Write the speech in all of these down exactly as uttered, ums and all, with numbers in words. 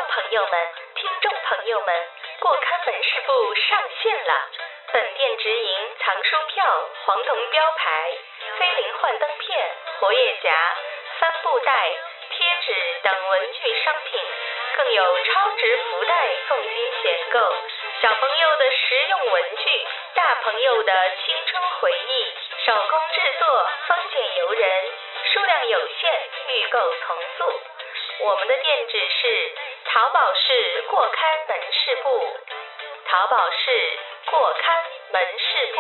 朋友们、听众朋友们，过刊门市部上线了。本店直营藏书票、黄铜标牌、菲林幻灯片、活页夹、帆布袋、贴纸等文具商品，更有超值福袋送金选购，小朋友的实用文具，大朋友的青春回忆，手工制作，丰俭由人，数量有限，预购从速。我们的店址是淘宝市过刊门市部，淘宝市过刊门市部。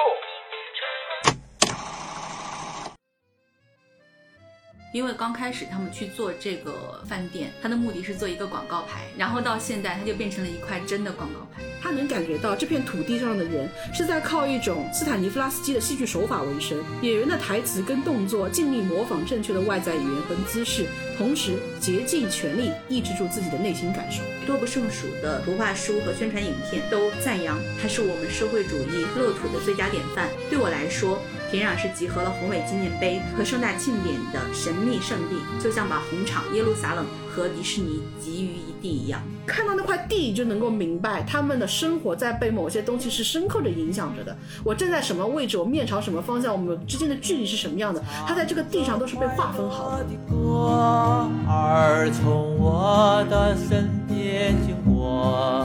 因为刚开始他们去做这个饭店，他的目的是做一个广告牌，然后到现在它就变成了一块真的广告牌。 他能感觉到这片土地上的人是在靠一种斯坦尼夫拉斯基的戏剧手法为生，演员的台词跟动作尽力模仿正确的外在语言和姿势，同时竭尽全力抑制住自己的内心感受。 多不胜数的图画书和宣传影片都赞扬它是我们社会主义乐土的最佳典范。对我来说，平壤是集合了宏伟纪念碑和盛大庆典的神秘圣地，就像把红场、耶路撒冷和迪士尼集于一地一样。 看到那块地就能够明白他们的生活在被某些东西是深刻的影响着的。我站在什么位置，我面朝什么方向，我们之间的距离是什么样的，它在这个地上都是被划分好的。 而从我的身边经过，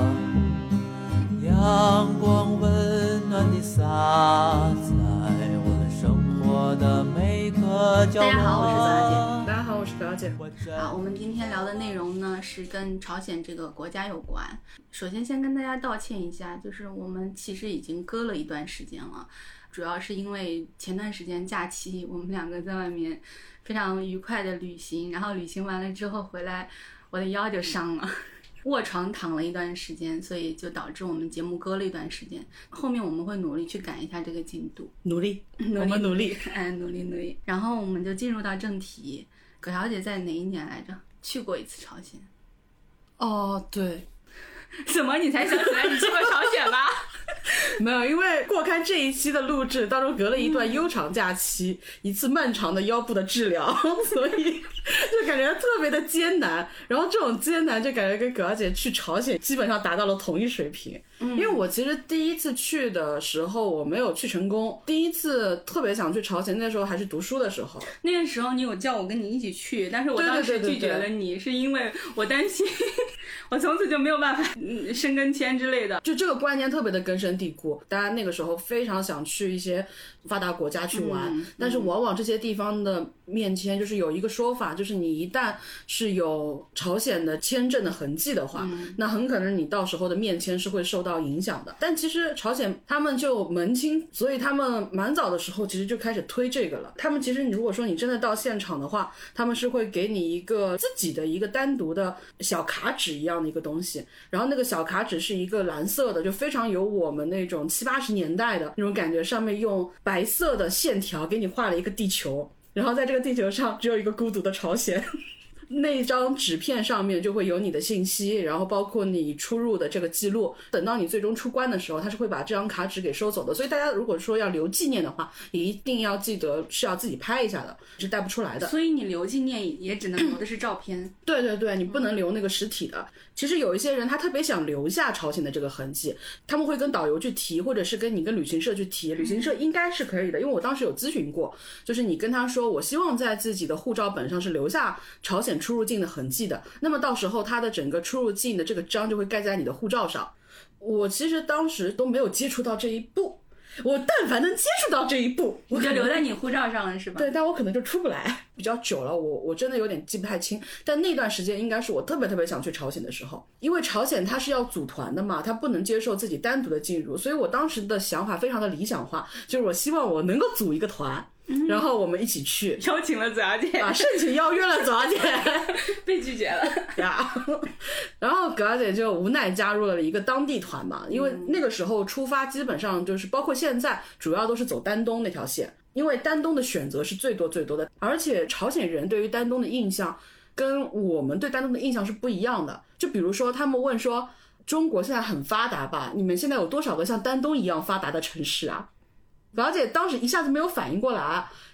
阳光温暖地洒在我的生活的每个角落。 大家好，我是左小姐。 大家好，我是表姐。 好，我们今天聊的内容呢是跟朝鲜这个国家有关。首先先跟大家道歉一下，就是我们其实已经隔了一段时间了，主要是因为前段时间假期我们两个在外面非常愉快的旅行，然后旅行完了之后回来我的腰就伤了，卧床躺了一段时间，所以就导致我们节目搁了一段时间。后面我们会努力去赶一下这个进度， 努力， 努力我们努力， 哎，努力努力。然后我们就进入到正题。葛小姐在哪一年来着去过一次朝鲜？ 哦，对。 怎么你才想起来你去过朝鲜吧？ 没有，因为过刊这一期的录制当中隔了一段悠长假期、嗯、一次漫长的腰部的治疗，所以就感觉特别的艰难。然后这种艰难就感觉跟葛小姐去朝鲜基本上达到了同一水平。嗯，因为我其实第一次去的时候我没有去成功，第一次特别想去朝鲜，那时候还是读书的时候。 那个时候你有叫我跟你一起去，但是我当时拒绝了你，对对对对对，是因为我担心我从此就没有办法嗯申根签之类的， 就这个观念特别的根深蒂固。大家那个时候非常想去一些发达国家去玩、嗯、但是往往这些地方的面签就是有一个说法，就是你一旦是有朝鲜的签证的痕迹的话、嗯、那很可能你到时候的面签是会受到影响的。但其实朝鲜他们就门清，所以他们蛮早的时候其实就开始推这个了。他们其实你如果说你真的到现场的话，他们是会给你一个自己的一个单独的小卡纸一样的一个东西，然后那个小卡纸是一个蓝色的，就非常有我们那种七八十年代的那种感觉，上面用白色的线条给你画了一个地球，然后在这个地球上只有一个孤独的朝鲜那张纸片上面就会有你的信息，然后包括你出入的这个记录，等到你最终出关的时候他是会把这张卡纸给收走的。所以大家如果说要留纪念的话，也一定要记得是要自己拍一下的，是带不出来的。 所以你留纪念也只能留的是照片对对对，你不能留那个实体的。其实有一些人他特别想留下朝鲜的这个痕迹，他们会跟导游去提，或者是跟你跟旅行社去提，旅行社应该是可以的。因为我当时有咨询过，就是你跟他说我希望在自己的护照本上是留下朝鲜出入境的痕迹的，那么到时候他的整个出入境的这个章就会盖在你的护照上。我其实当时都没有接触到这一步，我但凡能接触到这一步我就留在你护照上了是吧？ 对，但我可能就出不来。比较久了，我我真的有点记不太清，但那段时间应该是我特别特别想去朝鲜的时候，因为朝鲜它是要组团的嘛，它不能接受自己单独的进入，所以我当时的想法非常的理想化，就是我希望我能够组一个团、嗯、然后我们一起去， 邀请了左小姐啊，盛情邀约了左小姐被拒绝了呀然后葛小姐就无奈加入了一个当地团嘛，因为那个时候出发基本上就是包括现在主要都是走丹东那条线，因为丹东的选择是最多最多的，而且朝鲜人对于丹东的印象跟我们对丹东的印象是不一样的。就比如说他们问说中国现在很发达吧，你们现在有多少个像丹东一样发达的城市啊？葛小姐当时一下子没有反应过来，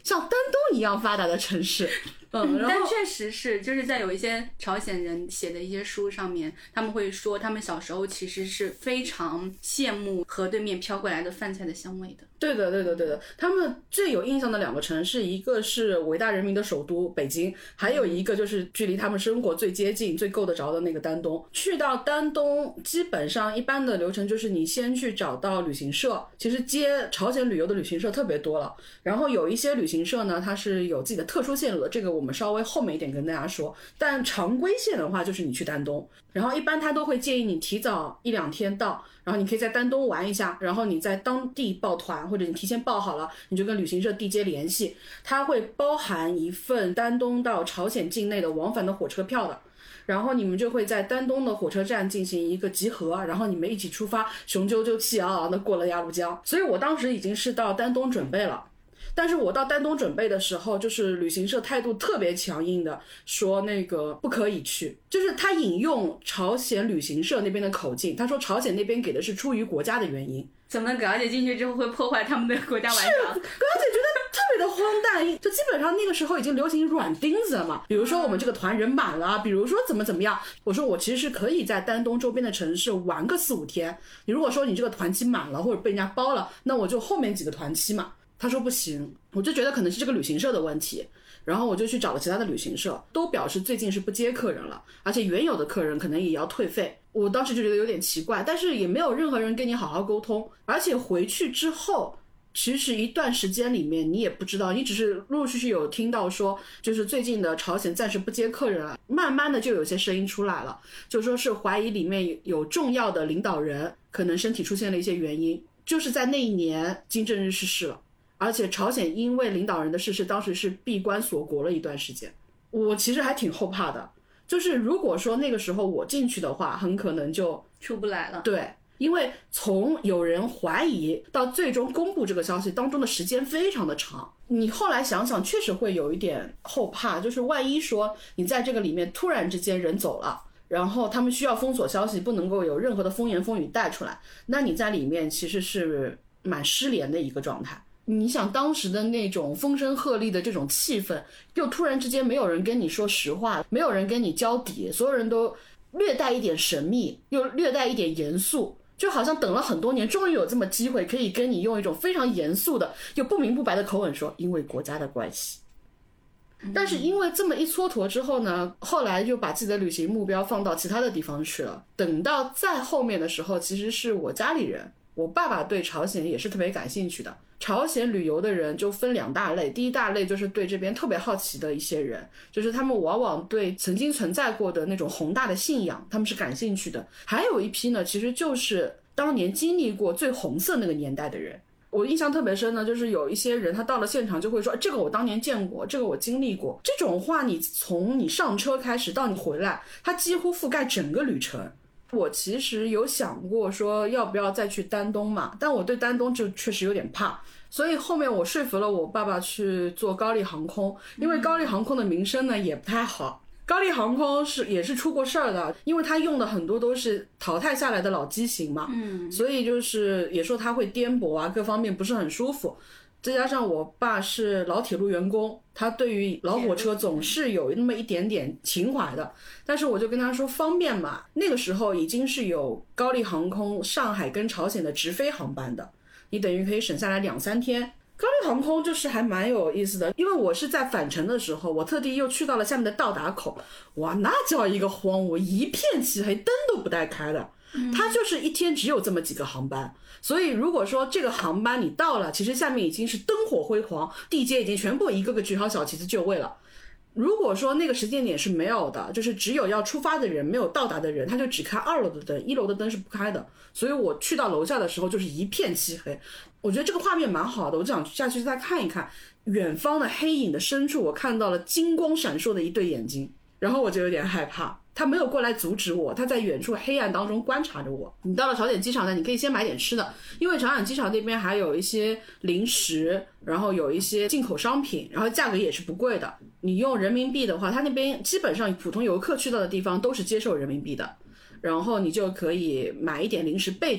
像丹东一样发达的城市。嗯，然后但确实是，就是在有一些朝鲜人写的一些书上面，他们会说他们小时候其实是非常羡慕河对面飘过来的饭菜的香味的。 对的，对的，对的。他们最有印象的两个城市，一个是伟大人民的首都北京，还有一个就是距离他们生活最接近、最够得着的那个丹东。去到丹东，基本上一般的流程就是你先去找到旅行社，其实接朝鲜旅游的旅行社特别多了。然后有一些旅行社呢，它是有自己的特殊线路的，这个我们稍微后面一点跟大家说。但常规线的话，就是你去丹东，然后一般他都会建议你提早一两天到。然后你可以在丹东玩一下，然后你在当地报团，或者你提前报好了，你就跟旅行社地接联系，它会包含一份丹东到朝鲜境内的往返的火车票的。然后你们就会在丹东的火车站进行一个集合，然后你们一起出发，雄赳赳气昂昂的过了鸭绿江。所以我当时已经是到丹东准备了。但是我到丹东准备的时候，就是旅行社态度特别强硬的说那个不可以去，就是他引用朝鲜旅行社那边的口径，他说朝鲜那边给的是出于国家的原因。 怎么葛小姐进去之后会破坏他们的国家玩法？ 葛小姐觉得特别的荒诞，就基本上那个时候已经流行软钉子了嘛，比如说我们这个团人满了，比如说怎么怎么样。我说我其实是可以在丹东周边的城市玩个四五天，你如果说你这个团期满了或者被人家包了，那我就后面几个团期嘛。他说不行，我就觉得可能是这个旅行社的问题，然后我就去找了其他的旅行社，都表示最近是不接客人了，而且原有的客人可能也要退费。我当时就觉得有点奇怪，但是也没有任何人跟你好好沟通，而且回去之后其实一段时间里面你也不知道，你只是陆陆续续有听到说就是最近的朝鲜暂时不接客人了，慢慢的就有些声音出来了，就说是怀疑里面有重要的领导人可能身体出现了一些原因。就是在那一年金正日逝世了，而且朝鲜因为领导人的逝世当时是闭关锁国了一段时间。我其实还挺后怕的，就是如果说那个时候我进去的话，很可能就出不来了。 对，因为从有人怀疑到最终公布这个消息当中的时间非常的长，你后来想想确实会有一点后怕，就是万一说你在这个里面突然之间人走了，然后他们需要封锁消息，不能够有任何的风言风语带出来，那你在里面其实是蛮失联的一个状态。你想当时的那种风声鹤唳的这种气氛，又突然之间没有人跟你说实话，没有人跟你交底，所有人都略带一点神秘，又略带一点严肃，就好像等了很多年，终于有这么机会可以跟你用一种非常严肃的又不明不白的口吻说因为国家的关系。但是因为这么一蹉跎之后呢，后来就把自己的旅行目标放到其他的地方去了。等到再后面的时候，其实是我家里人，我爸爸对朝鲜也是特别感兴趣的。朝鲜旅游的人就分两大类，第一大类就是对这边特别好奇的一些人，就是他们往往对曾经存在过的那种宏大的信仰他们是感兴趣的。还有一批呢，其实就是当年经历过最红色那个年代的人。我印象特别深呢，就是有一些人他到了现场就会说这个我当年见过，这个我经历过。这种话你从你上车开始到你回来，它几乎覆盖整个旅程。我其实有想过说要不要再去丹东嘛，但我对丹东就确实有点怕，所以后面我说服了我爸爸去做高丽航空，因为高丽航空的名声呢也不太好。高丽航空是也是出过事儿的，因为它用的很多都是淘汰下来的老机型嘛，嗯，所以就是也说它会颠簸啊，各方面不是很舒服。再加上我爸是老铁路员工，他对于老火车总是有那么一点点情怀的。但是我就跟他说方便嘛，那个时候已经是有高丽航空上海跟朝鲜的直飞航班的，你等于可以省下来两三天。高丽航空就是还蛮有意思的，因为我是在返程的时候，我特地又去到了下面的到达口，哇，那叫一个荒芜，一片漆黑，灯都不带开的。它就是一天只有这么几个航班，所以如果说这个航班你到了，其实下面已经是灯火辉煌，地接已经全部一个个举好小旗子就位了。如果说那个时间点是没有的，就是只有要出发的人没有到达的人，他就只开二楼的灯，一楼的灯是不开的，所以我去到楼下的时候就是一片漆黑。我觉得这个画面蛮好的，我就想下去再看一看。远方的黑影的深处，我看到了金光闪烁的一对眼睛，然后我就有点害怕。他没有过来阻止我，他在远处黑暗当中观察着我。你到了朝鲜机场呢，你可以先买点吃的，因为朝鲜机场那边还有一些零食，然后有一些进口商品，然后价格也是不贵的。你用人民币的话，他那边基本上普通游客去到的地方都是接受人民币的，然后你就可以买一点零食备着。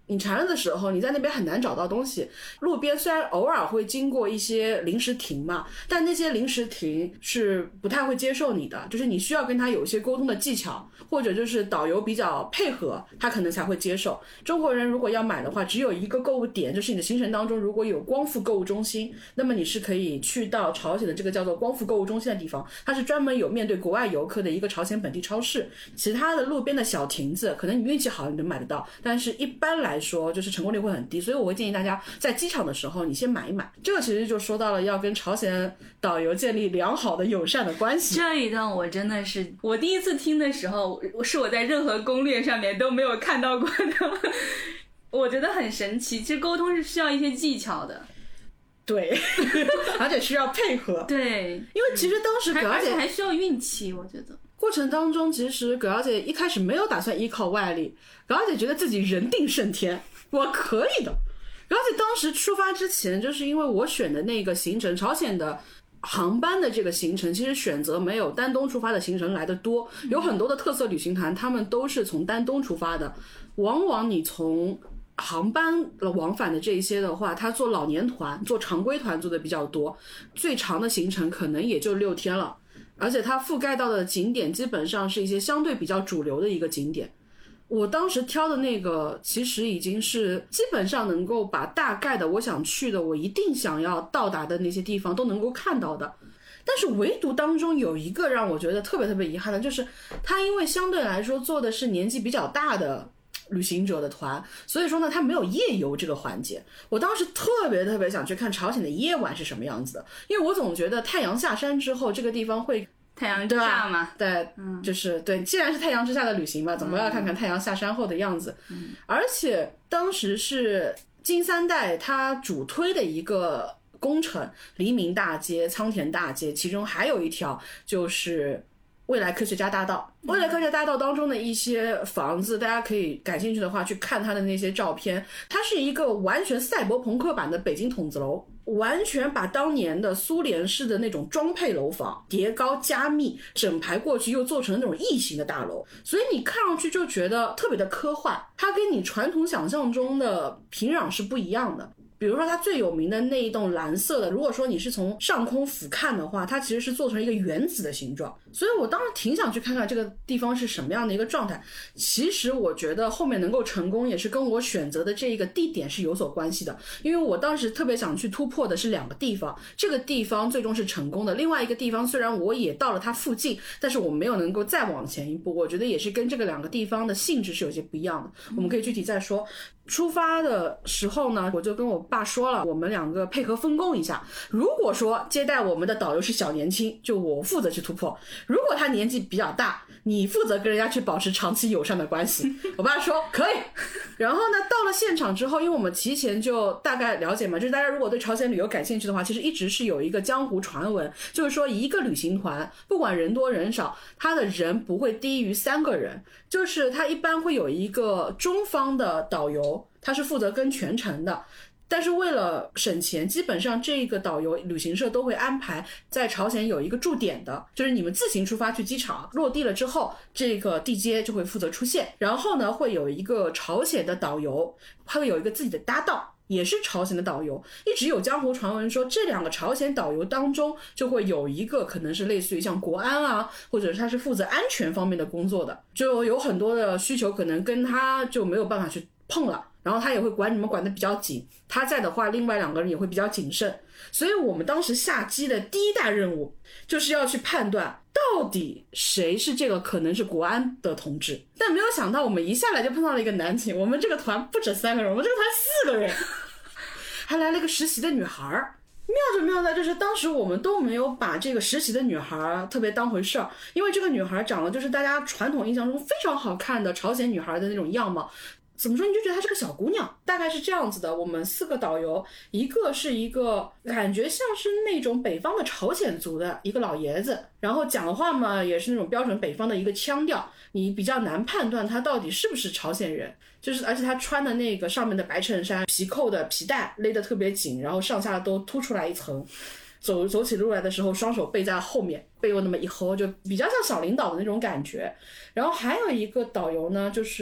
你馋了的时候，你在那边很难找到东西。路边虽然偶尔会经过一些临时亭嘛，但那些临时亭是不太会接受你的，就是你需要跟他有一些沟通的技巧，或者就是导游比较配合，他可能才会接受。中国人如果要买的话，只有一个购物点，就是你的行程当中如果有光复购物中心，那么你是可以去到朝鲜的这个叫做光复购物中心的地方，它是专门有面对国外游客的一个朝鲜本地超市。其他的路边的小亭子，可能你运气好你能买得到，但是一般来说就是成功率会很低，所以我会建议大家在机场的时候你先买一买。这个其实就说到了要跟朝鲜导游建立良好的友善的关系。 这一段我真的是我第一次听的时候，是我在任何攻略上面都没有看到过的，我觉得很神奇。其实沟通是需要一些技巧的， 对，而且需要配合。 对， 因为其实当时葛小姐而且还需要运气，我觉得过程当中，其实葛小姐一开始没有打算依靠外力，葛小姐觉得自己人定胜天，我可以的。葛小姐当时出发之前，就是因为我选的那个行程，朝鲜的航班的这个行程，其实选择没有丹东出发的行程来得多，有很多的特色旅行团，他们都是从丹东出发的，往往你从航班往返的这一些的话，他做老年团做常规团做的比较多，最长的行程可能也就六天了，而且它覆盖到的景点基本上是一些相对比较主流的一个景点。我当时挑的那个其实已经是基本上能够把大概的我想去的我一定想要到达的那些地方都能够看到的。但是唯独当中有一个让我觉得特别特别遗憾的，就是他因为相对来说做的是年纪比较大的旅行者的团，所以说呢他没有夜游这个环节。我当时特别特别想去看朝鲜的夜晚是什么样子的，因为我总觉得太阳下山之后这个地方会太阳之下嘛， 对，嗯，就是对，既然是太阳之下的旅行嘛，总归要看看太阳下山后的样子。嗯，而且当时是金三代他主推的一个工程，黎明大街、仓田大街，其中还有一条就是未来科学家大道。未来科学大道当中的一些房子，大家可以感兴趣的话去看它的那些照片，它是一个完全赛博朋克版的北京筒子楼，完全把当年的苏联式的那种装配楼房叠高加密，整排过去又做成那种异形的大楼，所以你看上去就觉得特别的科幻，它跟你传统想象中的平壤是不一样的。比如说它最有名的那一栋蓝色的，如果说你是从上空俯瞰的话，它其实是做成一个原子的形状，所以我当时挺想去看看这个地方是什么样的一个状态。其实我觉得后面能够成功也是跟我选择的这个地点是有所关系的，因为我当时特别想去突破的是两个地方，这个地方最终是成功的，另外一个地方虽然我也到了它附近，但是我没有能够再往前一步，我觉得也是跟这个两个地方的性质是有些不一样的，我们可以具体再说。出发的时候呢，我就跟我爸说了，我们两个配合分工一下，如果说接待我们的导游是小年轻，就我负责去突破，如果他年纪比较大，你负责跟人家去保持长期友善的关系。我爸说可以。然后呢，到了现场之后，因为我们提前就大概了解嘛，就是大家如果对朝鲜旅游感兴趣的话，其实一直是有一个江湖传闻，就是说一个旅行团不管人多人少，他的人不会低于三个人，就是他一般会有一个中方的导游，他是负责跟全程的，但是为了省钱，基本上这个导游旅行社都会安排在朝鲜有一个驻点的，就是你们自行出发去机场，落地了之后这个地接就会负责出现，然后呢会有一个朝鲜的导游，他会有一个自己的搭档，也是朝鲜的导游。一直有江湖传闻说这两个朝鲜导游当中就会有一个可能是类似于像国安啊，或者是他是负责安全方面的工作的，就有很多的需求可能跟他就没有办法去碰了，然后他也会管你们管得比较紧，他在的话另外两个人也会比较谨慎。所以我们当时下机的第一大任务就是要去判断到底谁是这个可能是国安的同志。但没有想到我们一下来就碰到了一个难题，我们这个团不止三个人，我们这个团四个人还来了一个实习的女孩。妙就妙在就是当时我们都没有把这个实习的女孩特别当回事儿，因为这个女孩长得就是大家传统印象中非常好看的朝鲜女孩的那种样貌，怎么说你就觉得她是个小姑娘，大概是这样子的。我们四个导游，一个是一个感觉像是那种北方的朝鲜族的一个老爷子，然后讲话嘛也是那种标准北方的一个腔调，你比较难判断他到底是不是朝鲜人，就是而且他穿的那个上面的白衬衫，皮扣的皮带勒得特别紧，然后上下都凸出来一层，走走起路来的时候双手背在后面，背后那么一吼，就比较像小领导的那种感觉。然后还有一个导游呢，就是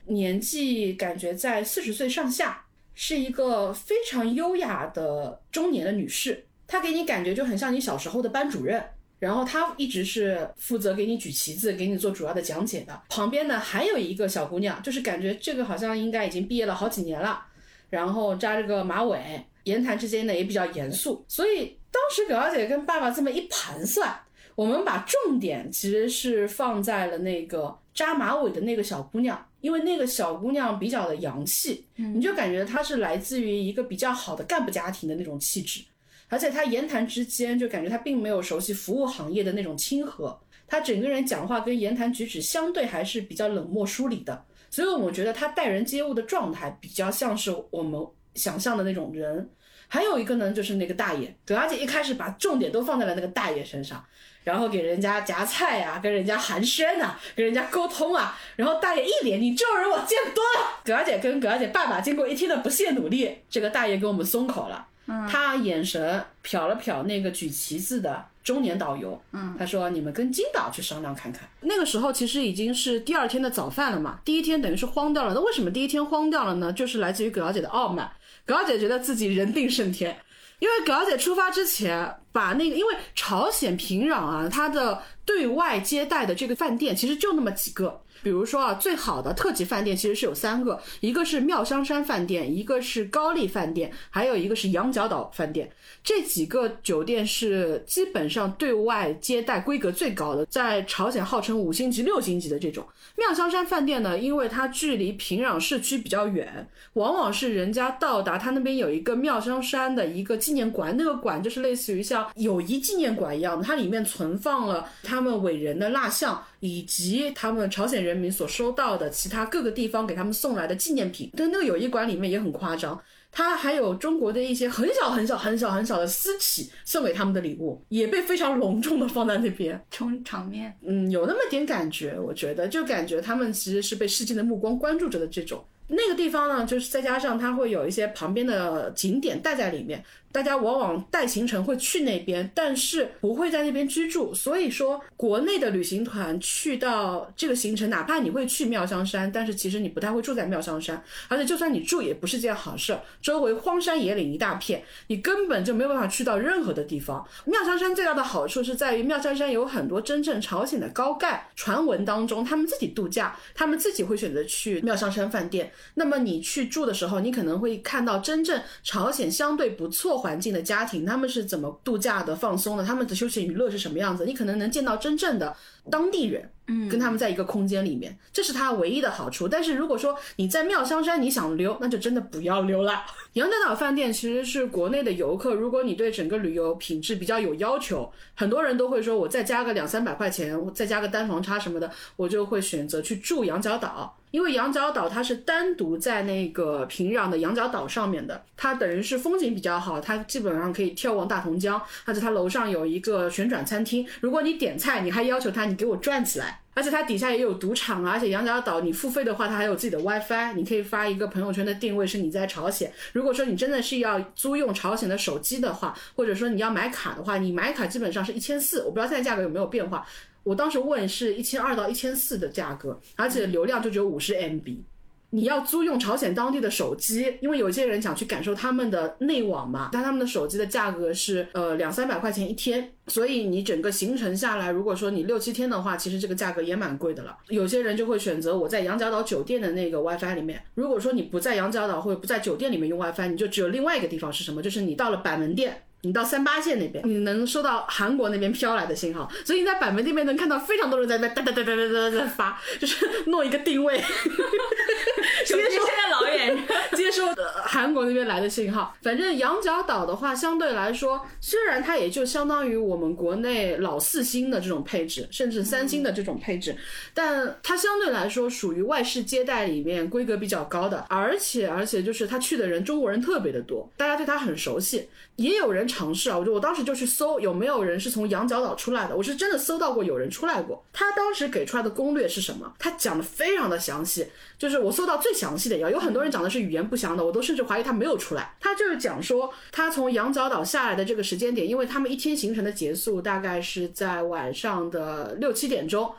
年纪感觉在四十岁上下，是一个非常优雅的中年的女士，她给你感觉就很像你小时候的班主任，然后她一直是负责给你举旗子给你做主要的讲解的。旁边呢还有一个小姑娘，就是感觉这个好像应该已经毕业了好几年了，然后扎着个马尾，言谈之间呢也比较严肃。所以当时葛小姐跟爸爸这么一盘算，我们把重点其实是放在了那个扎马尾的那个小姑娘，因为那个小姑娘比较的洋气，嗯、你就感觉她是来自于一个比较好的干部家庭的那种气质，而且她言谈之间就感觉她并没有熟悉服务行业的那种亲和，她整个人讲话跟言谈举止相对还是比较冷漠疏离的，所以我觉得她待人接物的状态比较像是我们想象的那种人。还有一个呢就是那个大爷，葛小姐一开始把重点都放在了那个大爷身上，然后给人家夹菜啊，跟人家寒暄啊，跟人家沟通啊，然后大爷一脸你这种人我见多了。葛小姐跟葛小姐爸爸经过一天的不懈努力，这个大爷给我们松口了，嗯，他眼神瞟了瞟那个举旗子的中年导游，嗯，他说你们跟金导去商量看看。那个时候其实已经是第二天的早饭了嘛，第一天等于是荒掉了。那为什么第一天荒掉了呢？就是来自于葛小姐的傲慢。葛小姐觉得自己人定胜天，因为葛小姐出发之前把那个，因为朝鲜平壤啊，它的对外接待的这个饭店其实就那么几个。比如说啊，最好的特级饭店其实是有三个，一个是妙香山饭店，一个是高丽饭店，还有一个是羊角岛饭店。这几个酒店是基本上对外接待规格最高的，在朝鲜号称五星级六星级的这种。妙香山饭店呢，因为它距离平壤市区比较远，往往是人家到达，它那边有一个妙香山的一个纪念馆，那个馆就是类似于像友谊纪念馆一样的，它里面存放了他们伟人的蜡像，以及他们朝鲜人民所收到的其他各个地方给他们送来的纪念品。但那个友谊馆里面也很夸张，它还有中国的一些很小很小很小很小的私企送给他们的礼物，也被非常隆重的放在那边， 充场面。 嗯，有那么点感觉，我觉得就感觉他们其实是被世界的目光关注着的这种。那个地方呢，就是再加上它会有一些旁边的景点带在里面，大家往往带行程会去那边，但是不会在那边居住。所以说国内的旅行团去到这个行程，哪怕你会去妙香山，但是其实你不太会住在妙香山，而且就算你住也不是件好事，周围荒山野岭一大片，你根本就没有办法去到任何的地方。妙香山最大的好处是在于妙香山有很多真正朝鲜的高干，传闻当中他们自己度假，他们自己会选择去妙香山饭店。那么你去住的时候，你可能会看到真正朝鲜相对不错环境的家庭，他们是怎么度假的放松的，他们的休闲娱乐是什么样子，你可能能见到真正的当地人，嗯，跟他们在一个空间里面，这是它唯一的好处。但是如果说你在妙香山你想溜，那就真的不要溜了。羊角岛饭店其实是国内的游客，如果你对整个旅游品质比较有要求，很多人都会说我再加个两三百块钱，我再加个单房差什么的，我就会选择去住羊角岛。因为羊角岛它是单独在那个平壤的羊角岛上面的，它等于是风景比较好，它基本上可以眺望大同江，而且它楼上有一个旋转餐厅，如果你点菜你还要求它你给我转起来，而且它底下也有赌场啊，而且羊角岛你付费的话它还有自己的 WiFi， 你可以发一个朋友圈的定位是你在朝鲜。如果说你真的是要租用朝鲜的手机的话，或者说你要买卡的话，你买卡基本上是一千四百，我不知道现在价格有没有变化，我当时问是一千二到一千四的价格，而且流量就只有五十 M B。你要租用朝鲜当地的手机，因为有些人想去感受他们的内网嘛，但他们的手机的价格是呃两三百块钱一天，所以你整个行程下来，如果说你六七天的话，其实这个价格也蛮贵的了。有些人就会选择我在羊角岛酒店的那个 WiFi 里面，如果说你不在羊角岛或者不在酒店里面用 WiFi， 你就只有另外一个地方是什么，就是你到了板门店，你到三八线那边，你能收到韩国那边飘来的信号，所以你在板门那边能看到非常多人在那哒哒哒哒哒哒在发，就是弄一个定位接收现在老远接收韩国那边来的信号。反正羊角岛的话相对来说，虽然它也就相当于我们国内老四星的这种配置，甚至三星的这种配置，但它相对来说属于外事接待里面规格比较高的，而且而且就是他去的人中国人特别的多，大家对他很熟悉。也有人尝试啊，我就我当时就去搜有没有人是从羊角岛出来的，我是真的搜到过有人出来过。他当时给出来的攻略是什么？他讲的非常的详细，就是我搜到最详细的，有很多人讲的是语言不详的，我都甚至怀疑他没有出来。他就是讲说他从羊角岛下来的这个时间点，因为他们一天行程的结束大概是在晚上的六七点钟，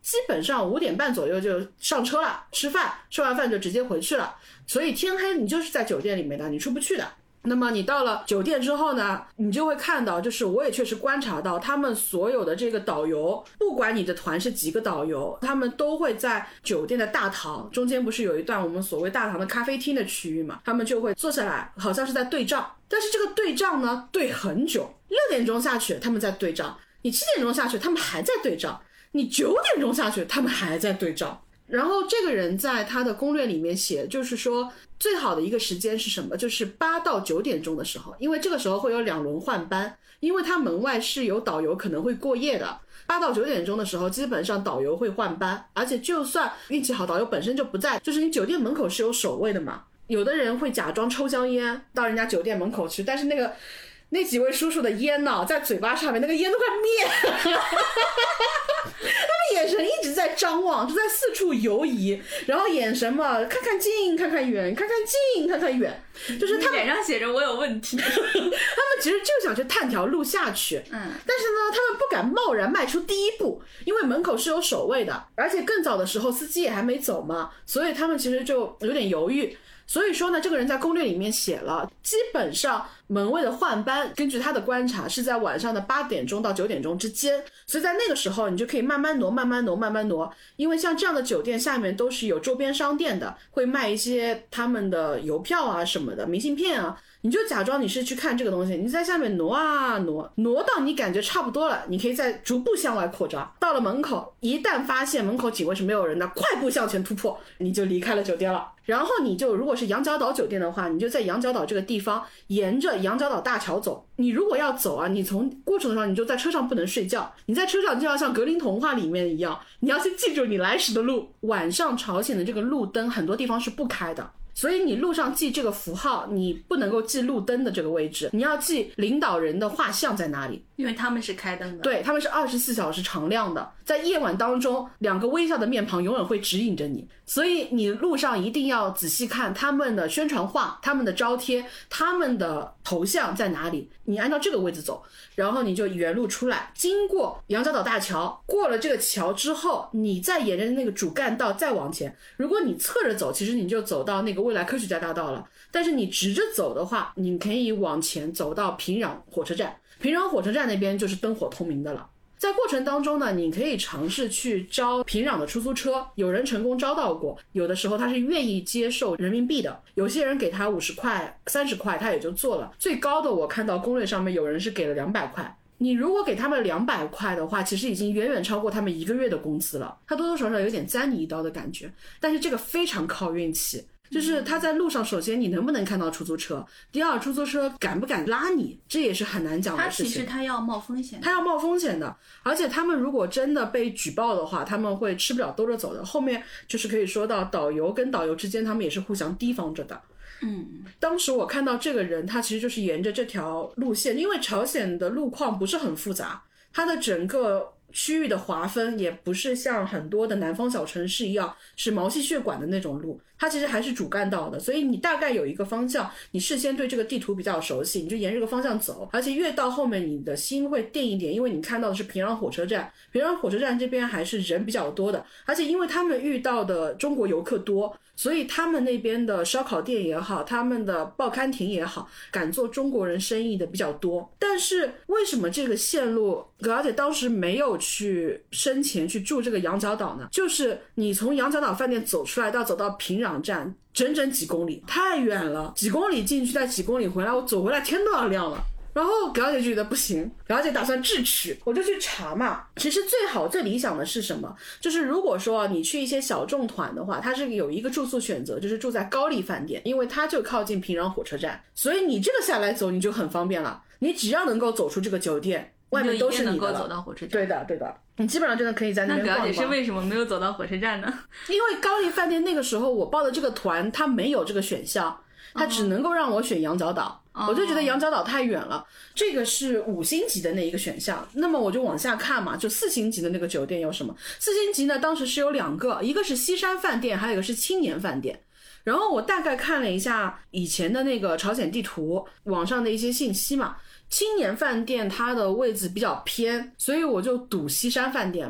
基本上五点半左右就上车了，吃饭，吃完饭就直接回去了，所以天黑你就是在酒店里面的，你出不去的。那么你到了酒店之后呢，你就会看到，就是我也确实观察到他们所有的这个导游，不管你的团是几个导游，他们都会在酒店的大堂中间，不是有一段我们所谓大堂的咖啡厅的区域嘛，他们就会坐下来，好像是在对账，但是这个对账呢对很久，六点钟下去他们在对账，你七点钟下去他们还在对账，你九点钟下去他们还在对账。然后这个人在他的攻略里面写，就是说最好的一个时间是什么，就是八到九点钟的时候，因为这个时候会有两轮换班，因为他门外是有导游可能会过夜的，八到九点钟的时候基本上导游会换班，而且就算运气好导游本身就不在，就是你酒店门口是有守卫的嘛，有的人会假装抽香烟到人家酒店门口去，但是那个那几位叔叔的烟呢，在嘴巴上面那个烟都快灭了他们眼神一直在张望，就在四处游移，然后眼神嘛，看看近看看远，看看近看看远，就是他们脸上写着我有问题他们其实就想去探条路下去，嗯，但是呢他们不敢贸然迈出第一步，因为门口是有守卫的，而且更早的时候司机也还没走嘛，所以他们其实就有点犹豫。所以说呢，这个人在攻略里面写了，基本上门卫的换班根据他的观察是在晚上的八点钟到九点钟之间，所以在那个时候你就可以慢慢挪慢慢挪慢慢挪，因为像这样的酒店下面都是有周边商店的，会卖一些他们的邮票啊什么的，明信片啊，你就假装你是去看这个东西，你在下面挪啊挪，挪到你感觉差不多了，你可以再逐步向外扩张，到了门口一旦发现门口警卫是没有人的，快步向前突破，你就离开了酒店了。然后你就如果是羊角岛酒店的话，你就在羊角岛这个地方沿着羊角岛大桥走，你如果要走啊，你从过程上你就在车上不能睡觉，你在车上就要像格林童话里面一样，你要去记住你来时的路。晚上朝鲜的这个路灯很多地方是不开的，所以你路上记这个符号，你不能够记路灯的这个位置，你要记领导人的画像在哪里， 因为他们是开灯的， 对，他们是二十四小时常亮的，在夜晚当中两个微笑的面庞永远会指引着你，所以你路上一定要仔细看他们的宣传画，他们的招贴，他们的头像在哪里，你按照这个位置走，然后你就原路出来，经过羊角岛大桥，过了这个桥之后，你再沿着那个主干道再往前，如果你侧着走，其实你就走到那个未来科学家大道了，但是你直着走的话，你可以往前走到平壤火车站，平壤火车站那边就是灯火通明的了。在过程当中呢，你可以尝试去招平壤的出租车，有人成功招到过，有的时候他是愿意接受人民币的，有些人给他五十块三十块他也就做了，最高的我看到攻略上面有人是给了两百块，你如果给他们两百块的话，其实已经远远超过他们一个月的工资了，他多多少少有点栽你一刀的感觉，但是这个非常靠运气，就是他在路上，首先你能不能看到出租车，第二出租车敢不敢拉你，这也是很难讲的事情。 他其实他要冒风险， 他要冒风险的，而且他们如果真的被举报的话，他们会吃不了兜着走的，后面就是可以说到导游跟导游之间他们也是互相提防着的。嗯，当时我看到这个人他其实就是沿着这条路线，因为朝鲜的路况不是很复杂，它的整个区域的划分也不是像很多的南方小城市一样是毛细血管的那种路，它其实还是主干道的，所以你大概有一个方向，你事先对这个地图比较熟悉，你就沿这个方向走，而且越到后面你的心会定一点，因为你看到的是平壤火车站，平壤火车站这边还是人比较多的，而且因为他们遇到的中国游客多，所以他们那边的烧烤店也好，他们的报刊亭也好，敢做中国人生意的比较多。但是为什么这个线路葛小姐当时没有去生前去住这个羊角岛呢？就是你从羊角岛饭店走出来到走到平壤站整整几公里，太远了，几公里进去再几公里回来，我走回来天都要亮了。然后葛小姐就觉得不行，葛小姐打算智取，我就去查嘛。其实最好最理想的是什么，就是如果说你去一些小众团的话，它是有一个住宿选择，就是住在高丽饭店，因为它就靠近平壤火车站，所以你这个下来走你就很方便了，你只要能够走出这个酒店，外面都是你的了， 能够走到火车站。 对的对的，你基本上真的可以在那边逛逛。 那葛小姐是为什么没有走到火车站呢？ 因为高丽饭店那个时候我报的这个团它没有这个选项，它只能够让我选羊角岛、哦、我就觉得羊角岛太远了，这个是五星级的那一个选项，那么我就往下看嘛，就四星级的那个酒店有什么。四星级呢当时是有两个，一个是西山饭店，还有一个是青年饭店。然后我大概看了一下以前的那个朝鲜地图网上的一些信息嘛，青年饭店它的位置比较偏，所以我就赌西山饭店嘛。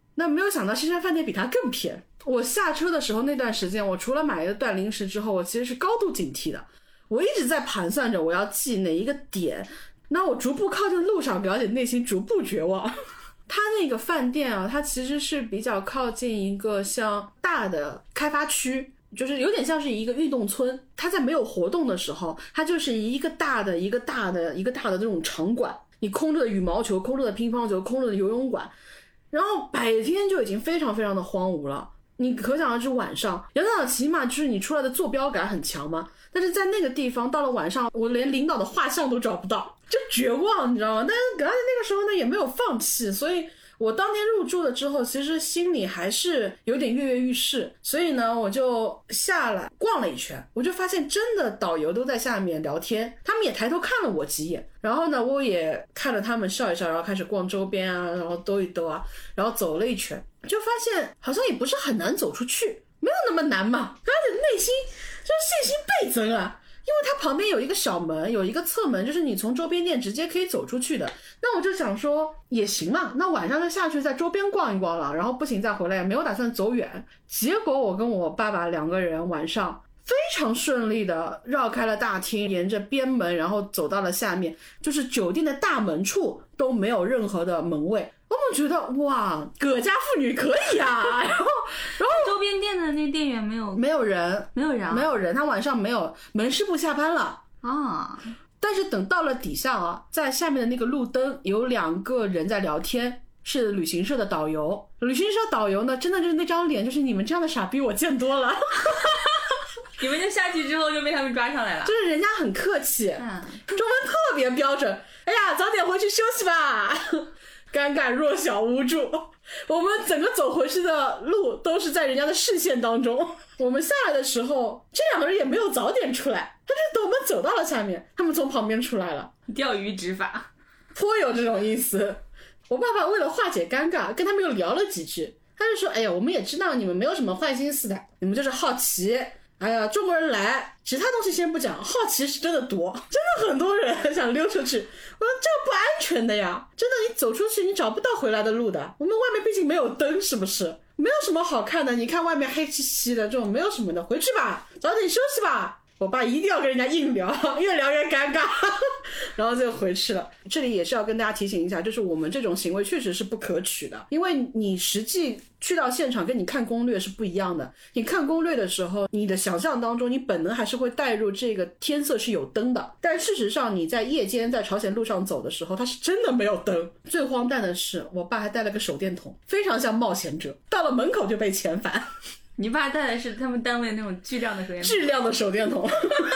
那没有想到西山饭店比它更偏。我下车的时候那段时间，我除了买了段零食之后，我其实是高度警惕的，我一直在盘算着我要记哪一个点。那我逐步靠近路上，表姐内心逐步绝望。它那个饭店啊，它其实是比较靠近一个像大的开发区，就是有点像是一个运动村。它在没有活动的时候，它就是一个大的一个大的一个大的这种场馆，你空着的羽毛球，空着的乒乓球，空着的游泳馆，然后白天就已经非常非常的荒芜了。你可想而知晚上，杨导起码就是你出来的坐标感很强嘛，但是在那个地方到了晚上，我连领导的画像都找不到，就绝望，你知道吗？但是而且那个时候呢也没有放弃，所以我当天入住了之后，其实心里还是有点跃跃欲试，所以呢我就下来逛了一圈，我就发现真的导游都在下面聊天，他们也抬头看了我几眼，然后呢我也看着他们笑一笑，然后开始逛周边啊，然后兜一兜啊，然后走了一圈，就发现好像也不是很难走出去，没有那么难嘛，而且内心就是信心倍增啊。因为它旁边有一个小门，有一个侧门，就是你从周边店直接可以走出去的。那我就想说也行嘛，那晚上就下去在周边逛一逛了，然后不行再回来，也没有打算走远。结果我跟我爸爸两个人晚上非常顺利的绕开了大厅，沿着边门然后走到了下面，就是酒店的大门处都没有任何的门卫。我们觉得哇，葛家妇女可以啊。然后然后周边店的那店员没有没有人没有人没有人他晚上没有，门市部下班了啊。 但是等到了底下啊，在下面的那个路灯有两个人在聊天，是旅行社的导游。旅行社导游呢真的就是那张脸，就是你们这样的傻逼我见多了。 你们就下去之后就被他们抓上来了， 就是人家很客气、嗯、中文特别标准，哎呀早点回去休息吧。尴尬弱小无助，我们整个走回去的路都是在人家的视线当中。我们下来的时候这两个人也没有早点出来，但是等我们走到了下面，他们从旁边出来了， 钓鱼执法颇有这种意思。我爸爸为了化解尴尬跟他们又聊了几句，他就说哎呀我们也知道你们没有什么坏心思的，你们就是好奇，哎呀中国人来其他东西先不讲，好奇是真的多，真的很多人想溜出去。我说这不安全的呀，真的你走出去你找不到回来的路的，我们外面毕竟没有灯，是不是没有什么好看的，你看外面黑漆漆的这种没有什么的，回去吧早点休息吧。我爸一定要跟人家硬聊，越聊越尴尬，然后就回去了。这里也是要跟大家提醒一下，就是我们这种行为确实是不可取的，因为你实际去到现场跟你看攻略是不一样的。你看攻略的时候，你的想象当中你本能还是会带入这个天色是有灯的，但事实上你在夜间在朝鲜路上走的时候它是真的没有灯。最荒诞的是我爸还带了个手电筒，非常像冒险者，到了门口就被遣返。 你爸带的是他们单位那种巨亮的手电筒， 巨亮的手电筒。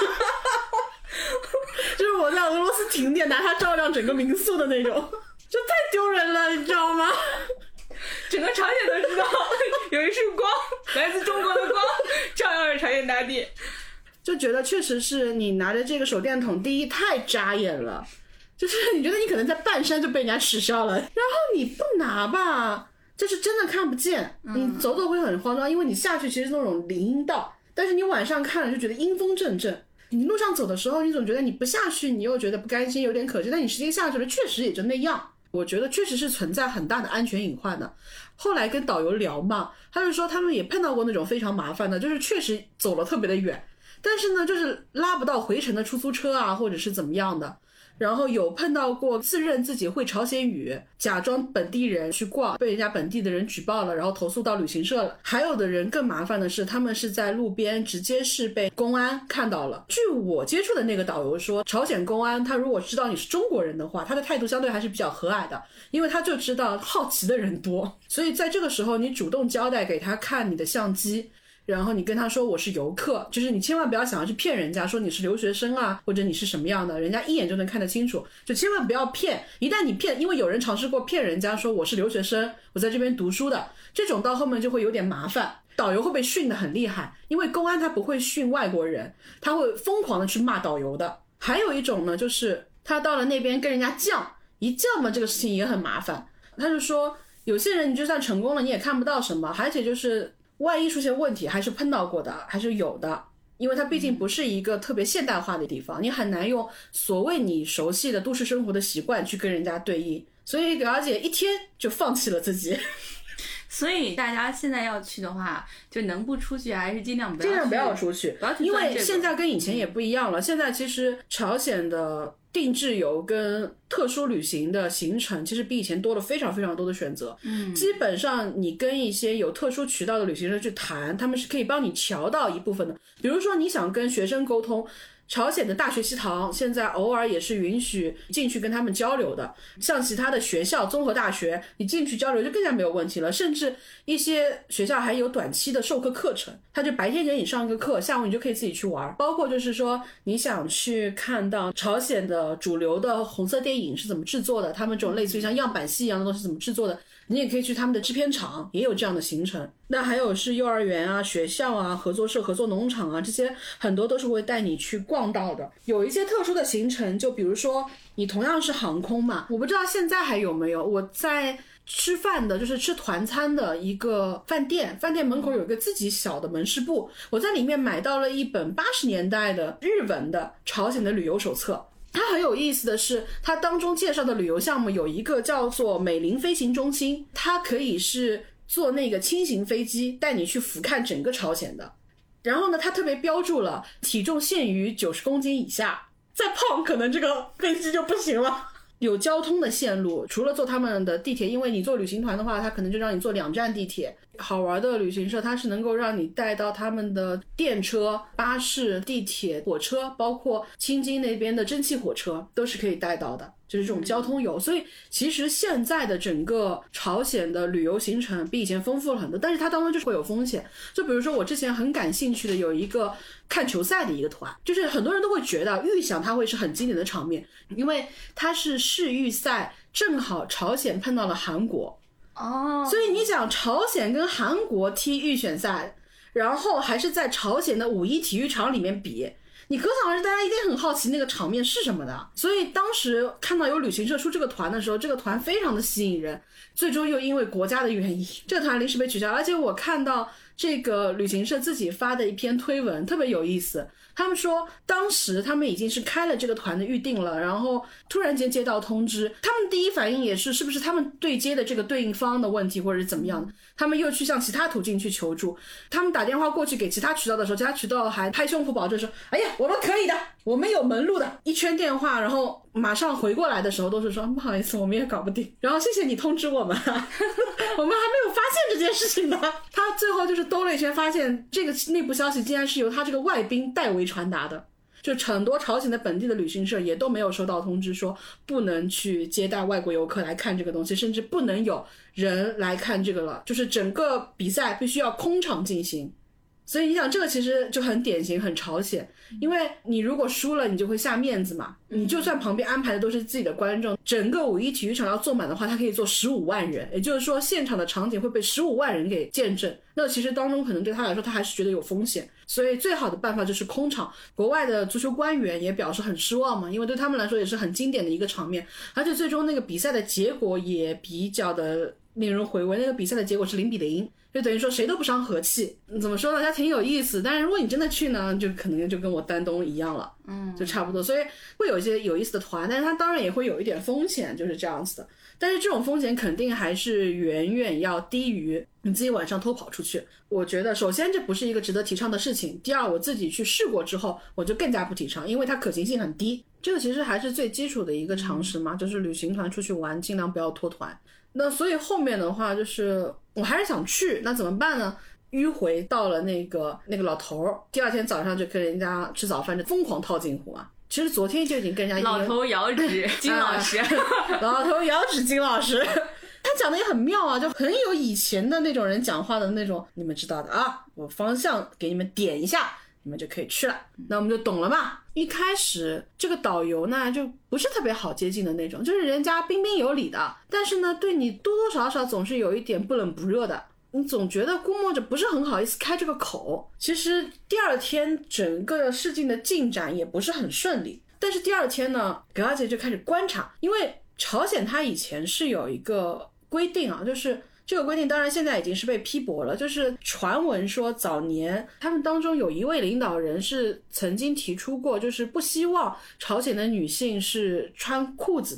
就是我在俄罗斯停电拿它照亮整个民宿的那种，这太丢人了你知道吗？ 整个朝鲜都知道有一束光，来自中国的光照耀着朝鲜大地。 就觉得确实是你拿着这个手电筒，第一太扎眼了，就是你觉得你可能在半山就被人家耻笑了，然后你不拿吧就是真的看不见，你走走会很慌张，因为你下去其实是那种林荫道，但是你晚上看了就觉得阴风阵阵。你路上走的时候你总觉得你不下去你又觉得不甘心有点可惜，但你实际下去了确实也就那样。我觉得确实是存在很大的安全隐患的。后来跟导游聊嘛，他就说他们也碰到过那种非常麻烦的，就是确实走了特别的远，但是呢就是拉不到回程的出租车啊或者是怎么样的。然后有碰到过自认自己会朝鲜语假装本地人去逛，被人家本地的人举报了，然后投诉到旅行社了。还有的人更麻烦的是他们是在路边直接是被公安看到了。据我接触的那个导游说，朝鲜公安他如果知道你是中国人的话，他的态度相对还是比较和蔼的，因为他就知道好奇的人多，所以在这个时候你主动交代给他看你的相机，然后你跟他说我是游客，就是你千万不要想要去骗人家说你是留学生啊或者你是什么样的，人家一眼就能看得清楚，就千万不要骗。一旦你骗，因为有人尝试过骗人家说我是留学生我在这边读书的，这种到后面就会有点麻烦，导游会被训得很厉害，因为公安他不会训外国人，他会疯狂的去骂导游的。还有一种呢就是他到了那边跟人家犟，一犟嘛这个事情也很麻烦，他就说有些人你就算成功了你也看不到什么，而且就是万一出现问题还是碰到过的，还是有的，因为它毕竟不是一个特别现代化的地方，你很难用所谓你熟悉的都市生活的习惯去跟人家对应，所以葛小姐一天就放弃了自己。 所以大家现在要去的话，就能不出去还是尽量不要去， 尽量不要出去， 不要去、 这个。因为现在跟以前也不一样了，现在其实朝鲜的定制游跟特殊旅行的行程其实比以前多了非常非常多的选择。嗯，基本上你跟一些有特殊渠道的旅行社去谈，他们是可以帮你调到一部分的。比如说你想跟学生沟通，朝鲜的大学食堂现在偶尔也是允许进去跟他们交流的，像其他的学校综合大学你进去交流就更加没有问题了，甚至一些学校还有短期的授课课程，他就白天给你上一个课，下午你就可以自己去玩。包括就是说你想去看到朝鲜的主流的红色电影是怎么制作的，他们这种类似于像样板戏一样的东西怎么制作的，你也可以去他们的制片厂，也有这样的行程。那还有是幼儿园啊、学校啊、合作社、合作农场啊，这些很多都是会带你去逛到的。有一些特殊的行程，就比如说你同样是航空嘛，我不知道现在还有没有，我在吃饭的就是吃团餐的一个饭店，饭店门口有一个自己小的门市部，我在里面买到了一本八十年代的日文的朝鲜的旅游手册。它很有意思的是，它当中介绍的旅游项目有一个叫做美林飞行中心，它可以是坐那个轻型飞机带你去俯瞰整个朝鲜的。然后呢，它特别标注了体重限于九十公斤以下，再胖可能这个飞机就不行了。有交通的线路，除了坐他们的地铁，因为你做旅行团的话，它可能就让你坐两站地铁。好玩的旅行社它是能够让你带到他们的电车、巴士、地铁、火车，包括青津那边的蒸汽火车都是可以带到的，就是这种交通游。所以其实现在的整个朝鲜的旅游行程比以前丰富了很多，但是它当中就是会有风险。就比如说我之前很感兴趣的有一个看球赛的一个团，就是很多人都会觉得预想它会是很经典的场面，因为它是世预赛，正好朝鲜碰到了韩国哦， 所以你想朝鲜跟韩国踢预选赛，然后还是在朝鲜的五一体育场里面比，你可想而知大家一定很好奇那个场面是什么的。所以当时看到有旅行社出这个团的时候，这个团非常的吸引人，最终又因为国家的原因这个团临时被取消。而且我看到这个旅行社自己发的一篇推文特别有意思，他们说当时他们已经是开了这个团的预定了，然后突然间接到通知，他们第一反应也是是不是他们对接的这个对应方的问题或者是怎么样的，他们又去向其他途径去求助。他们打电话过去给其他渠道的时候，其他渠道还拍胸脯保证说哎呀我们可以的，我们有门路的，一圈电话，然后马上回过来的时候都是说不好意思我们也搞不定，然后谢谢你通知我们我们还没有发现这件事情呢。他最后就是兜了一圈，发现这个内部消息竟然是由他这个外宾代为传达的，就很多朝鲜的本地的旅行社也都没有收到通知说不能去接待外国游客来看这个东西，甚至不能有人来看这个了，就是整个比赛必须要空场进行。所以你想这个其实就很典型很朝鲜，因为你如果输了你就会下面子嘛，你就算旁边安排的都是自己的观众，整个五一体育场要坐满的话，它可以坐十五万人，也就是说现场的场景会被十五万人给见证，那其实当中可能对他来说他还是觉得有风险，所以最好的办法就是空场。国外的足球官员也表示很失望嘛，因为对他们来说也是很经典的一个场面，而且最终那个比赛的结果也比较的令人回味，那个比赛的结果是零比零，就等于说谁都不伤和气。怎么说呢，它挺有意思，但是如果你真的去呢，就可能就跟我丹东一样了，嗯，就差不多。所以会有一些有意思的团，但是它当然也会有一点风险，就是这样子的。但是这种风险肯定还是远远要低于你自己晚上偷跑出去。我觉得首先这不是一个值得提倡的事情，第二我自己去试过之后我就更加不提倡，因为它可行性很低。这个其实还是最基础的一个常识嘛，就是旅行团出去玩尽量不要脱团。那所以后面的话就是我还是想去，那怎么办呢？迂回到了那个那个老头，第二天早上就跟人家吃早饭就疯狂套近乎啊。其实昨天就已经跟人家老头遥指金老师老头遥指金老师他讲的也很妙啊，就很有以前的那种人讲话的那种，你们知道的啊，我方向给你们点一下你们就可以去了，那我们就懂了嘛。一开始这个导游呢就不是特别好接近的那种，就是人家彬彬有礼的，但是呢对你多多少少总是有一点不冷不热的，你总觉得估摸着不是很好意思开这个口。其实第二天整个事情的进展也不是很顺利，但是第二天呢格拉杰就开始观察，因为朝鲜他以前是有一个规定啊，就是这个规定当然现在已经是被批驳了，就是传闻说早年他们当中有一位领导人是曾经提出过，就是不希望朝鲜的女性是穿裤子的。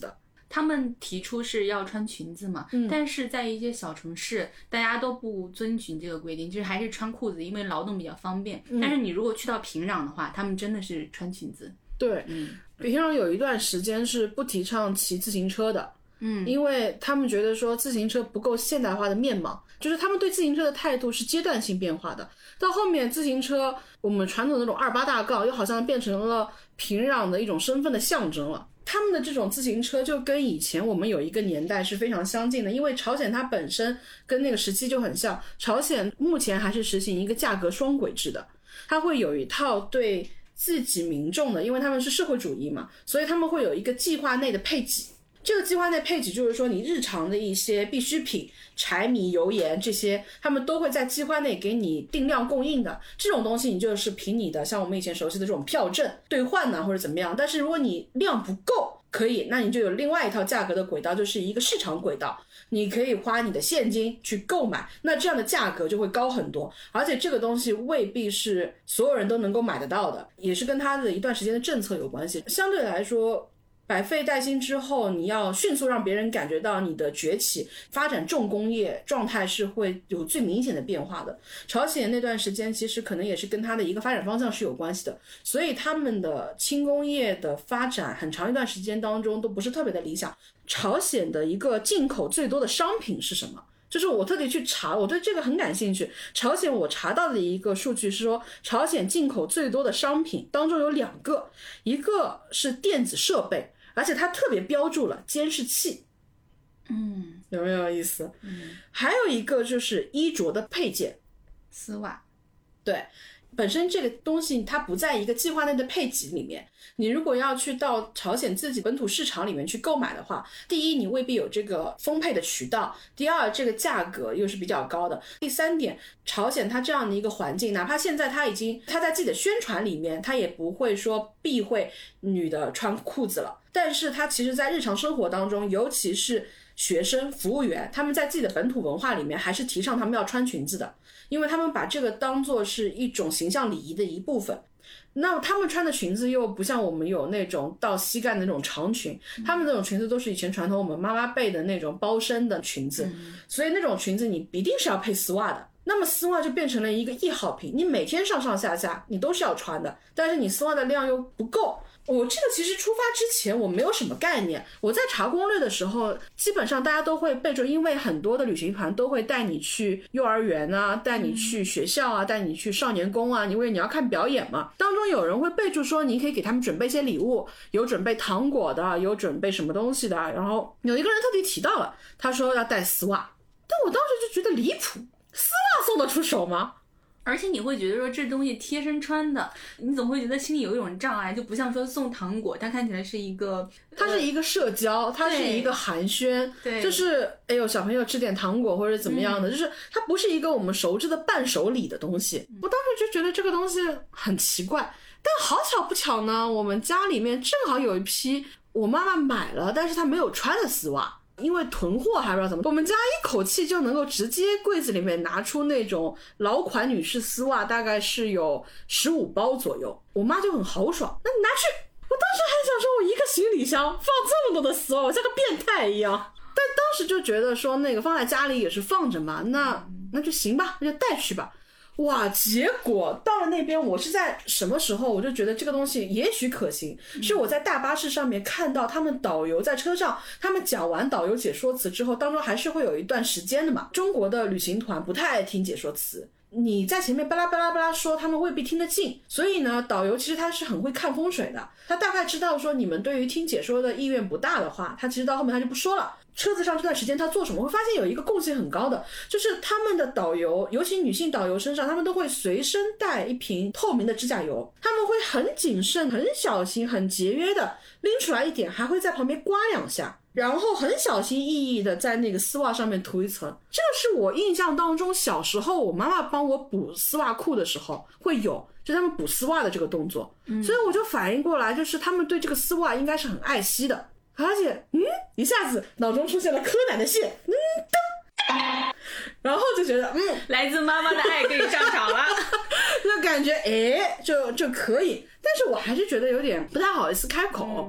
他们提出是要穿裙子嘛，嗯、但是在一些小城市，大家都不遵循这个规定，就是还是穿裤子，因为劳动比较方便。嗯、但是你如果去到平壤的话，他们真的是穿裙子。 对，嗯，平壤有一段时间是不提倡骑自行车的，嗯，因为他们觉得说自行车不够现代化的面貌，就是他们对自行车的态度是阶段性变化的。到后面自行车，我们传统的那种二八大杠，又好像变成了平壤的一种身份的象征了。他们的这种自行车就跟以前我们有一个年代是非常相近的，因为朝鲜它本身跟那个时期就很像。朝鲜目前还是实行一个价格双轨制的，它会有一套对自己民众的，因为他们是社会主义嘛，所以他们会有一个计划内的配给。这个计划内配给就是说你日常的一些必需品，柴米油盐这些，他们都会在计划内给你定量供应的。这种东西你就是凭你的像我们以前熟悉的这种票证兑换呢，或者怎么样。但是如果你量不够可以，那你就有另外一套价格的轨道，就是一个市场轨道，你可以花你的现金去购买，那这样的价格就会高很多。而且这个东西未必是所有人都能够买得到的，也是跟它的一段时间的政策有关系。相对来说百废待兴之后，你要迅速让别人感觉到你的崛起，发展重工业状态是会有最明显的变化的。朝鲜那段时间其实可能也是跟它的一个发展方向是有关系的，所以他们的轻工业的发展很长一段时间当中都不是特别的理想。朝鲜的一个进口最多的商品是什么？就是我特地去查，我对这个很感兴趣。朝鲜我查到的一个数据是说，朝鲜进口最多的商品当中有两个，一个是电子设备，而且它特别标注了监视器， 嗯， 有没有意思？ 嗯， 还有一个就是衣着的配件， 丝袜， 对，本身这个东西它不在一个计划内的配给里面，你如果要去到朝鲜自己本土市场里面去购买的话，第一你未必有这个丰沛的渠道，第二这个价格又是比较高的，第三点朝鲜它这样的一个环境，哪怕现在它已经它在自己的宣传里面它也不会说避讳女的穿裤子了，但是它其实在日常生活当中，尤其是学生服务员，他们在自己的本土文化里面还是提倡他们要穿裙子的，因为他们把这个当作是一种形象礼仪的一部分。那他们穿的裙子又不像我们有那种到膝盖的那种长裙，他们那种裙子都是以前传统我们妈妈辈的那种包身的裙子，所以那种裙子你一定是要配丝袜的。那么丝袜就变成了一个易耗品，你每天上上下下你都是要穿的，但是你丝袜的量又不够。我这个其实出发之前我没有什么概念，我在查攻略的时候基本上大家都会备注，因为很多的旅行团都会带你去幼儿园啊，带你去学校啊，带你去少年宫啊，因为你要看表演嘛。当中有人会备注说你可以给他们准备一些礼物，有准备糖果的，有准备什么东西的，然后有一个人特地提到了，他说要带丝袜，但我当时就觉得离谱，丝袜送得出手吗？ 而且你会觉得说这东西贴身穿的，你总会觉得心里有一种障碍，就不像说送糖果，它看起来是一个， 它是一个社交，它是一个寒暄， 对， 就是哎呦小朋友吃点糖果或者怎么样的，嗯、就是它不是一个我们熟知的伴手礼的东西。我当时就觉得这个东西很奇怪，但好巧不巧呢，我们家里面正好有一批我妈妈买了，但是她没有穿的丝袜。因为囤货还不知道怎么，我们家一口气就能够直接柜子里面拿出那种老款女士丝袜，大概是有十五包左右。我妈就很豪爽，那你拿去。我当时还想说，我一个行李箱放这么多的丝袜，我像个变态一样。但当时就觉得说，那个放在家里也是放着嘛，那那就行吧，那就带去吧。哇，结果到了那边，我是在什么时候我就觉得这个东西也许可行，是我在大巴士上面看到他们导游在车上，他们讲完导游解说词之后，当中还是会有一段时间的嘛。中国的旅行团不太爱听解说词，你在前面巴拉巴拉巴拉说，他们未必听得进，所以呢，导游其实他是很会看风水的，他大概知道说你们对于听解说的意愿不大的话，他其实到后面他就不说了。车子上这段时间他做什么，会发现有一个共性很高的，就是他们的导游，尤其女性导游身上，他们都会随身带一瓶透明的指甲油，他们会很谨慎很小心很节约的拎出来一点，还会在旁边刮两下，然后很小心翼翼的在那个丝袜上面涂一层。这个是我印象当中小时候我妈妈帮我补丝袜裤的时候会有，就他们补丝袜的这个动作、嗯、所以我就反应过来，就是他们对这个丝袜应该是很爱惜的。而且嗯，一下子脑中出现了柯南的线，嗯噔，然后就觉得嗯， 来自妈妈的爱可以上场了就感觉哎就就可以，但是我还是觉得有点不太好意思开口、嗯、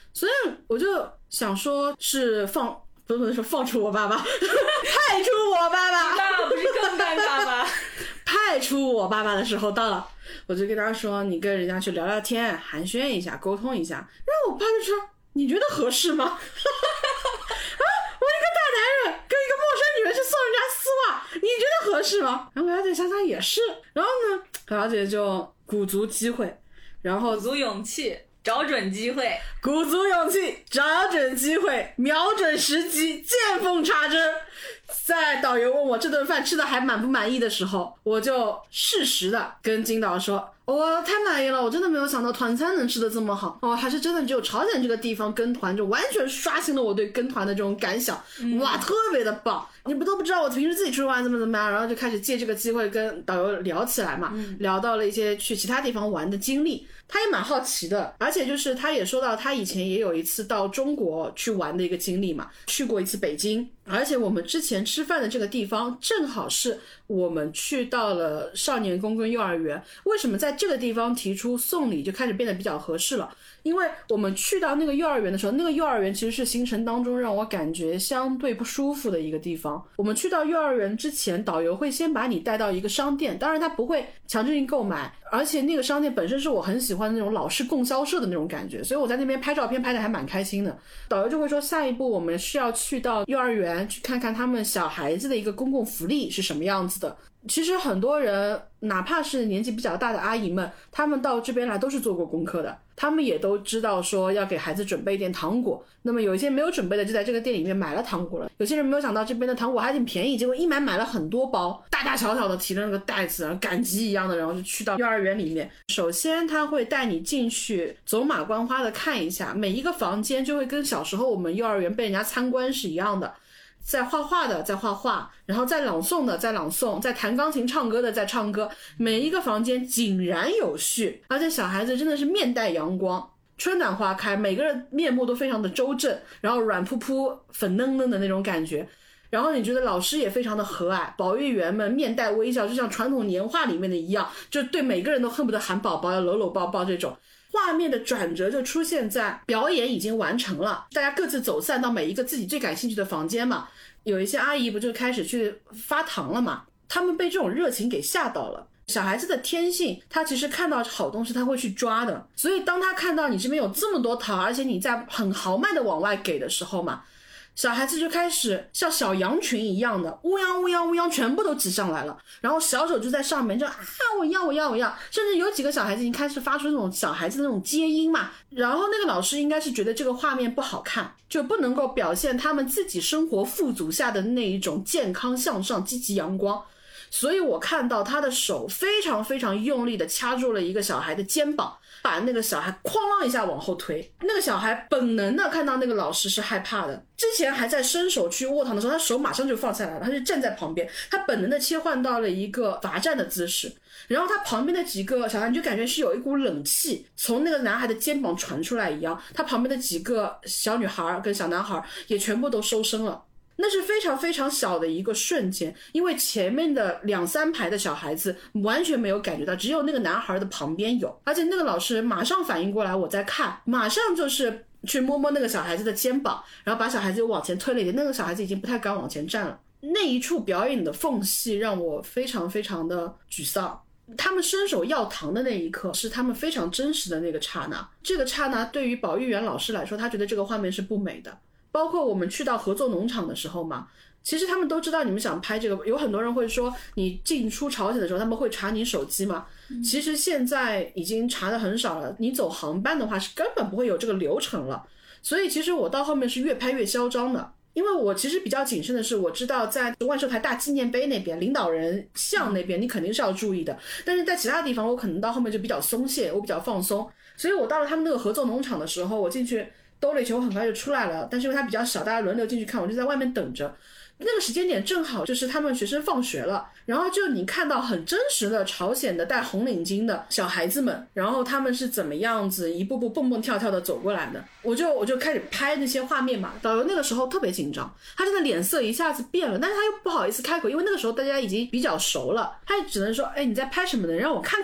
所以我就想说是放不能说放出我爸爸派出我爸爸， 那不是更尴尬吗？ 派出我爸爸的时候到了，我就跟他说你跟人家去聊聊天，寒暄一下，沟通一下。然后我爸就说你觉得合适吗？啊，我一个大男人跟一个陌生女人去送人家丝袜，你觉得合适吗？然后我小姐想想也是，然后呢我小姐就鼓足机会，然后鼓足勇气，找准机会， 鼓足勇气，找准机会，瞄准时机，见缝插针。在导游问我这顿饭吃的还满不满意的时候，我就适时的跟金导说我太满意了，我真的没有想到团餐能吃的这么好哦，还是真的只有朝鲜这个地方跟团就完全刷新了我对跟团的这种感想、嗯、哇特别的棒，你们都不知道我平时自己出去玩怎么怎么样，然后就开始借这个机会跟导游聊起来嘛、嗯、聊到了一些去其他地方玩的经历，他也蛮好奇的，而且就是他也说到他以前也有一次到中国去玩的一个经历嘛，去过一次北京，而且我们之前吃饭的这个地方正好是我们去到了少年宫跟幼儿园，为什么在这个地方提出送礼就开始变得比较合适了，因为我们去到那个幼儿园的时候，那个幼儿园其实是行程当中让我感觉相对不舒服的一个地方。我们去到幼儿园之前，导游会先把你带到一个商店，当然他不会强制性购买，而且那个商店本身是我很喜欢的那种老式供销社的那种感觉，所以我在那边拍照片拍的还蛮开心的。导游就会说下一步我们是要去到幼儿园去看看他们小孩子的一个公共福利是什么样子的。其实很多人哪怕是年纪比较大的阿姨们，他们到这边来都是做过功课的，他们也都知道说要给孩子准备一点糖果，那么有一些没有准备的就在这个店里面买了糖果了，有些人没有想到这边的糖果还挺便宜，结果一买买了很多包，大大小小的提着那个袋子赶集一样的，然后就去到幼儿园里面。首先他会带你进去走马观花的看一下，每一个房间就会跟小时候我们幼儿园被人家参观是一样的，在画画的在画画，然后在朗诵的在朗诵，在弹钢琴唱歌的在唱歌，每一个房间井然有序，而且小孩子真的是面带阳光，春暖花开，每个人面目都非常的周正，然后软扑扑粉嫩嫩的那种感觉，然后你觉得老师也非常的和蔼，保育员们面带微笑，就像传统年画里面的一样，就对每个人都恨不得喊宝宝要搂搂抱抱，这种画面的转折就出现在表演已经完成了，大家各自走散到每一个自己最感兴趣的房间嘛，有一些阿姨不就开始去发糖了嘛，他们被这种热情给吓到了。小孩子的天性，他其实看到好东西他会去抓的，所以当他看到你这边有这么多糖，而且你在很豪迈的往外给的时候嘛，小孩子就开始像小羊群一样的乌泱乌泱乌泱全部都挤上来了，然后小手就在上面就啊我要我要我要，甚至有几个小孩子已经开始发出那种小孩子的那种接音嘛，然后那个老师应该是觉得这个画面不好看，就不能够表现他们自己生活富足下的那一种健康向上积极阳光，所以我看到他的手非常非常用力的掐住了一个小孩的肩膀，把那个小孩哐啷一下往后推，那个小孩本能的看到那个老师是害怕的，之前还在伸手去握糖的时候，他手马上就放下来了，他就站在旁边，他本能的切换到了一个罚站的姿势，然后他旁边的几个小孩你就感觉是有一股冷气从那个男孩的肩膀传出来一样，他旁边的几个小女孩跟小男孩也全部都收身了，那是非常非常小的一个瞬间，因为前面的两三排的小孩子完全没有感觉到，只有那个男孩的旁边有，而且那个老师马上反应过来我在看，马上就是去摸摸那个小孩子的肩膀，然后把小孩子往前推了一点，那个小孩子已经不太敢往前站了，那一处表演的缝隙让我非常非常的沮丧。他们伸手要糖的那一刻是他们非常真实的那个刹那，这个刹那对于保育员老师来说，他觉得这个画面是不美的。包括我们去到合作农场的时候嘛，其实他们都知道你们想拍这个，有很多人会说你进出朝鲜的时候他们会查你手机嘛、嗯、其实现在已经查的很少了，你走航班的话是根本不会有这个流程了，所以其实我到后面是越拍越嚣张的，因为我其实比较谨慎的是，我知道在万寿台大纪念碑那边领导人像那边你肯定是要注意的，但是在其他地方我可能到后面就比较松懈，我比较放松，所以我到了他们那个合作农场的时候，我进去兜了一圈，我很快就出来了，但是因为它比较小，大家轮流进去看，我就在外面等着。那个时间点正好就是他们学生放学了，然后就你看到很真实的朝鲜的戴红领巾的小孩子们，然后他们是怎么样子一步步蹦蹦跳跳的走过来的，我就我就开始拍那些画面嘛。导游那个时候特别紧张，他真的脸色一下子变了，但是他又不好意思开口，因为那个时候大家已经比较熟了，他也只能说哎你在拍什么呢，让我看看嘛。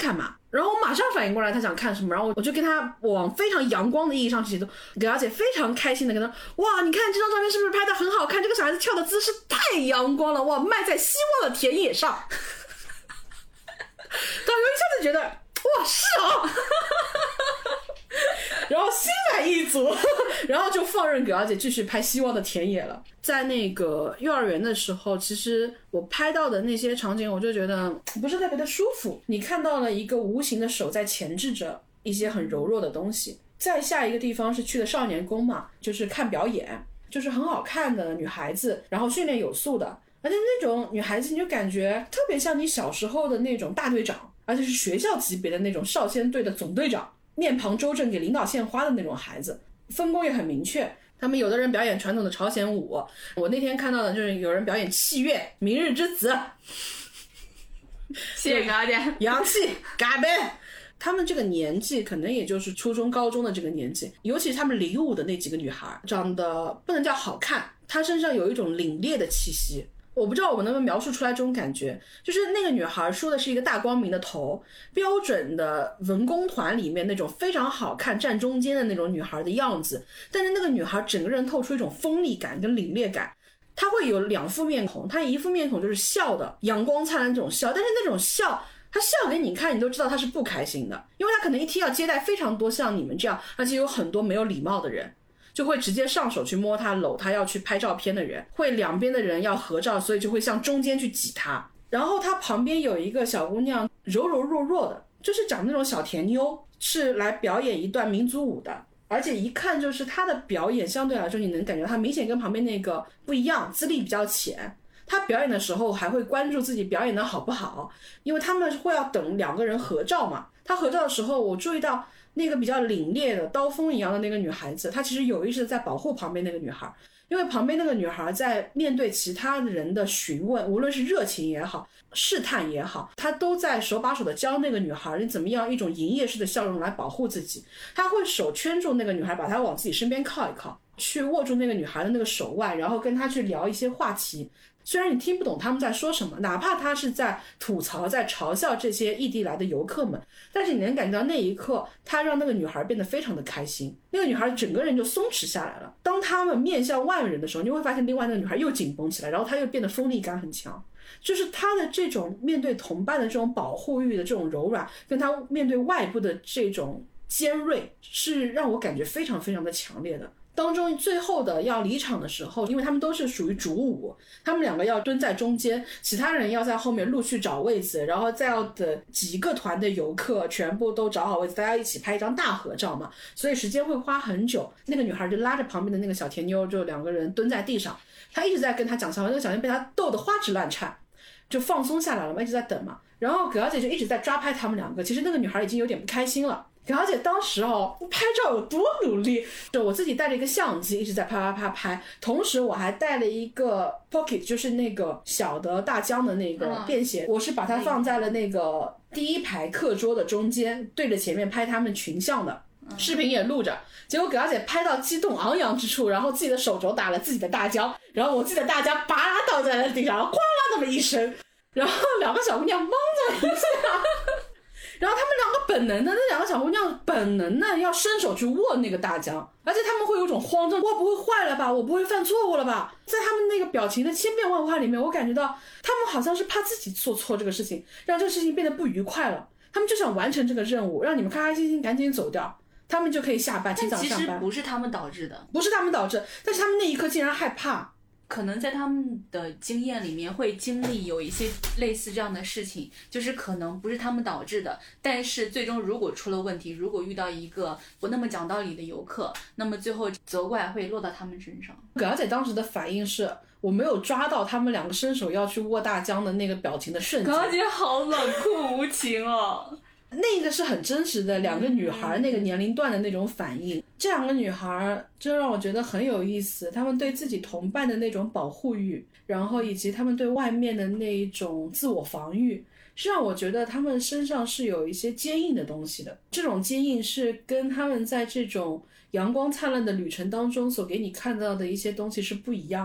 然后我马上反应过来他想看什么，然后我就跟他往非常阳光的意义上去解读，葛小姐非常开心的跟他，哇，你看这张照片是不是拍的很好看，这个小孩子跳的姿势太阳光了，哇，迈在希望的田野上。导游一下子觉得，哇，是哦。然后心满意足，然后就放任葛小姐继续拍希望的田野了。在那个幼儿园的时候，其实我拍到的那些场景我就觉得不是特别的舒服，你看到了一个无形的手在钳制着一些很柔弱的东西。再下一个地方是去的少年宫嘛，就是看表演，就是很好看的女孩子，然后训练有素的，而且那种女孩子你就感觉特别像你小时候的那种大队长，而且是学校级别的那种少先队的总队长，面庞周正给领导献花的那种孩子，分工也很明确。他们有的人表演传统的朝鲜舞，我那天看到的就是有人表演器乐明日之子， 谢谢葛小姐， 洋气嘎呗。他们这个年纪可能也就是初中高中的这个年纪，尤其是他们领舞的那几个女孩长得不能叫好看，她身上有一种凛冽的气息。我不知道我能不能描述出来这种感觉，就是那个女孩梳的是一个大光明的头，标准的文工团里面那种非常好看站中间的那种女孩的样子，但是那个女孩整个人透出一种锋利感跟凛冽感。她会有两副面孔，她一副面孔就是笑的，阳光灿烂这种笑，但是那种笑她笑给你看你都知道她是不开心的，因为她可能一天要接待非常多像你们这样而且有很多没有礼貌的人，就会直接上手去摸他搂他要去拍照片的人，会两边的人要合照，所以就会向中间去挤他。然后他旁边有一个小姑娘柔柔弱弱的，就是长那种小甜妞，是来表演一段民族舞的，而且一看就是她的表演相对来说你能感觉她明显跟旁边那个不一样，资历比较浅。她表演的时候还会关注自己表演的好不好，因为他们会要等两个人合照嘛。她合照的时候我注意到那个比较凛冽的刀锋一样的那个女孩子，她其实有意识的在保护旁边那个女孩，因为旁边那个女孩在面对其他人的询问，无论是热情也好试探也好，她都在手把手的教那个女孩你怎么样一种营业式的笑容来保护自己。她会手圈住那个女孩，把她往自己身边靠一靠，去握住那个女孩的那个手腕，然后跟她去聊一些话题。虽然你听不懂他们在说什么，哪怕他是在吐槽在嘲笑这些异地来的游客们，但是你能感觉到那一刻他让那个女孩变得非常的开心，那个女孩整个人就松弛下来了。当他们面向外人的时候，你会发现另外那个女孩又紧绷起来，然后她又变得锋利感很强，就是她的这种面对同伴的这种保护欲的这种柔软，跟她面对外部的这种尖锐，是让我感觉非常非常的强烈的。当中最后的要离场的时候，因为他们都是属于主舞，他们两个要蹲在中间，其他人要在后面陆续找位子，然后再要的几个团的游客全部都找好位子，大家一起拍一张大合照嘛，所以时间会花很久。那个女孩就拉着旁边的那个小甜妞，就两个人蹲在地上，她一直在跟她讲笑话，那个小甜妞被她逗得花枝乱颤，就放松下来了嘛，一直在等嘛。然后葛小姐就一直在抓拍他们两个，其实那个女孩已经有点不开心了。葛小姐当时哦，拍照有多努力，就我自己带了一个相机，一直在拍拍拍拍，同时我还带了一个 pocket， 就是那个小的大疆的那个便携，嗯、我是把它放在了那个第一排课桌的中间，对着前面拍他们群像的。视频也录着，结果葛小姐拍到激动昂扬之处，然后自己的手肘打了自己的大疆，然后我自己的大疆拔倒在了地上，然后哗啦那么一声，然后两个小姑娘懵了一下。然后他们两个本能的，那两个小姑娘本能的要伸手去握那个大疆，而且他们会有种慌张，我不会坏了吧，我不会犯错误了吧，在他们那个表情的千变万化里面，我感觉到他们好像是怕自己做错这个事情，让这个事情变得不愉快了，他们就想完成这个任务，让你们开开心心赶紧走掉，他们就可以下班提早上班。 但其实不是他们导致的， 不是他们导致，但是他们那一刻竟然害怕。 可能在他们的经验里面会经历有一些类似这样的事情，就是可能不是他们导致的，但是最终如果出了问题，如果遇到一个不那么讲道理的游客，那么最后责怪会落到他们身上。 葛小姐当时的反应是，我没有抓到他们两个伸手要去握大疆的那个表情的瞬间。 葛小姐好冷酷无情哦。 那个是很真实的两个女孩那个年龄段的那种反应，这两个女孩就让我觉得很有意思，她们对自己同伴的那种保护欲，然后以及她们对外面的那一种自我防御，是让我觉得她们身上是有一些坚硬的东西的。这种坚硬是跟她们在这种阳光灿烂的旅程当中所给你看到的一些东西是不一样的。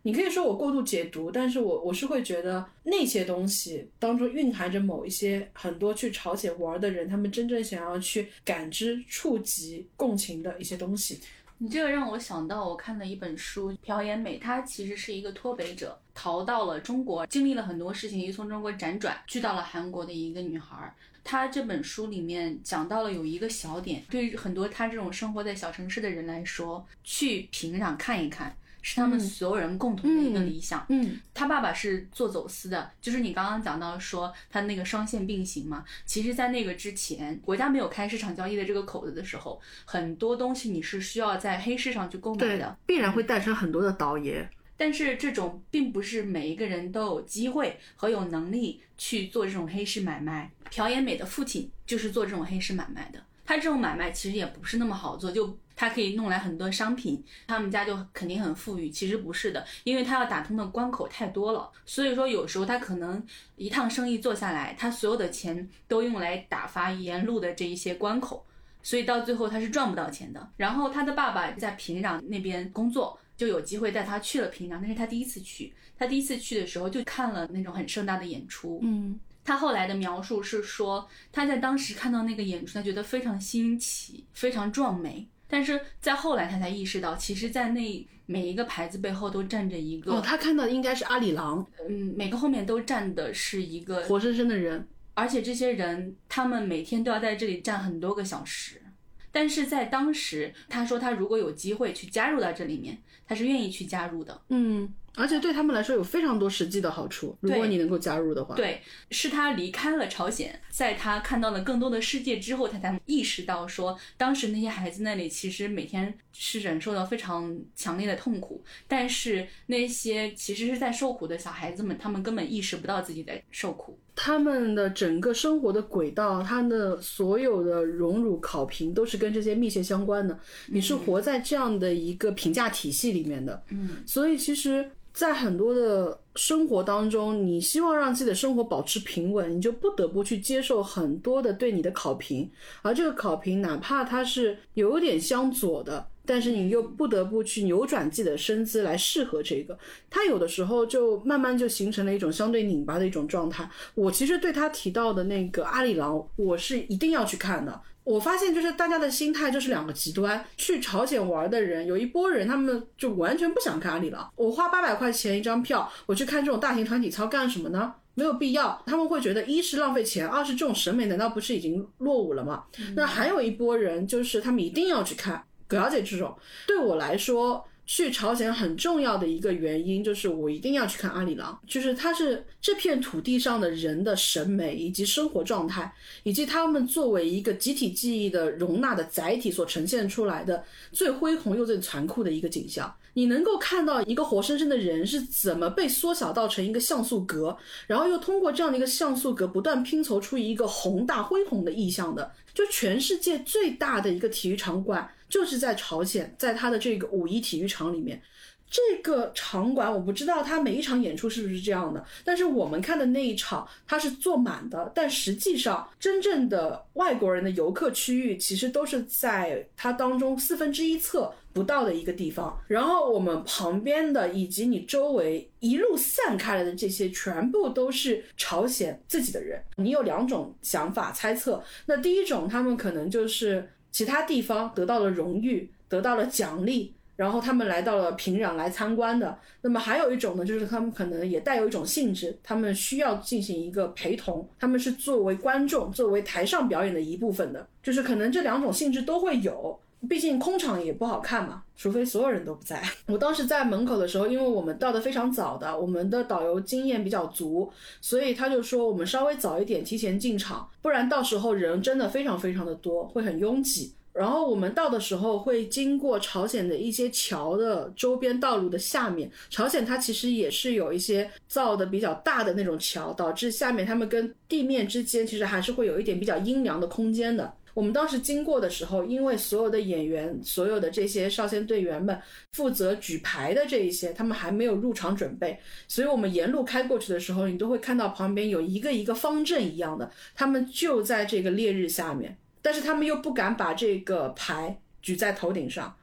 你可以说我过度解读，但是我我是会觉得那些东西当中蕴含着某一些很多去朝鲜玩的人他们真正想要去感知、触及、共情的一些东西。 你这个让我想到我看了一本书，朴妍美她其实是一个脱北者，逃到了中国，经历了很多事情，又从中国辗转去到了韩国的一个女孩。她这本书里面讲到了有一个小点，对于很多她这种生活在小城市的人来说，去平壤看一看是他们所有人共同的一个理想。 嗯，嗯他爸爸是做走私的，就是你刚刚讲到说他那个双线并行嘛。其实在那个之前，国家没有开市场交易的这个口子的时候，很多东西你是需要在黑市上去购买的， 必然会诞生很多的倒爷。 但是这种并不是每一个人都有机会和有能力去做这种黑市买卖。朴妍美的父亲就是做这种黑市买卖的，他这种买卖其实也不是那么好做，就他可以弄来很多商品，他们家就肯定很富裕。其实不是的，因为他要打通的关口太多了，所以说有时候他可能一趟生意做下来，他所有的钱都用来打发沿路的这一些关口，所以到最后他是赚不到钱的。然后他的爸爸在平壤那边工作，就有机会带他去了平壤，那是他第一次去。他第一次去的时候就看了那种很盛大的演出。 嗯， 他后来的描述是说，他在当时看到那个演出，他觉得非常新奇，非常壮美。但是在后来他才意识到，其实在那每一个牌子背后都站着一个， 哦，他看到的应该是阿里郎， 嗯，每个后面都站的是一个活生生的人， 而且这些人他们每天都要在这里站很多个小时。但是在当时，他说他如果有机会去加入到这里面，他是愿意去加入的。 嗯，而且对他们来说有非常多实际的好处，如果你能够加入的话。 对，是他离开了朝鲜，在他看到了更多的世界之后，他才意识到说，当时那些孩子那里其实每天是忍受到非常强烈的痛苦，但是那些其实是在受苦的小孩子们，他们根本意识不到自己在受苦。 他们的整个生活的轨道，他的所有的荣辱考评都是跟这些密切相关的。你是活在这样的一个评价体系里面的，嗯，所以其实在很多的生活当中，你希望让自己的生活保持平稳，你就不得不去接受很多的对你的考评，而这个考评哪怕它是有点相左的，但是你又不得不去扭转自己的身姿来适合这个，他有的时候就慢慢就形成了一种相对拧巴的一种状态。我其实对他提到的那个阿里郎，我是一定要去看的。我发现就是大家的心态就是两个极端，去朝鲜玩的人有一波人他们就完全不想看阿里郎，我花八百块钱一张票，我去看这种大型团体操干什么呢？没有必要。他们会觉得一是浪费钱，二是这种审美难道不是已经落伍了吗？嗯、那还有一波人就是他们一定要去看葛小姐这种。对我来说去朝鲜很重要的一个原因就是我一定要去看阿里郎，就是它是这片土地上的人的审美以及生活状态，以及他们作为一个集体记忆的容纳的载体所呈现出来的最恢宏又最残酷的一个景象。你能够看到一个活生生的人是怎么被缩小到成一个像素格，然后又通过这样的一个像素格不断拼凑出一个宏大恢宏的意象的。就全世界最大的一个体育场馆就是在朝鲜，在它的这个五一体育场里面。这个场馆我不知道它每一场演出是不是这样的，但是我们看的那一场它是坐满的，但实际上真正的外国人的游客区域其实都是在它当中四分之一侧不到的一个地方，然后我们旁边的以及你周围一路散开来的这些全部都是朝鲜自己的人。你有两种想法猜测，那第一种他们可能就是其他地方得到了荣誉，得到了奖励，然后他们来到了平壤来参观的。那么还有一种呢，就是他们可能也带有一种性质，他们需要进行一个陪同，他们是作为观众，作为台上表演的一部分的，就是可能这两种性质都会有。毕竟空场也不好看嘛，除非所有人都不在。我当时在门口的时候，因为我们到的非常早的，我们的导游经验比较足，所以他就说我们稍微早一点提前进场，不然到时候人真的非常非常的多，会很拥挤。然后我们到的时候会经过朝鲜的一些桥的周边道路的下面，朝鲜它其实也是有一些造的比较大的那种桥，导致下面他们跟地面之间其实还是会有一点比较阴凉的空间的。我们当时经过的时候，因为所有的演员，所有的这些少先队员们负责举牌的这一些，他们还没有入场准备，所以我们沿路开过去的时候，你都会看到旁边有一个一个方阵一样的，他们就在这个烈日下面，但是他们又不敢把这个牌举在头顶上，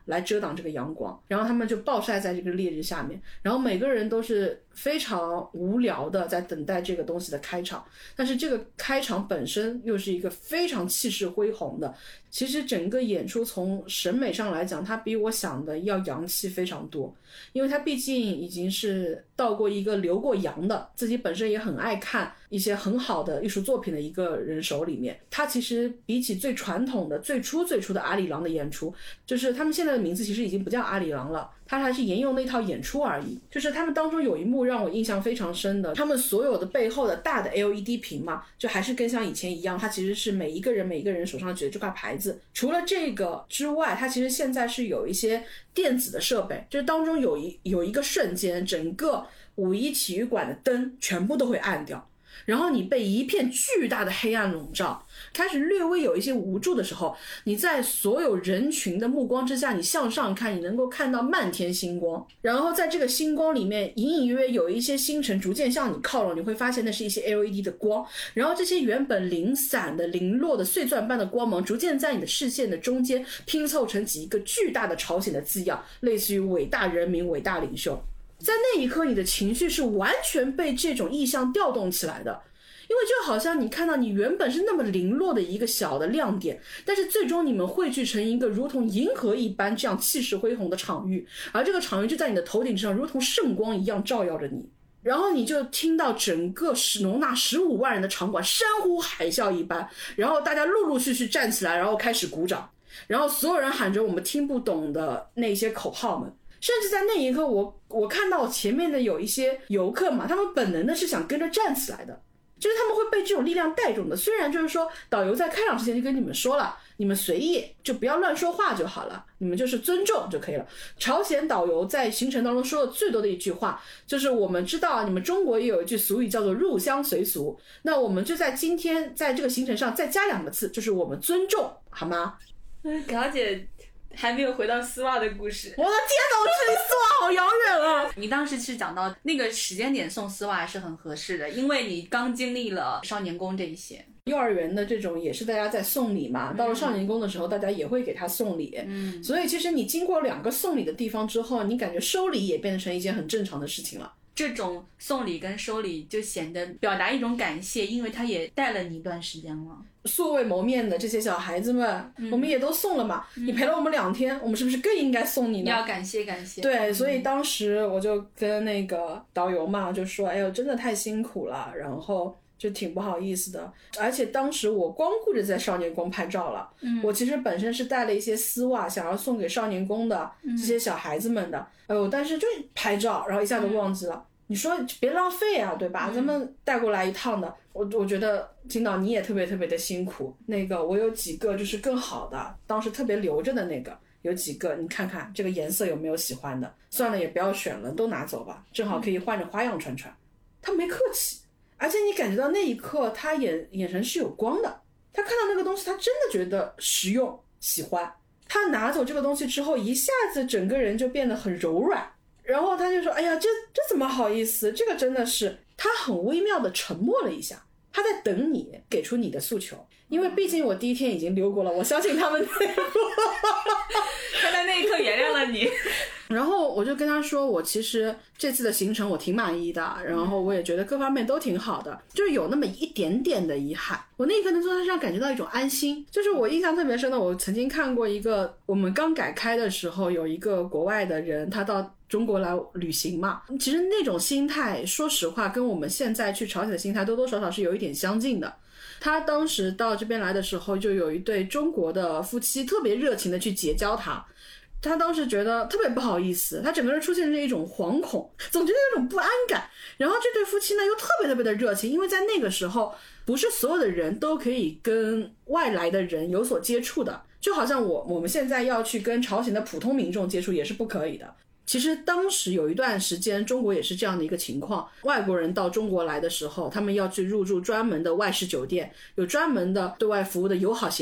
来遮挡这个阳光，然后他们就暴晒在这个烈日下面，然后每个人都是非常无聊的在等待这个东西的开场，但是这个开场本身又是一个非常气势恢宏的。其实整个演出从审美上来讲，它比我想的要洋气非常多，因为它毕竟已经是到过一个留过洋的，自己本身也很爱看一些很好的艺术作品的一个人手里面。它其实比起最传统的最初最初的阿里郎的演出，就是他们现在的名字其实已经不叫阿里郎了，他还是沿用那套演出而已。就是他们当中有一幕让我印象非常深的，他们所有的背后的大的 L E D 屏嘛，就还是跟像以前一样，它其实是每一个人每一个人手上举的这块牌子。除了这个之外，它其实现在是有一些电子的设备，就是当中有一有一个瞬间，整个五一体育馆的灯全部都会暗掉，然后你被一片巨大的黑暗笼罩，开始略微有一些无助的时候，你在所有人群的目光之下，你向上看，你能够看到漫天星光，然后在这个星光里面隐隐约约有一些星辰逐渐向你靠拢，你会发现那是一些 L E D 的光，然后这些原本零散的零落的碎钻般的光芒逐渐在你的视线的中间拼凑成几个巨大的朝鲜的字样，类似于伟大人民伟大领袖。在那一刻你的情绪是完全被这种意象调动起来的，因为就好像你看到你原本是那么零落的一个小的亮点，但是最终你们汇聚成一个如同银河一般这样气势恢宏的场域，而这个场域就在你的头顶上如同圣光一样照耀着你，然后你就听到整个容纳十五万人的场馆山呼海啸一般，然后大家陆陆续续站起来，然后开始鼓掌，然后所有人喊着我们听不懂的那些口号们，甚至在那一刻我我看到前面的有一些游客嘛，他们本能的是想跟着站起来的，就是他们会被这种力量带动的。虽然就是说导游在开场之前就跟你们说了，你们随意就不要乱说话就好了，你们就是尊重就可以了。朝鲜导游在行程当中说的最多的一句话就是我们知道你们中国也有一句俗语叫做入乡随俗，那我们就在今天在这个行程上再加两个字，就是我们尊重，好吗？ 港姐还没有回到丝袜的故事。 我的天哪，我距离丝袜好遥远啊！ 你当时是讲到那个时间点送丝袜是很合适的，因为你刚经历了少年宫这一些。 幼儿园的这种也是大家在送礼嘛，到了少年宫的时候大家也会给他送礼，嗯，所以其实你经过两个送礼的地方之后，你感觉收礼也变成一件很正常的事情了。 这种送礼跟收礼就显得表达一种感谢，因为他也带了你一段时间了。 素未谋面的这些小孩子们、嗯、我们也都送了嘛、嗯、你陪了我们两天，我们是不是更应该送你呢？ 你要感谢感谢。 对，所以当时我就跟那个导游嘛就说，哎呦真的太辛苦了，然后就挺不好意思的。而且当时我光顾着在少年宫拍照了、嗯、我其实本身是带了一些丝袜想要送给少年宫的这些小孩子们的，哎呦但是就拍照然后一下都忘记了、嗯，你说别浪费啊，对吧、嗯、咱们带过来一趟的，我我觉得金导你也特别特别的辛苦。那个我有几个就是更好的，当时特别留着的那个有几个，你看看这个颜色有没有喜欢的，算了也不要选了，都拿走吧，正好可以换着花样穿穿。他没客气，而且你感觉到那一刻他眼眼神是有光的，他看到那个东西他真的觉得实用喜欢，他拿走这个东西之后一下子整个人就变得很柔软，然后他就说，哎呀这这怎么好意思，这个真的是。他很微妙的沉默了一下，他在等你给出你的诉求，因为毕竟我第一天已经溜过了，我相信他们他在那一刻原谅了你。 然后我就跟他说，我其实这次的行程我挺满意的，然后我也觉得各方面都挺好的，就是有那么一点点的遗憾。我那一刻能从他身上感觉到一种安心，就是我印象特别深的，我曾经看过一个，我们刚改开的时候有一个国外的人他到中国来旅行嘛，其实那种心态说实话跟我们现在去朝鲜的心态多多少少是有一点相近的。他当时到这边来的时候就有一对中国的夫妻特别热情的去结交他，他当时觉得特别不好意思，他整个人出现了一种惶恐，总觉得有种不安感。然后这对夫妻呢又特别特别的热情，因为在那个时候不是所有的人都可以跟外来的人有所接触的，就好像我我们现在要去跟朝鲜的普通民众接触也是不可以的。其实当时有一段时间中国也是这样的一个情况，外国人到中国来的时候他们要去入住专门的外事酒店，有专门的对外服务的友好协会，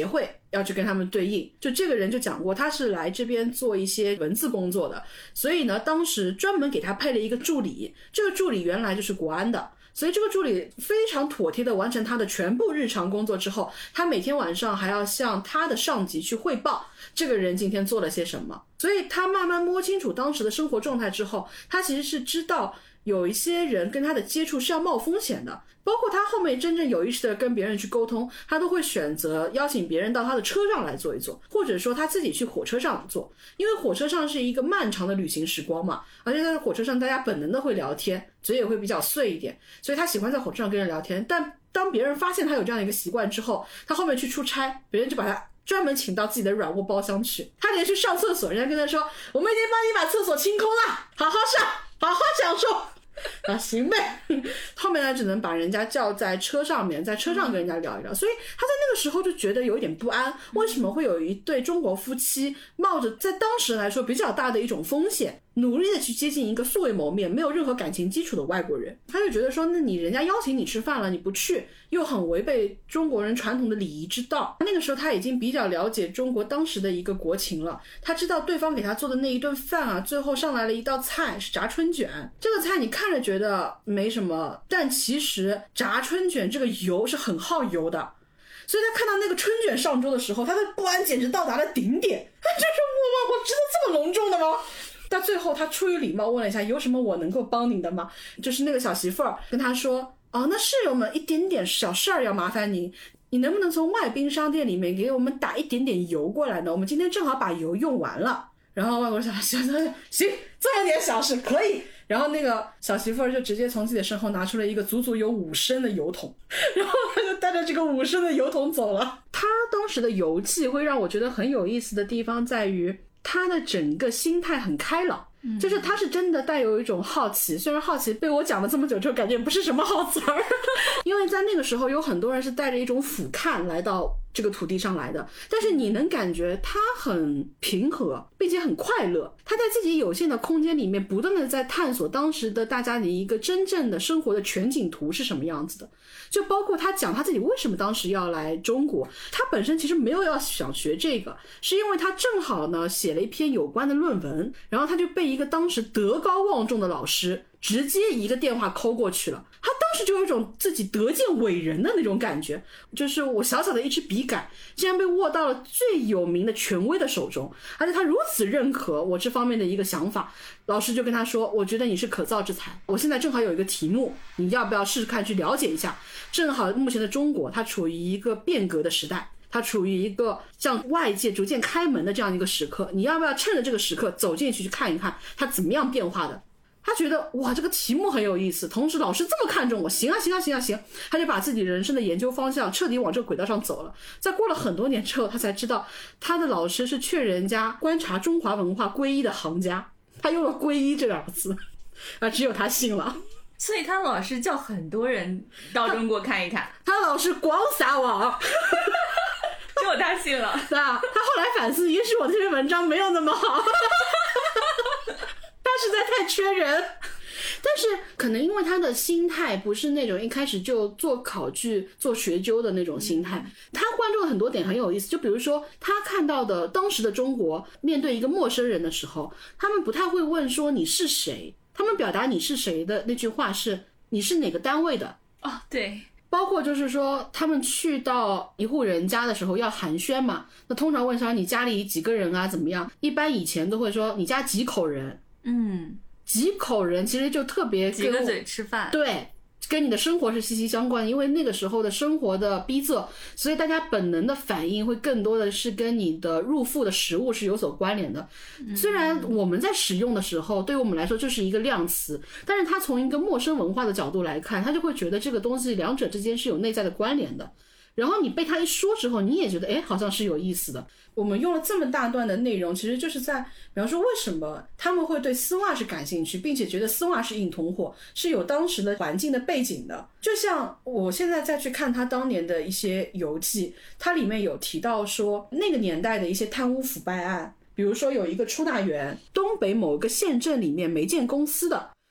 要去跟他们对应。就这个人就讲过，他是来这边做一些文字工作的，所以呢当时专门给他配了一个助理，这个助理原来就是国安的，所以这个助理非常妥帖的完成他的全部日常工作之后，他每天晚上还要向他的上级去汇报这个人今天做了些什么。所以他慢慢摸清楚当时的生活状态之后，他其实是知道有一些人跟他的接触是要冒风险的，包括他后面真正有意识的跟别人去沟通，他都会选择邀请别人到他的车上来坐一坐，或者说他自己去火车上坐，因为火车上是一个漫长的旅行时光嘛，而且在火车上大家本能的会聊天，嘴也会比较碎一点，所以他喜欢在火车上跟人聊天。但当别人发现他有这样一个习惯之后，他后面去出差，别人就把他专门请到自己的软卧包厢去，他连去上厕所，人家跟他说我们已经帮你把厕所清空了，好好上，好好享受啊，行呗。后面呢，只能把人家叫在车上面，在车上跟人家聊一聊。所以他在那个时候就觉得有一点不安，为什么会有一对中国夫妻冒着在当时来说比较大的一种风险，努力的去接近一个素未谋面、没有任何感情基础的外国人？他就觉得说，那你人家邀请你吃饭了，你不去，又很违背中国人传统的礼仪之道。那个时候他已经比较了解中国当时的一个国情了，他知道对方给他做的那一顿饭啊，最后上来了一道菜是炸春卷。这个菜你看着觉得没什么，但其实炸春卷这个油是很耗油的。所以他看到那个春卷上桌的时候，他的不安简直到达了顶点。这是我我值得这么隆重的吗？到最后他出于礼貌问了一下，有什么我能够帮您的吗？就是那个小媳妇儿跟他说，哦，那是有我们一点点小事儿要麻烦您，你能不能从外宾商店里面给我们打一点点油过来呢？我们今天正好把油用完了。然后外国人想行行，这么点小事可以。然后那个小媳妇儿就直接从自己的身后拿出了一个足足有五升的油桶，然后他就带着这个五升的油桶走了。他当时的游记会让我觉得很有意思的地方在于，他的整个心态很开朗，就是他是真的带有一种好奇，虽然好奇被我讲了这么久之后感觉不是什么好词儿因为在那个时候有很多人是带着一种俯瞰来到这个土地上来的，但是你能感觉他很平和并且很快乐，他在自己有限的空间里面不断的在探索当时的大家的一个真正的生活的全景图是什么样子的。就包括他讲他自己为什么当时要来中国，他本身其实没有要想学这个，是因为他正好呢写了一篇有关的论文，然后他就被一个当时德高望重的老师直接一个电话扣过去了。他当时就有一种自己得见伟人的那种感觉，就是我小小的一支笔杆竟然被握到了最有名的权威的手中，而且他如此认可我这方面的一个想法。老师就跟他说，我觉得你是可造之材，我现在正好有一个题目，你要不要试试看去了解一下。正好目前的中国它处于一个变革的时代，它处于一个向外界逐渐开门的这样一个时刻，你要不要趁着这个时刻走进去去看一看它怎么样变化的。他觉得哇这个题目很有意思，同时老师这么看重我，行啊行啊行啊行，他就把自己人生的研究方向彻底往这个轨道上走了。在过了很多年之后，他才知道他的老师是劝人家观察中华文化皈依的行家，他用了皈依这两个字啊，只有他信了。 所以他老师叫很多人到中国看一看， 他, 他老师广撒网只有他信了。 啊，他后来反思，也许我这篇文章没有那么好他实在太缺人。但是可能因为他的心态不是那种一开始就做考据做学究的那种心态，他关注了很多点很有意思。就比如说他看到的当时的中国面对一个陌生人的时候，他们不太会问说你是谁，他们表达你是谁的那句话是你是哪个单位的。 哦，对， 包括就是说他们去到一户人家的时候要寒暄嘛，那通常问说你家里几个人啊怎么样，一般以前都会说你家几口人。 嗯， 几口人其实就特别几个嘴吃饭， 对，跟你的生活是息息相关的，因为那个时候的生活的逼仄，所以大家本能的反应会更多的是跟你的入腹的食物是有所关联的。虽然我们在使用的时候对于我们来说就是一个量词，但是他从一个陌生文化的角度来看，他就会觉得这个东西两者之间是有内在的关联的。然后你被他一说之后，你也觉得诶好像是有意思的。我们用了这么大段的内容，其实就是在描述为什么他们会对丝袜是感兴趣，并且觉得丝袜是硬通货，是有当时的环境的背景的。就像我现在再去看他当年的一些游记，它里面有提到说那个年代的一些贪污腐败案，比如说有一个出纳员，东北某个县镇里面煤建公司的，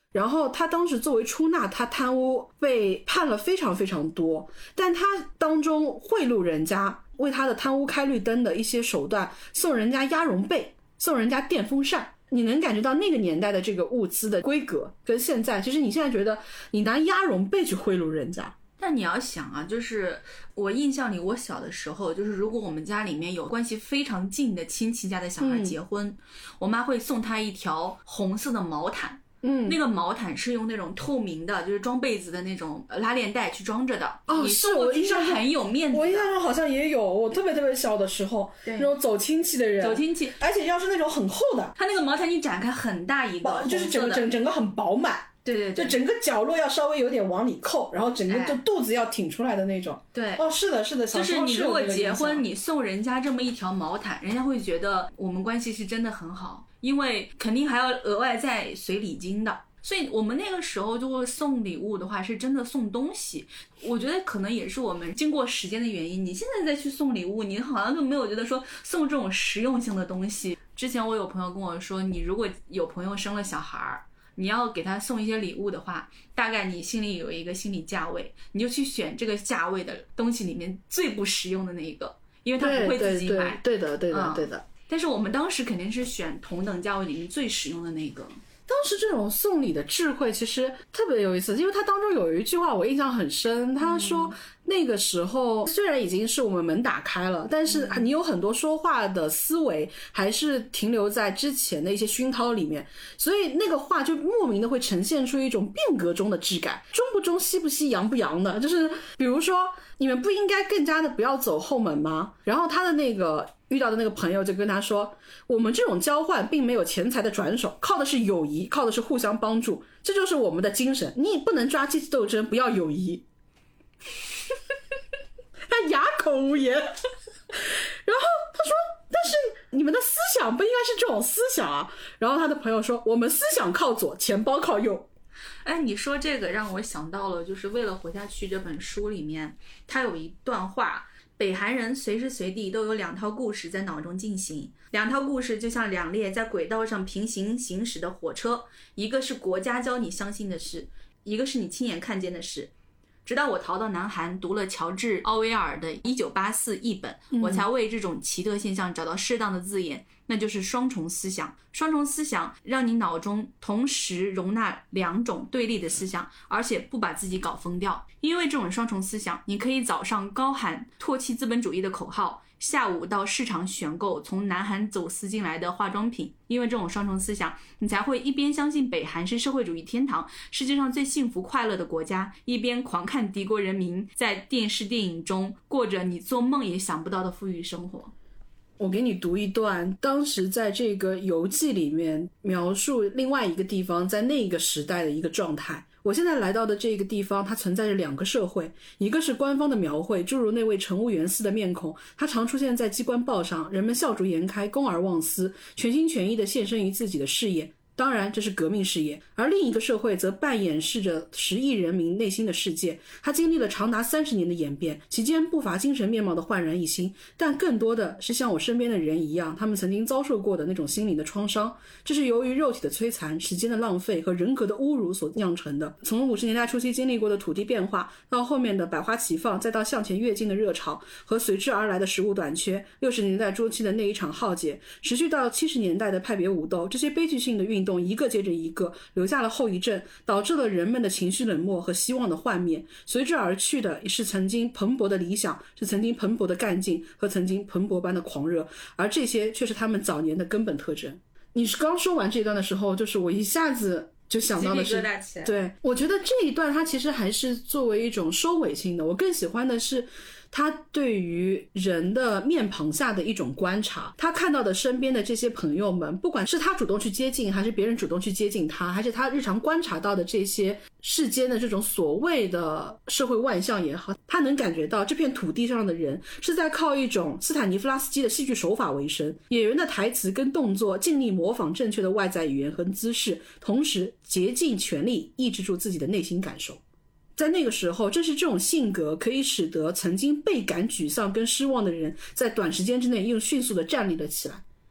然后他当时作为出纳，他贪污被判了非常非常多，但他当中贿赂人家，为他的贪污开绿灯的一些手段，送人家鸭绒被，送人家电风扇，你能感觉到那个年代的这个物资的规格跟现在，其实你现在觉得你拿鸭绒被去贿赂人家。 但你要想啊，就是我印象里，我小的时候，就是如果我们家里面有关系非常近的亲戚家的小孩结婚，嗯、我妈会送他一条红色的毛毯。嗯，那个毛毯是用那种透明的，就是装被子的那种拉链袋去装着的。 哦，是我印象很有面子的。 我印象中好像也有，我特别特别小的时候，那种走亲戚的人， 走亲戚， 而且要是那种很厚的， 它那个毛毯你展开很大一个， 就是整个整整个很饱满。 对对对， 就整个角落要稍微有点往里扣，然后整个就肚子要挺出来的那种。 对， 哦，是的，是的， 就是你如果结婚，你送人家这么一条毛毯，人家会觉得我们关系是真的很好，因为肯定还要额外再随礼金的。所以我们那个时候就会送礼物的话，是真的送东西。我觉得可能也是我们经过时间的原因，你现在再去送礼物，你好像就没有觉得说送这种实用性的东西。之前我有朋友跟我说，你如果有朋友生了小孩，你要给他送一些礼物的话，大概你心里有一个心理价位，你就去选这个价位的东西里面最不实用的那一个，因为他不会自己买。 对的，对的，对的、嗯。 但是我们当时肯定是选同等价位里面最实用的那个。 当时这种送礼的智慧其实特别有意思，因为他当中有一句话我印象很深，他说那个时候虽然已经是我们门打开了，但是你有很多说话的思维还是停留在之前的一些熏陶里面，所以那个话就莫名的会呈现出一种变革中的质感，中不中西不西洋不洋的，就是比如说你们不应该更加的不要走后门吗？然后他的那个遇到的那个朋友就跟他说，我们这种交换并没有钱财的转手，靠的是友谊，靠的是互相帮助，这就是我们的精神，你不能抓阶级斗争，不要友谊。他哑口无言。然后他说，但是你们的思想不应该是这种思想啊。然后他的朋友说，我们思想靠左，钱包靠右。 哎，你说这个让我想到了，就是为了活下去这本书里面，它有一段话，北韩人随时随地都有两套故事在脑中进行，两套故事就像两列在轨道上平行行驶的火车，一个是国家教你相信的事，一个是你亲眼看见的事。直到我逃到南韩，读了乔治·奥威尔的《一九八四》译本、嗯、我才为这种奇特现象找到适当的字眼，那就是双重思想。双重思想让你脑中同时容纳两种对立的思想，而且不把自己搞疯掉。因为这种双重思想，你可以早上高喊唾弃资本主义的口号，下午到市场选购从南韩走私进来的化妆品。因为这种双重思想，你才会一边相信北韩是社会主义天堂，世界上最幸福快乐的国家，一边狂看敌国人民在电视电影中过着你做梦也想不到的富裕生活。 我给你读一段当时在这个游记里面描述另外一个地方在那个时代的一个状态。我现在来到的这个地方，它存在着两个社会，一个是官方的描绘，诸如那位乘务员似的面孔，他常出现在机关报上，人们笑逐颜开，公而忘私，全心全意地献身于自己的事业，当然这是革命事业。而另一个社会则半掩饰着十亿人民内心的世界，它经历了长达三十年的演变，其间不乏精神面貌的焕然一新，但更多的是像我身边的人一样，他们曾经遭受过的那种心灵的创伤，这是由于肉体的摧残、时间的浪费和人格的侮辱所酿成的。从五十年代初期经历过的土地变化，到后面的百花齐放，再到向前跃进的热潮和随之而来的食物短缺，六十年代初期的那一场浩劫，持续到七十年代的派别武斗，这些悲剧性的运动一个接着一个，留下了后遗症，导致了人们的情绪冷漠和希望的幻灭。随之而去的是曾经蓬勃的理想，是曾经蓬勃的干劲和曾经蓬勃般的狂热，而这些却是他们早年的根本特征。你是刚说完这一段的时候，就是我一下子就想到的是，对，我觉得这一段它其实还是作为一种收尾性的，我更喜欢的是他对于人的面庞下的一种观察，他看到的身边的这些朋友们，不管是他主动去接近，还是别人主动去接近他，还是他日常观察到的这些世间的这种所谓的社会万象也好，他能感觉到这片土地上的人是在靠一种斯坦尼夫拉斯基的戏剧手法为生，演员的台词跟动作尽力模仿正确的外在语言和姿势，同时竭尽全力抑制住自己的内心感受。在那个时候，正是这种性格可以使得曾经倍感沮丧跟失望的人在短时间之内又迅速地站立了起来。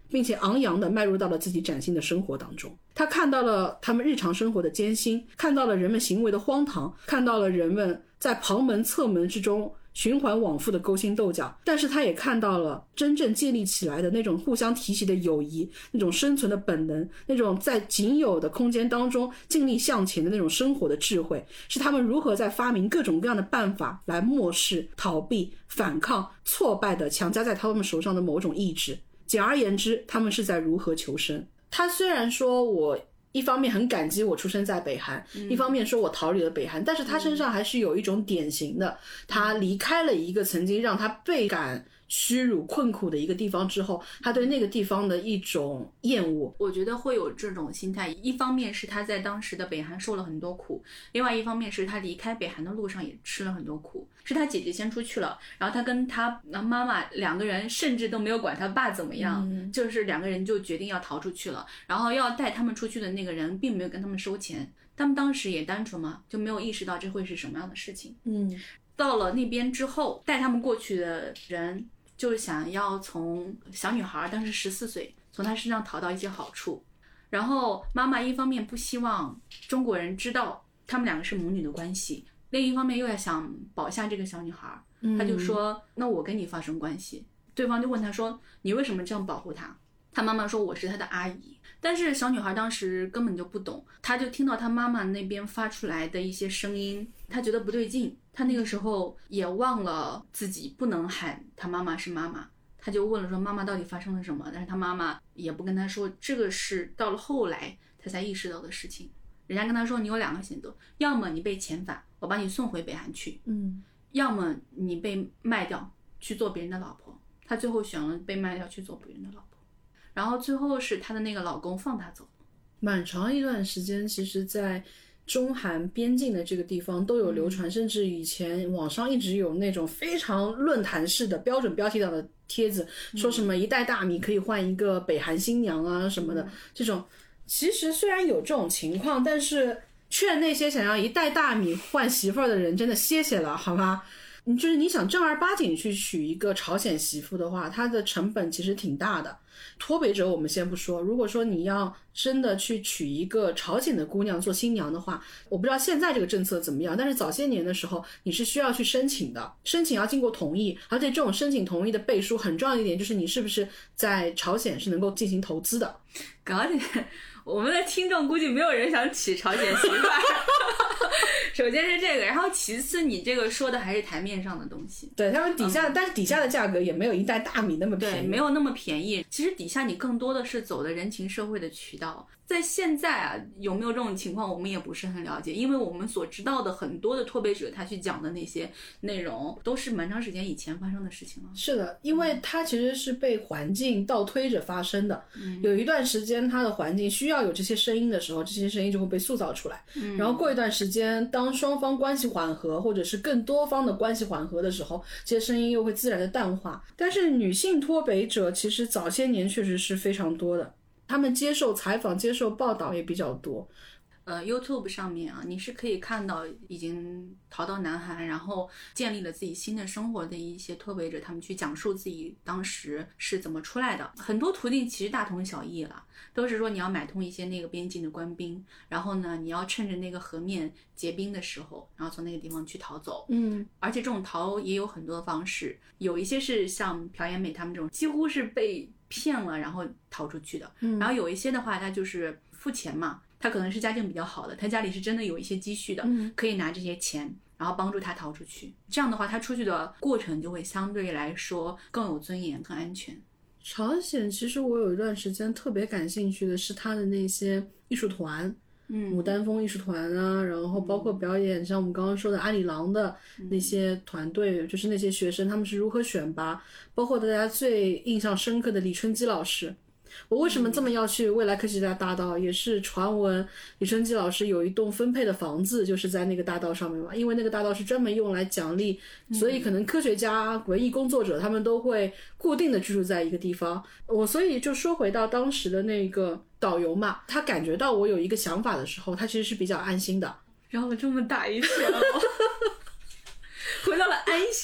并且昂扬地迈入到了自己崭新的生活当中。他看到了他们日常生活的艰辛，看到了人们行为的荒唐，看到了人们在旁门侧门之中循环往复的勾心斗角，但是他也看到了真正建立起来的那种互相提携的友谊，那种生存的本能，那种在仅有的空间当中尽力向前的那种生活的智慧，是他们如何在发明各种各样的办法来漠视、逃避、反抗、挫败的强加在他们手上的某种意志。简而言之，他们是在如何求生。他虽然说我一方面很感激我出生在北韩、嗯、一方面说我逃离了北韩，但是他身上还是有一种典型的、嗯、他离开了一个曾经让他倍感虚辱困苦的一个地方之后，他对那个地方的一种厌恶。 我觉得会有这种心态，一方面是他在当时的北韩受了很多苦，另外一方面是他离开北韩的路上也吃了很多苦。是他姐姐先出去了，然后他跟他妈妈两个人甚至都没有管他爸怎么样、嗯、就是两个人就决定要逃出去了，然后要带他们出去的那个人并没有跟他们收钱，他们当时也单纯嘛，就没有意识到这会是什么样的事情。 嗯， 到了那边之后，带他们过去的人就是想要从小女孩当时十四岁，从她身上讨到一些好处。然后妈妈一方面不希望中国人知道他们两个是母女的关系，另一方面又要想保下这个小女孩，他就说那我跟你发生关系。对方就问他说你为什么这样保护她？他妈妈说我是她的阿姨。但是小女孩当时根本就不懂，她就听到她妈妈那边发出来的一些声音，她觉得不对劲，她那个时候也忘了自己不能喊她妈妈是妈妈，她就问了说妈妈到底发生了什么，但是她妈妈也不跟她说，这个是到了后来她才意识到的事情。人家跟她说你有两个选择，要么你被遣返，我把你送回北韩去， 嗯， 要么你被卖掉去做别人的老婆。她最后选了被卖掉去做别人的老婆，然后最后是她的那个老公放她走。 蛮长一段时间其实在中韩边境的这个地方都有流传、嗯、甚至以前网上一直有那种非常论坛式的标准标题党的帖子、嗯、说什么一袋大米可以换一个北韩新娘啊什么的、嗯、这种其实虽然有这种情况，但是劝那些想要一袋大米换媳妇儿的人真的歇歇了好吗？你就是你想正儿八经去娶一个朝鲜媳妇的话，它的成本其实挺大的。脱北者我们先不说，如果说你要真的去娶一个朝鲜的姑娘做新娘的话，我不知道现在这个政策怎么样，但是早些年的时候你是需要去申请的，申请要经过同意，而且这种申请同意的背书很重要的一点就是你是不是在朝鲜是能够进行投资的。 搞点我们的听众估计没有人想娶朝鲜媳妇首先是这个，然后其次你这个说的还是台面上的东西， 对他们底下、 嗯、 但是底下的价格也没有一袋大米那么便宜， 对，没有那么便宜。其实底下你更多的是走的人情社会的渠道，在现在啊有没有这种情况我们也不是很了解，因为我们所知道的很多的脱北者他去讲的那些内容都是蛮长时间以前发生的事情了。 是的，因为它其实是被环境倒推着发生的、嗯、有一段时间它的环境需要有这些声音的时候，这些声音就会被塑造出来、嗯、然后过一段时间当双方关系缓和或者是更多方的关系缓和的时候，这些声音又会自然的淡化。但是女性脱北者其实早些年确实是非常多的，他们接受采访接受报道也比较多。 呃 YouTube 上面啊，你是可以看到已经逃到南韩然后建立了自己新的生活的一些脱北者，他们去讲述自己当时是怎么出来的。很多途径其实大同小异了，都是说你要买通一些那个边境的官兵，然后呢你要趁着那个河面结冰的时候，然后从那个地方去逃走。 嗯， 而且这种逃也有很多方式，有一些是像朴妍美他们这种几乎是被骗了然后逃出去的、嗯、然后有一些的话他就是付钱嘛，他可能是家境比较好的，他家里是真的有一些积蓄的、嗯、可以拿这些钱然后帮助他逃出去，这样的话他出去的过程就会相对来说更有尊严更安全。 朝鲜其实我有一段时间特别感兴趣的是他的那些艺术团，嗯，牡丹峰艺术团啊，然后包括表演、嗯、像我们刚刚说的阿里郎的那些团队、嗯、就是那些学生他们是如何选拔，包括大家最印象深刻的李春基老师。我为什么这么要去未来科学家大道、嗯、也是传闻李春基老师有一栋分配的房子就是在那个大道上面嘛，因为那个大道是专门用来奖励、嗯、所以可能科学家文艺工作者他们都会固定的居住在一个地方。我所以就说回到当时的那个导游嘛，他感觉到我有一个想法的时候他其实是比较安心的。 绕了这么大一圈回到了安心上。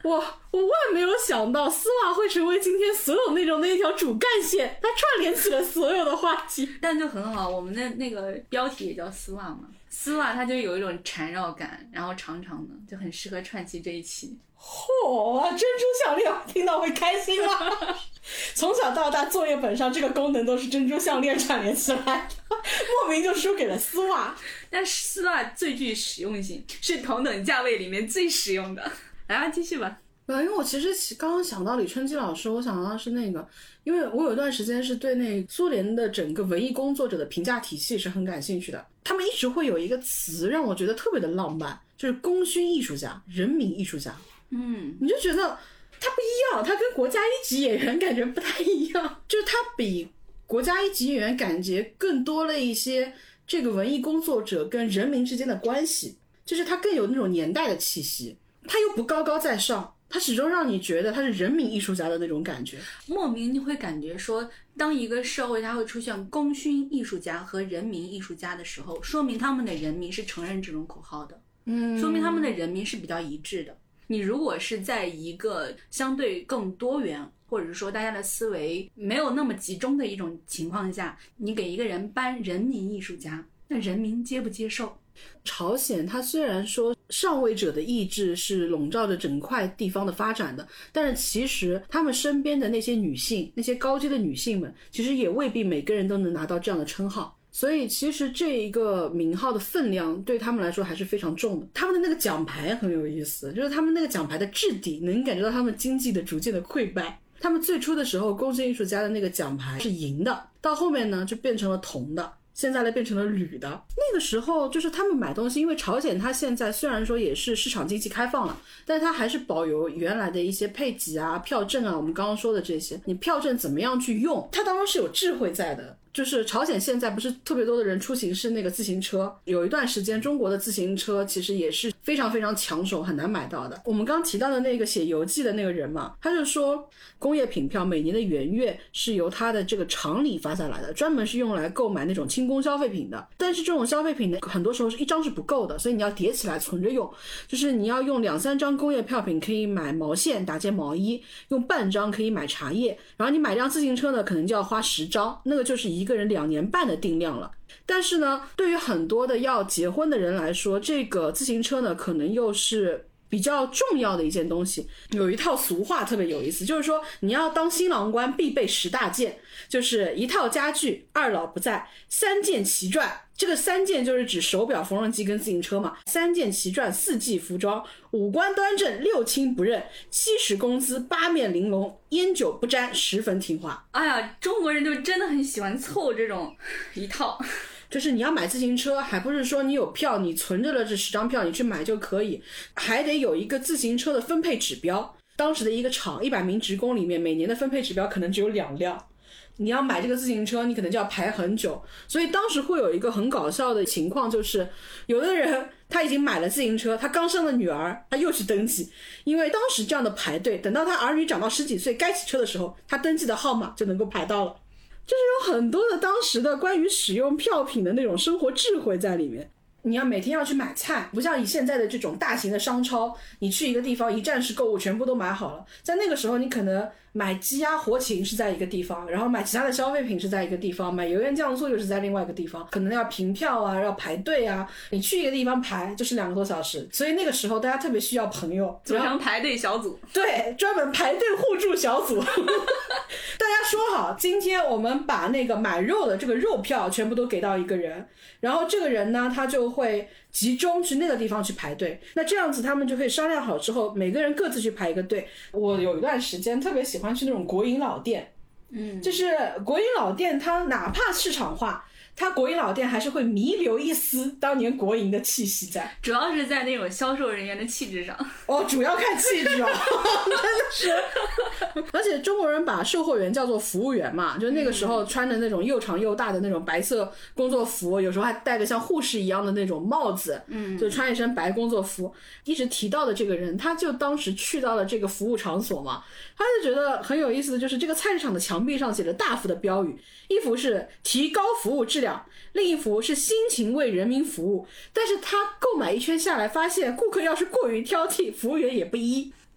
我我万没有想到丝袜会成为今天所有内容的一条主干线，它串联起了所有的话题。 但就很好，我们的那个标题也叫丝袜嘛，丝袜它就有一种缠绕感，然后长长的，就很适合串起这一期。 嚯、哦，珍珠项链听到会开心吗？从小到大作业本上这个功能都是珍珠项链串联起来的，莫名就输给了丝袜。 但丝袜最具实用性，是同等价位里面最实用的。来吧，继续吧。 因为我其实刚刚想到李春姬老师，我想到的是那个，因为我有一段时间是对那苏联的整个文艺工作者的评价体系是很感兴趣的。他们一直会有一个词让我觉得特别的浪漫，就是功勋艺术家、人民艺术家。 嗯， 你就觉得他不一样，他跟国家一级演员感觉不太一样，就是他比国家一级演员感觉更多了一些这个文艺工作者跟人民之间的关系，就是他更有那种年代的气息，他又不高高在上，他始终让你觉得他是人民艺术家的那种感觉。 莫名你会感觉说，当一个社会它会出现功勋艺术家和人民艺术家的时候，说明他们的人民是承认这种口号的，嗯，说明他们的人民是比较一致的。你如果是在一个相对更多元，或者是说大家的思维没有那么集中的一种情况下，你给一个人颁人民艺术家，那人民接不接受？ 朝鲜它虽然说上位者的意志是笼罩着整块地方的发展的，但是其实他们身边的那些女性，那些高阶的女性们，其实也未必每个人都能拿到这样的称号。所以其实这一个名号的分量对他们来说还是非常重的。他们的那个奖牌很有意思，就是他们那个奖牌的质地能感觉到他们经济的逐渐的溃败。他们最初的时候功勋艺术家的那个奖牌是银的，到后面呢就变成了铜的，现在呢变成了铝的。那个时候就是他们买东西，因为朝鲜它现在虽然说也是市场经济开放了，但是它还是保有原来的一些配给啊、票证啊，我们刚刚说的这些，你票证怎么样去用，它当中是有智慧在的。就是朝鲜现在不是特别多的人出行是那个自行车，有一段时间中国的自行车其实也是非常非常抢手，很难买到的。我们刚提到的那个写游记的那个人嘛，他就说工业品票每年的元月是由他的这个厂里发下来的，专门是用来购买那种轻工消费品的。但是这种消费品呢，很多时候是一张是不够的，所以你要叠起来存着用，就是你要用两三张工业票品可以买毛线打件毛衣，用半张可以买茶叶，然后你买辆自行车呢可能就要花十张，那个就是一个人两年半的定量了。但是呢，对于很多的要结婚的人来说，这个自行车呢可能又是比较重要的一件东西。有一套俗话特别有意思，就是说你要当新郎官必备十大件，就是一套家具，二老不在，三件齐传。这个三件就是指手表、缝纫机跟自行车嘛。三件齐传，四季服装，五官端正，六亲不认，七十工资，八面玲珑，烟酒不沾，十分听话。 哎呀，中国人就真的很喜欢凑这种一套。 就是你要买自行车，还不是说你有票，你存着了这十张票你去买就可以，还得有一个自行车的分配指标。当时的一个厂一百名职工里面，每年的分配指标可能只有两辆，你要买这个自行车你可能就要排很久。所以当时会有一个很搞笑的情况，就是有的人他已经买了自行车，他刚生了女儿，他又去登记，因为当时这样的排队，等到他儿女长到十几岁该骑车的时候，他登记的号码就能够排到了。就是有很多的当时的关于使用票品的那种生活智慧在里面。你要每天要去买菜，不像以现在的这种大型的商超，你去一个地方一站式购物全部都买好了。在那个时候你可能买鸡鸭活禽是在一个地方，然后买其他的消费品是在一个地方，买油盐酱醋又是在另外一个地方，可能要凭票啊，要排队啊，你去一个地方排就是两个多小时。所以那个时候大家特别需要朋友， 组成排队小组， 对，专门排队互助小组。大家说好，今天我们把那个买肉的这个肉票全部都给到一个人，然后这个人呢他就会集中去那个地方去排队。那这样子他们就可以商量好之后，每个人各自去排一个队。我有一段时间特别喜欢去那种国营老店，嗯，就是国营老店它哪怕市场化，它国营老店还是会弥留一丝当年国营的气息在， 主要是在那种销售人员的气质上。 哦，主要看气质哦，真的是。而且中国人把售货员叫做服务员嘛，就那个时候穿着那种又长又大的那种白色工作服，有时候还戴个像护士一样的那种帽子，嗯，就穿一身白工作服。一直提到的这个人，他就当时去到了这个服务场所嘛，他就觉得很有意思的就是这个菜市场的墙壁上写着大幅的标语，一幅是提高服务质量，另一幅是辛勤为人民服务。但是他购买一圈下来发现，顾客要是过于挑剔，服务员也不依。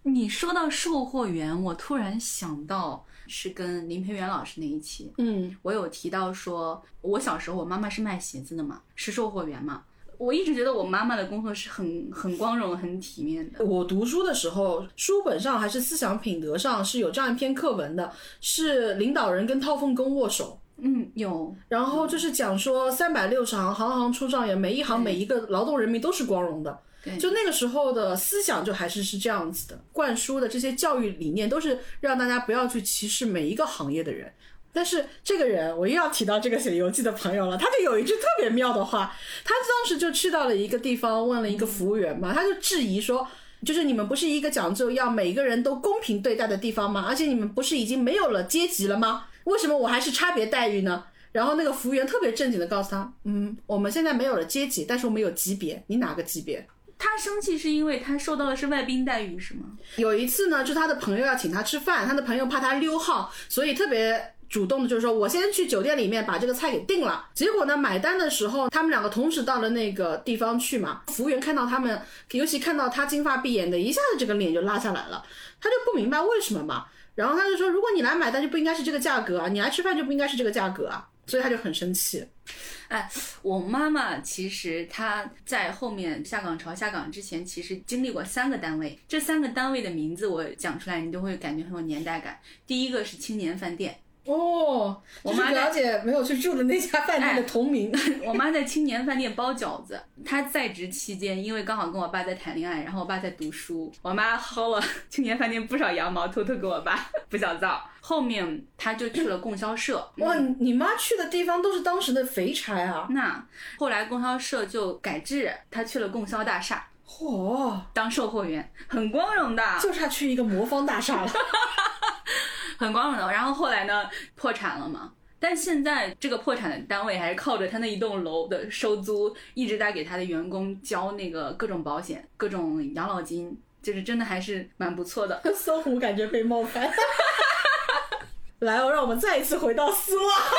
你说到售货员，我突然想到是跟林培元老师那一期， 嗯， 我有提到说，我小时候我妈妈是卖鞋子的嘛，是售货员嘛。我一直觉得我妈妈的工作是很很光荣、很体面的。 我读书的时候，书本上还是思想品德上是有这样一篇课文的，是领导人跟套缝工握手。 嗯，有。 然后就是讲说三百六十行，行行出状元，每一行每一个劳动人民都是光荣的。 对， 就那个时候的思想就还是是这样子的，灌输的这些教育理念都是让大家不要去歧视每一个行业的人。但是这个人，我又要提到这个写游记的朋友了，他就有一句特别妙的话，他当时就去到了一个地方，问了一个服务员嘛，他就质疑说，就是你们不是一个讲究要每个人都公平对待的地方吗？而且你们不是已经没有了阶级了吗？为什么我还是差别待遇呢？然后那个服务员特别正经的告诉他，嗯，我们现在没有了阶级，但是我们有级别，你哪个级别？ 他生气是因为他受到的是外宾待遇是吗？ 有一次呢，就他的朋友要请他吃饭，他的朋友怕他溜号，所以特别主动的就是说，我先去酒店里面把这个菜给订了。结果呢，买单的时候他们两个同时到了那个地方去嘛，服务员看到他们，尤其看到他金发碧眼的，一下子这个脸就拉下来了，他就不明白为什么嘛。然后他就说，如果你来买单就不应该是这个价格啊，你来吃饭就不应该是这个价格啊，所以他就很生气。 哎，我妈妈其实她在后面下岗潮下岗之前，其实经历过三个单位，这三个单位的名字我讲出来，你都会感觉很有年代感。第一个是青年饭店。 哦，我妈了解没有去住的那家饭店的同名。 哎、我妈在青年饭店包饺子。她在职期间，因为刚好跟我爸在谈恋爱，然后我爸在读书，我妈薅了青年饭店不少羊毛，偷偷给我爸不小灶。后面她就去了供销社。 哇，你妈去的地方都是当时的肥差啊。 那后来供销社就改制，她去了供销大厦。 嚯、哦， 当售货员，很光荣的， 就差去一个魔方大厦了。 很光荣的。然后后来呢，破产了嘛。但现在这个破产的单位还是靠着他那一栋楼的收租，一直在给他的员工交那个各种保险、各种养老金，就是真的还是蛮不错的。 搜狐感觉被冒犯。来，让我们再一次回到丝袜。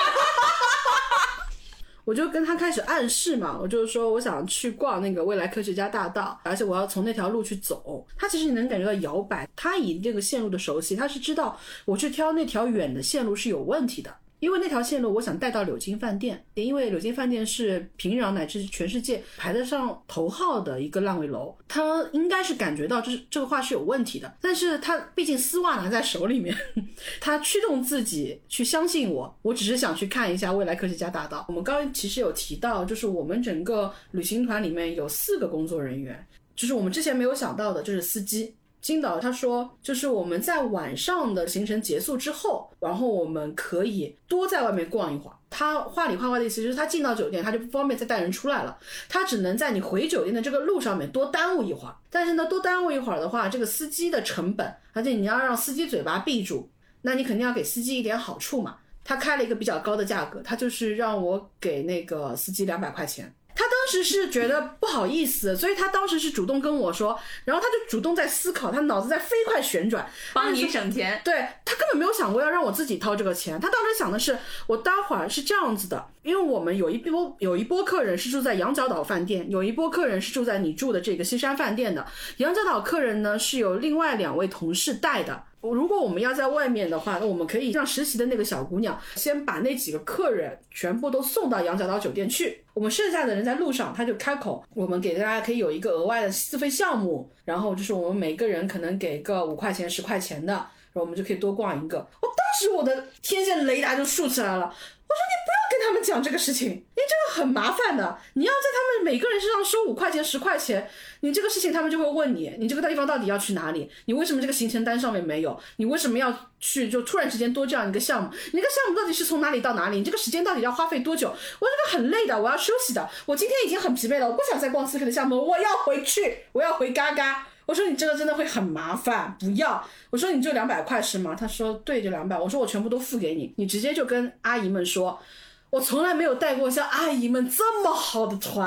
我就跟他开始暗示嘛，我就是说我想去逛那个未来科学家大道，而且我要从那条路去走。他其实你能感觉到摇摆，他以这个线路的熟悉，他是知道我去挑那条远的线路是有问题的。因为那条线路我想带到柳金饭店，因为柳金饭店是平壤乃至全世界排得上头号的一个烂尾楼，他应该是感觉到这这个话是有问题的，但是他毕竟丝袜拿在手里面，他驱动自己去相信我，我只是想去看一下未来科学家大道。我们刚刚其实有提到，就是我们整个旅行团里面有四个工作人员，就是我们之前没有想到的，就是司机。金导他说，就是我们在晚上的行程结束之后，然后我们可以多在外面逛一会儿。他话里话外的意思就是他进到酒店他就不方便再带人出来了，他只能在你回酒店的这个路上面多耽误一会儿。但是呢，多耽误一会儿的话，这个司机的成本，而且你要让司机嘴巴闭住，那你肯定要给司机一点好处嘛。他开了一个比较高的价格，他就是让我给那个司机两百块钱。他当时是觉得不好意思，所以他当时是主动跟我说，然后他就主动在思考，他脑子在飞快旋转， 帮你省钱。 对，他根本没有想过要让我自己掏这个钱，他当时想的是，我待会儿是这样子的，因为我们有一波有一波客人是住在羊角岛饭店，有一波客人是住在你住的这个西山饭店的。羊角岛客人呢是有另外两位同事带的。如果我们要在外面的话，那我们可以让实习的那个小姑娘先把那几个客人全部都送到羊角岛酒店去，我们剩下的人在路上他就开口，我们给大家可以有一个额外的自费项目，然后就是我们每个人可能给个五块钱十块钱的，然后我们就可以多逛一个。我当时我的天线雷达就竖起来了，我说你不要跟他们讲这个事情，因为这个很麻烦的，你要在他们每个人身上收五块钱十块钱，你这个事情他们就会问你，你这个地方到底要去哪里，你为什么这个行程单上面没有，你为什么要去就突然之间多这样一个项目，你这个项目到底是从哪里到哪里，你这个时间到底要花费多久，我这个很累的，我要休息的，我今天已经很疲惫了，我不想再逛四 K 的项目，我要回去，我要回嘎嘎。我说你这个真的会很麻烦，不要。我说你就两百块是吗？他说对，就两百。我说我全部都付给你，你直接就跟阿姨们说，我从来没有带过像阿姨们这么好的团，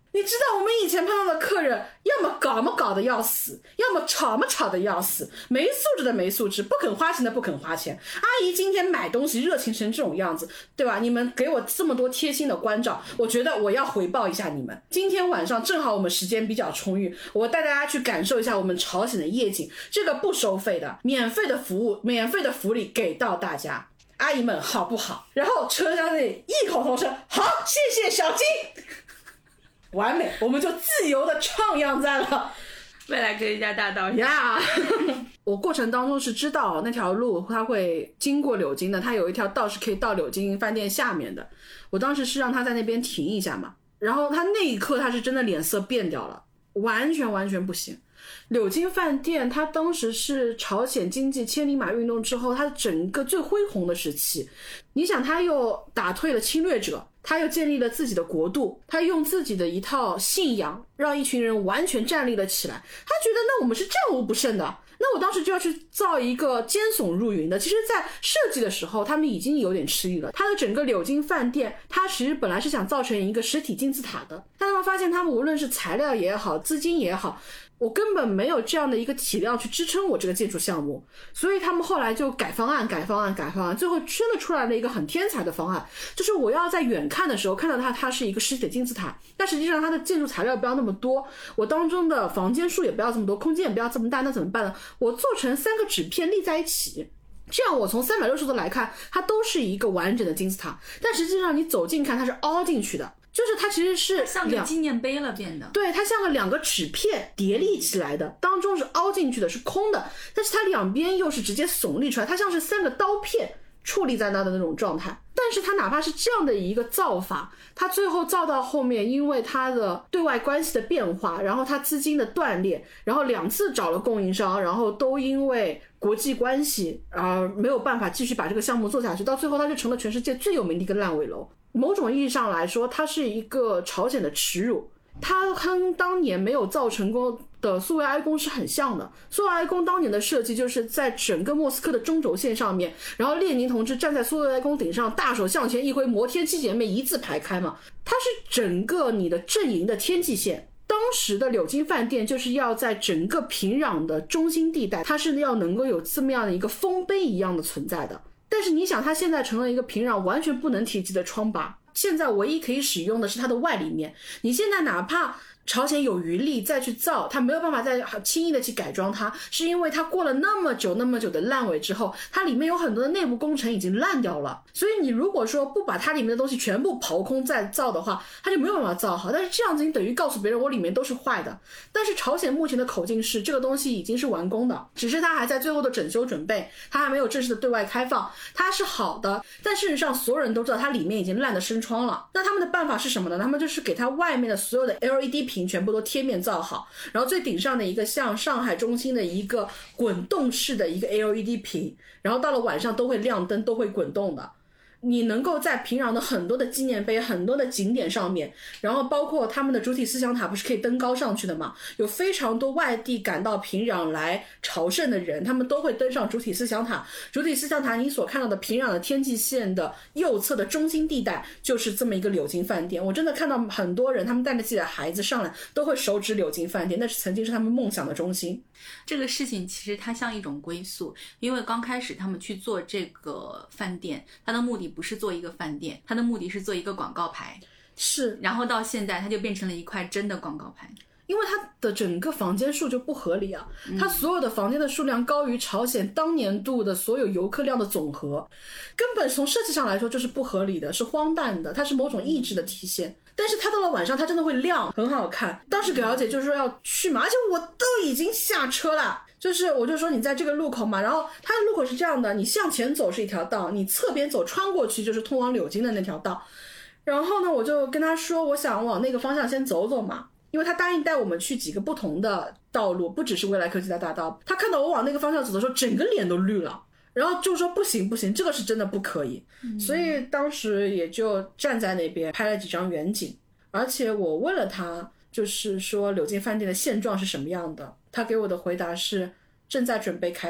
你知道我们以前碰到的客人，要么搞么搞的要死，要么吵么吵的要死，没素质的没素质，不肯花钱的不肯花钱。阿姨今天买东西热情成这种样子，对吧？你们给我这么多贴心的关照，我觉得我要回报一下你们。今天晚上正好我们时间比较充裕，我带大家去感受一下我们朝鲜的夜景，这个不收费的，免费的服务，免费的福利给到大家。阿姨们好不好？然后车厢里异口同声，好，谢谢小金。完美，我们就自由的徜徉在了未来科学家大道上呀。我过程当中是知道那条路它会经过柳津的，它有一条道是可以到柳津饭店下面的。我当时是让他在那边停一下嘛，然后他那一刻他是真的脸色变掉了，完全完全不行。柳津饭店它当时是朝鲜经济千里马运动之后它整个最恢宏的时期，你想他又打退了侵略者，他又建立了自己的国度，他用自己的一套信仰让一群人完全站立了起来，他觉得那我们是战无不胜的，那我当时就要去造一个尖耸入云的。其实在设计的时候他们已经有点吃力了，他的整个柳津饭店他其实本来是想造成一个实体金字塔的，但他们发现他们无论是材料也好资金也好，我根本没有这样的一个体量去支撑我这个建筑项目，所以他们后来就改方案改方案改方案，最后真的出来了一个很天才的方案，就是我要在远看的时候看到它它是一个实体的金字塔，但实际上它的建筑材料不要那么多，我当中的房间数也不要这么多，空间也不要这么大，那怎么办呢？我做成三个纸片立在一起，这样我从三百六十度来看它都是一个完整的金字塔，但实际上你走近看它是凹进去的，就是它其实是像个纪念碑了变的， 对，它像个两个纸片叠立起来的，当中是凹进去的，是空的，但是它两边又是直接耸立出来，它像是三个刀片矗立在那的那种状态。但是它哪怕是这样的一个造法，它最后造到后面，因为它的对外关系的变化，然后它资金的断裂，然后两次找了供应商，然后都因为国际关系而没有办法继续把这个项目做下去，到最后它就成了全世界最有名的一个烂尾楼。某种意义上来说，它是一个朝鲜的耻辱，它跟当年没有造成功的苏维埃宫是很像的。苏维埃宫当年的设计就是在整个莫斯科的中轴线上面，然后列宁同志站在苏维埃宫顶上，大手向前一挥，摩天七姐妹一字排开嘛，它是整个你的阵营的天际线。当时的柳津饭店就是要在整个平壤的中心地带，它是要能够有这么样的一个丰碑一样的存在的。但是你想，它现在成了一个平壤完全不能提及的疮疤，现在唯一可以使用的是它的外立面。你现在哪怕朝鲜有余力再去造，它没有办法再轻易的去改装它，是因为它过了那么久那么久的烂尾之后，它里面有很多的内部工程已经烂掉了，所以你如果说不把它里面的东西全部刨空再造的话，它就没有办法造好。但是这样子你等于告诉别人我里面都是坏的。但是朝鲜目前的口径是这个东西已经是完工的，只是它还在最后的整修准备，它还没有正式的对外开放，它是好的，但事实上所有人都知道它里面已经烂的生疮了。那他们的办法是什么呢？他们就是给它外面的所有的 L E D 屏全部都贴面造好，然后最顶上的一个像上海中心的一个滚动式的一个 L E D 屏，然后到了晚上都会亮灯，都会滚动的。你能够在平壤的很多的纪念碑很多的景点上面，然后包括他们的主体思想塔不是可以登高上去的吗？有非常多外地赶到平壤来朝圣的人，他们都会登上主体思想塔。主体思想塔你所看到的平壤的天际线的右侧的中心地带就是这么一个柳津饭店。我真的看到很多人他们带着自己的孩子上来都会手指柳津饭店，那是曾经是他们梦想的中心。 这个事情其实它像一种归宿，因为刚开始他们去做这个饭店，它的目的不是做一个饭店，它的目的是做一个广告牌， 是， 然后到现在它就变成了一块真的广告牌。 因为它的整个房间数就不合理啊，它所有的房间的数量高于朝鲜当年度的所有游客量的总和，根本从设计上来说就是不合理的，是荒诞的，它是某种意志的体现。但是它到了晚上它真的会亮，很好看。当时葛小姐就说要去嘛，而且我都已经下车了，就是我就说你在这个路口嘛，然后它的路口是这样的，你向前走是一条道，你侧边走穿过去就是通往柳津的那条道。然后呢我就跟他说我想往那个方向先走走嘛，因为他答应带我们去几个不同的道路，不只是未来科技大大道。他看到我往那个方向走的时候整个脸都绿了，然后就说不行不行，这个是真的不可以、嗯、所以当时也就站在那边拍了几张远景。而且我问了他就是说柳津饭店的现状是什么样的，他给我的回答是正在准备开放。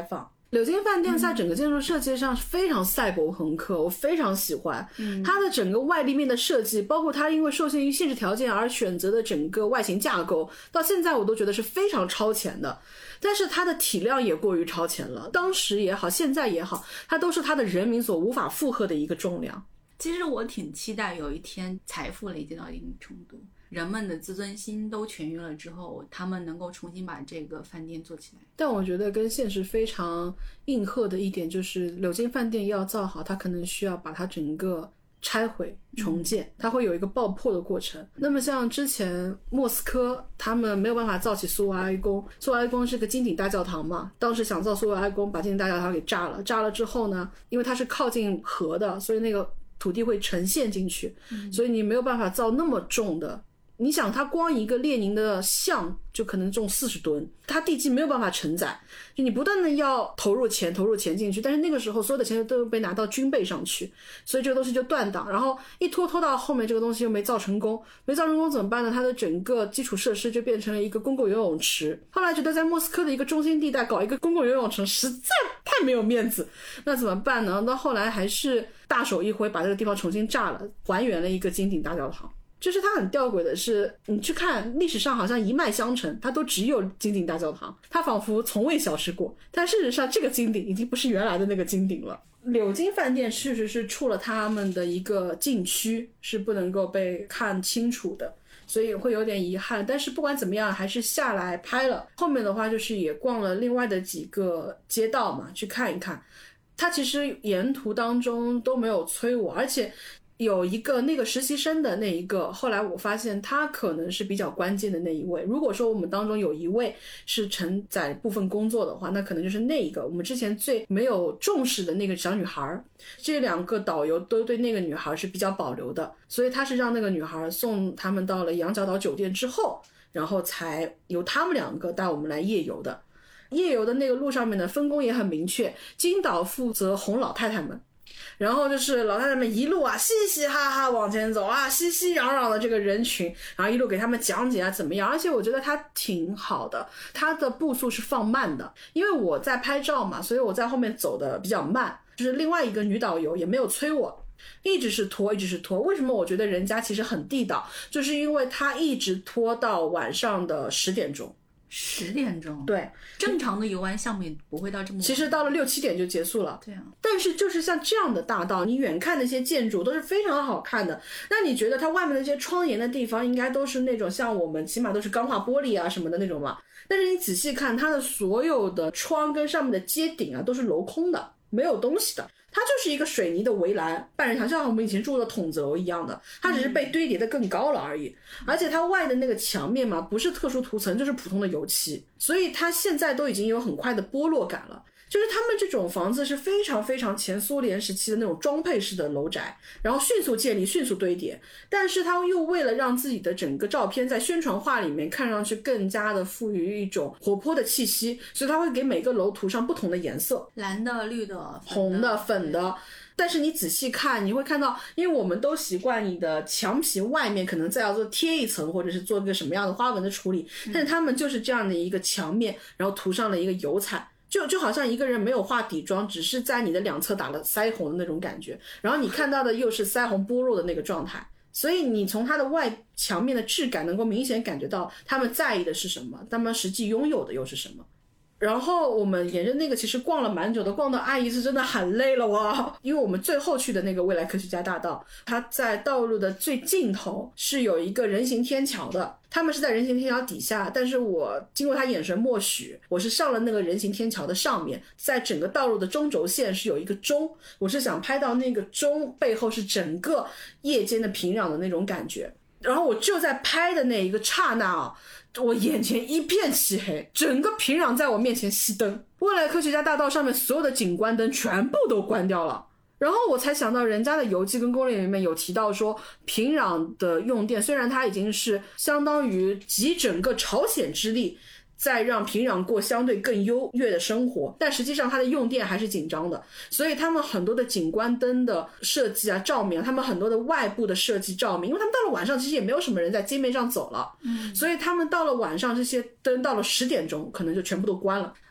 柳金饭店在整个建筑设计上是非常赛博朋克，我非常喜欢、嗯、它的整个外立面的设计，包括它因为受限于现实条件而选择的整个外形架构，到现在我都觉得是非常超前的。但是它的体量也过于超前了，当时也好现在也好，它都是它的人民所无法负荷的一个重量。 其实我挺期待有一天财富累积到一定程度，人们的自尊心都痊愈了之后，他们能够重新把这个饭店做起来。 但我觉得跟现实非常应和的一点就是柳金饭店要造好，它可能需要把它整个拆毁重建、嗯、它会有一个爆破的过程。那么像之前莫斯科他们没有办法造起苏维埃宫，苏维埃宫是个金顶大教堂嘛，当时想造苏维埃宫把金顶大教堂给炸了，炸了之后呢，因为它是靠近河的，所以那个土地会沉陷进去、嗯、所以你没有办法造那么重的，你想它光一个列宁的像就可能重四十吨，它地基没有办法承载，就你不断的要投入钱投入钱进去，但是那个时候所有的钱都被拿到军备上去，所以这个东西就断档，然后一拖拖到后面这个东西又没造成功，没造成功怎么办呢？它的整个基础设施就变成了一个公共游泳池，后来觉得在莫斯科的一个中心地带搞一个公共游泳池实在太没有面子，那怎么办呢？到后来还是大手一挥把这个地方重新炸了，还原了一个金顶大教堂。就是它很吊诡的是，你去看历史上好像一脉相承，它都只有金顶大教堂，它仿佛从未消失过，但事实上这个金顶已经不是原来的那个金顶了。柳金饭店确实是出了他们的一个禁区，是不能够被看清楚的，所以会有点遗憾，但是不管怎么样还是下来拍了。后面的话就是也逛了另外的几个街道嘛，去看一看。它其实沿途当中都没有催我，而且有一个那个实习生的那一个，后来我发现他可能是比较关键的那一位。如果说我们当中有一位是承载部分工作的话，那可能就是那一个我们之前最没有重视的那个小女孩。这两个导游都对那个女孩是比较保留的，所以他是让那个女孩送他们到了羊角岛酒店之后，然后才由他们两个带我们来夜游的。夜游的那个路上面的分工也很明确，金导负责哄老太太们，然后就是老太太们一路啊嘻嘻哈哈往前走啊，熙熙攘攘的这个人群，然后一路给他们讲解啊怎么样。而且我觉得他挺好的，他的步速是放慢的，因为我在拍照嘛，所以我在后面走的比较慢，就是另外一个女导游也没有催我，一直是拖一直是拖。为什么我觉得人家其实很地道，就是因为他一直拖到晚上的十点钟。 十点钟， 对， 正常的游玩项目也不会到这么晚， 其实到了六七点就结束了。 对啊， 但是就是像这样的大道，你远看那些建筑都是非常好看的，那你觉得它外面那些窗沿的地方应该都是那种像我们起码都是钢化玻璃啊什么的那种嘛？但是你仔细看它的所有的窗跟上面的街顶啊都是镂空的，没有东西的，它就是一个水泥的围栏，半人墙，像我们以前住的筒子楼一样的，它只是被堆叠的更高了而已。而且它外的那个墙面嘛，不是特殊涂层，就是普通的油漆，所以它现在都已经有很快的剥落感了。就是他们这种房子是非常非常前苏联时期的那种装配式的楼宅，然后迅速建立迅速堆叠，但是他又为了让自己的整个照片在宣传画里面看上去更加的赋予一种活泼的气息，所以他会给每个楼涂上不同的颜色， 蓝的绿的红的粉的。但是你仔细看你会看到，因为我们都习惯你的墙皮外面可能再要做贴一层，或者是做一个什么样的花纹的处理，但是他们就是这样的一个墙面，然后涂上了一个油彩，就就好像一个人没有化底妆，只是在你的两侧打了腮红的那种感觉，然后你看到的又是腮红剥落的那个状态，所以你从它的外墙面的质感能够明显感觉到他们在意的是什么，他们实际拥有的又是什么。然后我们沿着那个其实逛了蛮久的，逛到阿姨是真的很累了哇！因为我们最后去的那个未来科学家大道，它在道路的最尽头是有一个人行天桥的，他们是在人行天桥底下，但是我经过他眼神默许，我是上了那个人行天桥的上面，在整个道路的中轴线是有一个钟，我是想拍到那个钟背后是整个夜间的平壤的那种感觉。然后我就在拍的那一个刹那啊，我眼前一片漆黑，整个平壤在我面前熄灯，未来科学家大道上面所有的景观灯全部都关掉了。然后我才想到人家的游记跟攻略里面有提到说，平壤的用电虽然它已经是相当于集整个朝鲜之力再让平壤过相对更优越的生活，但实际上它的用电还是紧张的，所以他们很多的景观灯的设计啊照明，他们很多的外部的设计照明，因为他们到了晚上其实也没有什么人在街面上走了，嗯，所以他们到了晚上这些灯到了十点钟可能就全部都关了。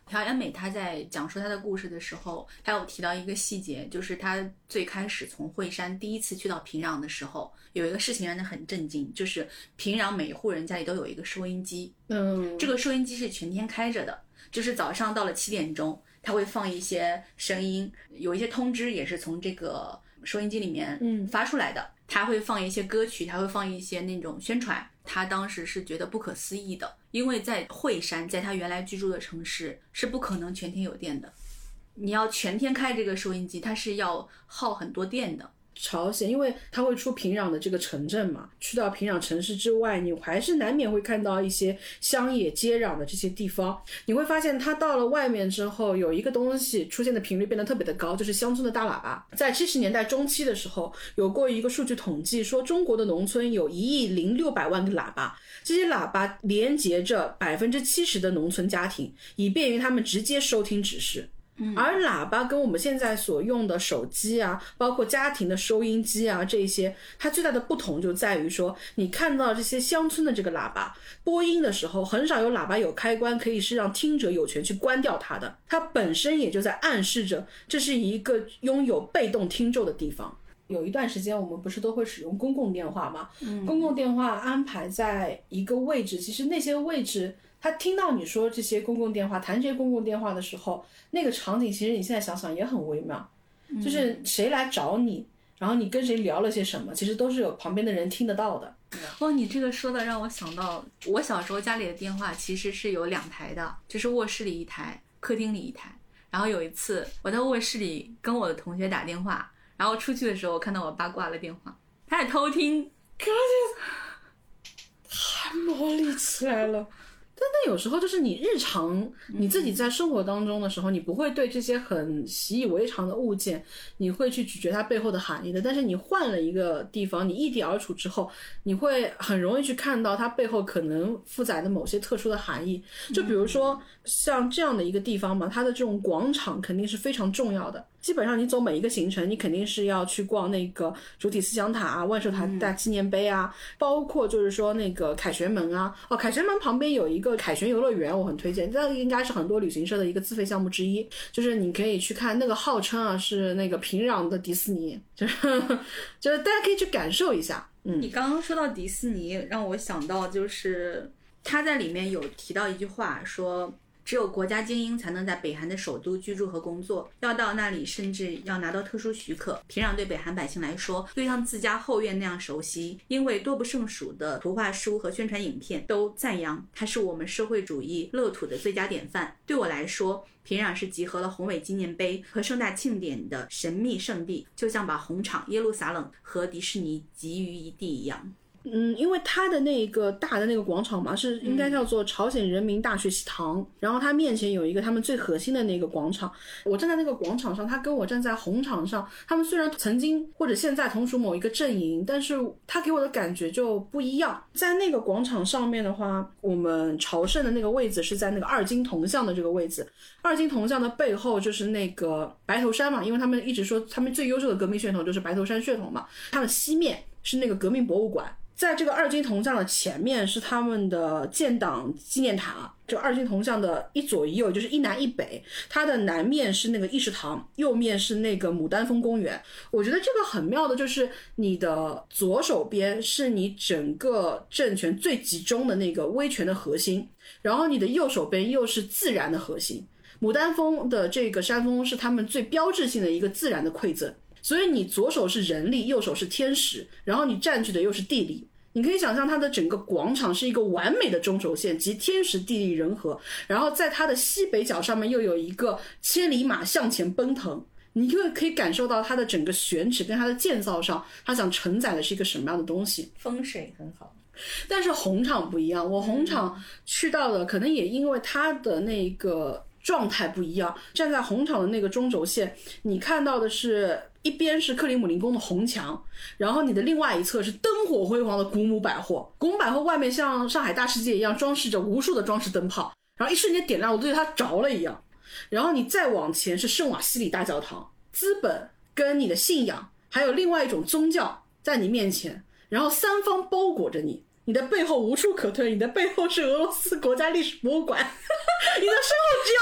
朴妍美她在讲述她的故事的时候，她有提到一个细节，就是她最开始从惠山第一次去到平壤的时候，有一个事情让她很震惊，就是平壤每户人家里都有一个收音机， 嗯， 这个收音机是全天开着的，就是早上到了七点钟，它会放一些声音，有一些通知也是从这个收音机里面发出来的，嗯，它会放一些歌曲，它会放一些那种宣传。他当时是觉得不可思议的，因为在惠山，在他原来居住的城市是不可能全天有电的，你要全天开这个收音机，它是要耗很多电的。 朝鲜因为它会出平壤的这个城镇嘛，去到平壤城市之外，你还是难免会看到一些乡野接壤的这些地方，你会发现它到了外面之后，有一个东西出现的频率变得特别的高，就是乡村的大喇叭。在七十年代中期的时候，有过一个数据统计说，中国的农村有一亿零六百万个喇叭，这些喇叭连接着百分之七十的农村家庭，以便于他们直接收听指示。而喇叭跟我们现在所用的手机啊，包括家庭的收音机啊，这些它最大的不同就在于说，你看到这些乡村的这个喇叭播音的时候，很少有喇叭有开关可以是让听者有权去关掉它的，它本身也就在暗示着这是一个拥有被动听咒的地方。有一段时间我们不是都会使用公共电话吗？嗯，公共电话安排在一个位置，其实那些位置他听到你说这些公共电话，谈这些公共电话的时候，那个场景其实你现在想想也很微妙，就是谁来找你，然后你跟谁聊了些什么，其实都是有旁边的人听得到的。 哦，你这个说的让我想到，我小时候家里的电话其实是有两台的，就是卧室里一台，客厅里一台。然后有一次我在卧室里跟我的同学打电话，然后出去的时候我看到我爸挂了电话，他在偷听， 太魔力起来了。但那有时候就是你日常你自己在生活当中的时候，你不会对这些很习以为常的物件你会去咀嚼它背后的含义的，但是你换了一个地方，你异地而处之后，你会很容易去看到它背后可能负载的某些特殊的含义。就比如说像这样的一个地方嘛，它的这种广场肯定是非常重要的，基本上你走每一个行程，你肯定是要去逛那个主体思想塔啊、万寿塔大纪念碑啊、嗯、包括就是说那个凯旋门啊。哦，凯旋门旁边有一个凯旋游乐园，我很推荐，这应该是很多旅行社的一个自费项目之一，就是你可以去看那个，号称啊是那个平壤的迪士尼，就是就是大家可以去感受一下。嗯， 你刚刚说到迪士尼，让我想到就是他在里面有提到一句话说，只有国家精英才能在北韩的首都居住和工作，要到那里甚至要拿到特殊许可。平壤对北韩百姓来说就像自家后院那样熟悉，因为多不胜数的图画书和宣传影片都赞扬它是我们社会主义乐土的最佳典范。对我来说，平壤是集合了宏伟纪念碑和盛大庆典的神秘圣地，就像把红场、耶路撒冷和迪士尼集于一地一样。 嗯，因为它的那个大的那个广场嘛，是应该叫做朝鲜人民大学习堂、嗯、然后它面前有一个他们最核心的那个广场，我站在那个广场上，他跟我站在红场上，他们虽然曾经或者现在同属某一个阵营，但是他给我的感觉就不一样。在那个广场上面的话，我们朝圣的那个位置是在那个二金铜像的这个位置，二金铜像的背后就是那个白头山嘛，因为他们一直说他们最优秀的革命血统就是白头山血统嘛，它的西面是那个革命博物馆，在这个二金铜像的前面是他们的建党纪念塔，这二金铜像的一左一右就是一南一北，它的南面是那个议事堂，右面是那个牡丹峰公园。我觉得这个很妙的就是你的左手边是你整个政权最集中的那个威权的核心，然后你的右手边又是自然的核心。牡丹峰的这个山峰是他们最标志性的一个自然的馈赠，所以你左手是人力，右手是天时，然后你占据的又是地利。你可以想象它的整个广场是一个完美的中轴线，集天时地利人和，然后在它的西北角上面又有一个千里马向前奔腾，你就可以感受到它的整个选址跟它的建造上，它想承载的是一个什么样的东西。 风水很好。 但是红场不一样，我红场去到的可能也因为它的那个状态不一样，站在红场的那个中轴线，你看到的是一边是克里姆林宫的红墙，然后你的另外一侧是灯火辉煌的古姆百货，古姆百货外面像上海大世界一样装饰着无数的装饰灯泡，然后一瞬间点亮，我对它着了一样。然后你再往前是圣瓦西里大教堂，资本跟你的信仰还有另外一种宗教在你面前，然后三方包裹着你，你的背后无处可退，你的背后是俄罗斯国家历史博物馆你的身后只有历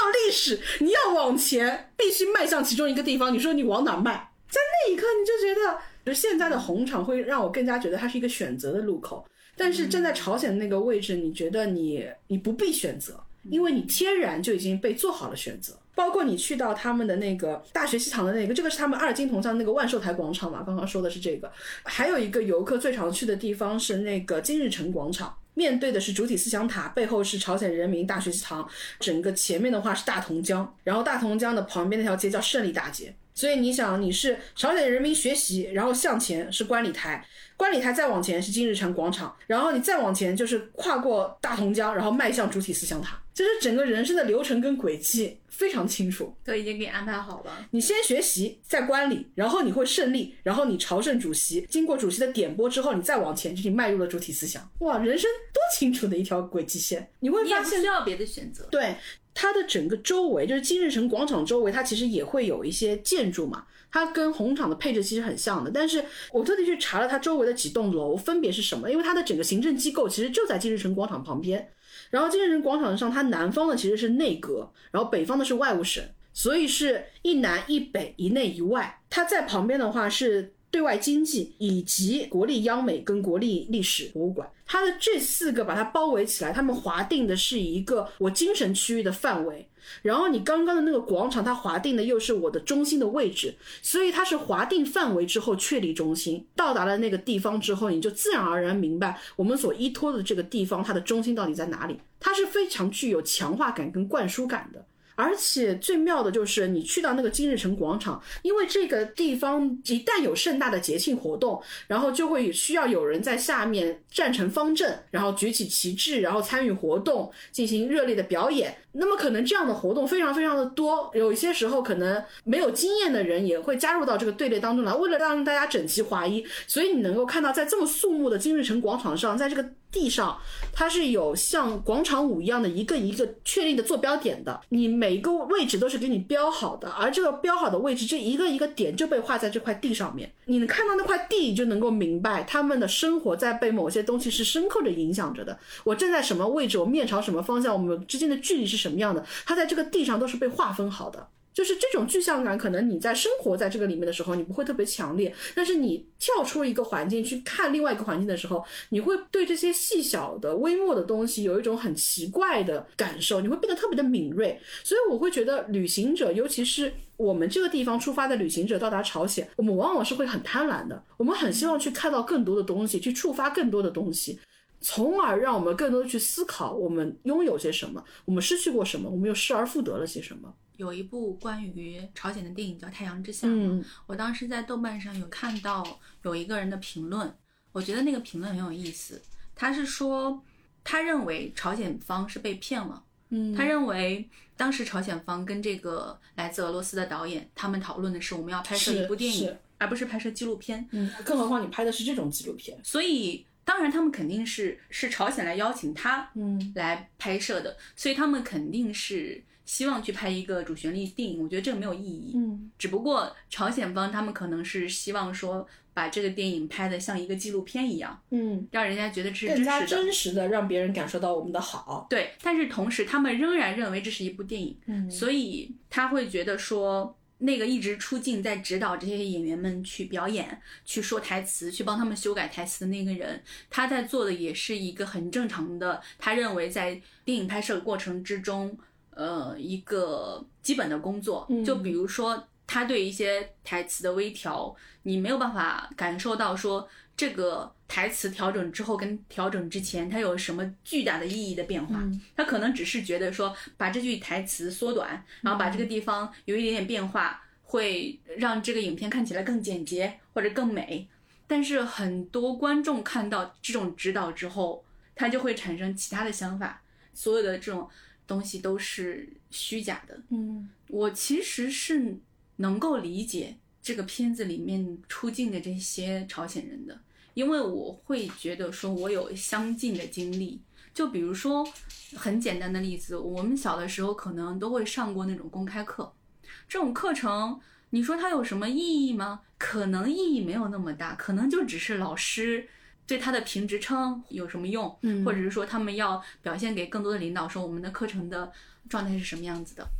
始，你要往前必须迈向其中一个地方，你说你往哪迈，在那一刻你就觉得就现在的红场会让我更加觉得它是一个选择的路口，但是站在朝鲜的那个位置，你觉得你你不必选择，因为你天然就已经被做好了选择。包括你去到他们的那个大学西堂的那个，这个是他们二金铜像那个万寿台广场嘛，刚刚说的是这个。还有一个游客最常去的地方是那个金日成广场，面对的是主体思想塔，背后是朝鲜人民大学西堂，整个前面的话是大同江，然后大同江的旁边那条街叫胜利大街。所以你想，你是朝鲜人民学习，然后向前是观礼台，观礼台再往前是金日成广场，然后你再往前就是跨过大同江，然后迈向主体思想塔，就是整个人生的流程跟轨迹非常清楚， 都已经给你安排好了。 你先学习，再观礼，然后你会胜利，然后你朝圣主席，经过主席的点拨之后，你再往前，就你迈入了主体思想。哇，人生多清楚的一条轨迹线，你会发现你也不需要别的选择。 对。它的整个周围就是金日成广场周围，它其实也会有一些建筑嘛，它跟红场的配置其实很像的，但是我特地去查了它周围的几栋楼分别是什么，因为它的整个行政机构其实就在金日成广场旁边，然后金日成广场上它南方的其实是内阁，然后北方的是外务省，所以是一南一北一内一外，它在旁边的话是对外经济以及国立央美跟国立历史博物馆，它的这四个把它包围起来，他们划定的是一个我精神区域的范围，然后你刚刚的那个广场它划定的又是我的中心的位置，所以它是划定范围之后确立中心，到达了那个地方之后，你就自然而然明白我们所依托的这个地方它的中心到底在哪里，它是非常具有强化感跟灌输感的。而且最妙的就是你去到那个金日成广场，因为这个地方一旦有盛大的节庆活动，然后就会需要有人在下面站成方阵，然后举起旗帜，然后参与活动，进行热烈的表演。那么可能这样的活动非常非常的多，有一些时候可能没有经验的人也会加入到这个队列当中来，为了让大家整齐划一，所以你能够看到在这么肃穆的金日成广场上，在这个地上它是有像广场舞一样的一个一个确定的坐标点的，你每一个位置都是给你标好的，而这个标好的位置这一个一个点就被画在这块地上面，你能看到那块地，你就能够明白他们的生活在被某些东西是深刻的影响着的。我站在什么位置，我面朝什么方向，我们之间的距离是什么样的，它在这个地上都是被划分好的。就是这种具象感，可能你在生活在这个里面的时候你不会特别强烈，但是你跳出一个环境去看另外一个环境的时候，你会对这些细小的微末的东西有一种很奇怪的感受，你会变得特别的敏锐。所以我会觉得旅行者，尤其是我们这个地方出发的旅行者到达朝鲜，我们往往是会很贪婪的，我们很希望去看到更多的东西，去触发更多的东西，从而让我们更多的去思考我们拥有些什么，我们失去过什么，我们又失而复得了些什么。 有一部关于朝鲜的电影叫《太阳之下》， 嗯， 我当时在豆瓣上有看到有一个人的评论，我觉得那个评论很有意思。他是说，他认为朝鲜方是被骗了，嗯，他认为当时朝鲜方跟这个来自俄罗斯的导演，他们讨论的是我们要拍摄一部电影，而不是拍摄纪录片， 嗯，更何况你拍的是这种纪录片， 所以。当然他们肯定是是朝鲜来邀请他嗯来拍摄的、嗯、所以他们肯定是希望去拍一个主旋律电影，我觉得这个没有意义，嗯，只不过朝鲜方他们可能是希望说把这个电影拍得像一个纪录片一样，嗯，让人家觉得这是真实的， 更加真实的让别人感受到我们的好， 对，但是同时他们仍然认为这是一部电影，嗯，所以他会觉得说那个一直出镜在指导这些演员们去表演去说台词去帮他们修改台词的那个人，他在做的也是一个很正常的，他认为在电影拍摄过程之中呃，一个基本的工作、嗯、就比如说他对一些台词的微调，你没有办法感受到说这个台词调整之后跟调整之前它有什么巨大的意义的变化、嗯、他可能只是觉得说把这句台词缩短，然后把这个地方有一点点变化、嗯、会让这个影片看起来更简洁或者更美，但是很多观众看到这种指导之后他就会产生其他的想法，所有的这种东西都是虚假的。嗯，我其实是能够理解这个片子里面出镜的这些朝鲜人的，因为我会觉得说我有相近的经历。就比如说很简单的例子，我们小的时候可能都会上过那种公开课，这种课程你说它有什么意义吗？可能意义没有那么大，可能就只是老师对他的评职称有什么用、嗯、或者是说他们要表现给更多的领导说我们的课程的状态是什么样子的。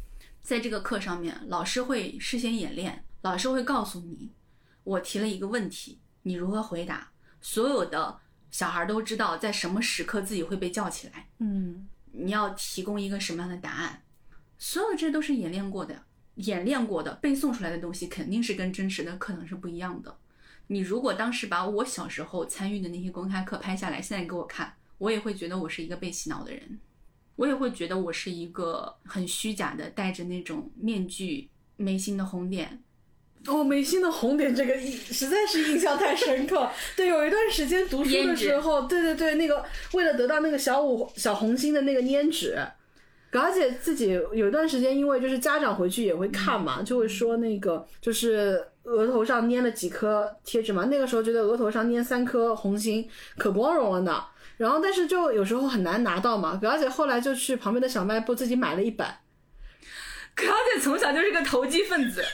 在这个课上面，老师会事先演练，老师会告诉你，我提了一个问题，你如何回答，所有的小孩都知道在什么时刻自己会被叫起来， 嗯， 你要提供一个什么样的答案，所有这都是演练过的，演练过的背诵出来的东西肯定是跟真实的课堂是不一样的。你如果当时把我小时候参与的那些公开课拍下来，现在给我看，我也会觉得我是一个被洗脑的人，我也会觉得我是一个很虚假的戴着那种面具眉心的红点。 哦，眉心的红点这个实在是印象太深刻。对，有一段时间读书的时候，对对对，那个为了得到那个小五小红心的那个粘纸，而且自己有一段时间因为就是家长回去也会看嘛，就会说那个就是额头上粘了几颗贴纸嘛，那个时候觉得额头上粘三颗红心可光荣了呢，然后但是就有时候很难拿到嘛，而且后来就去旁边的小卖部自己买了一本。 可而且从小就是个投机分子。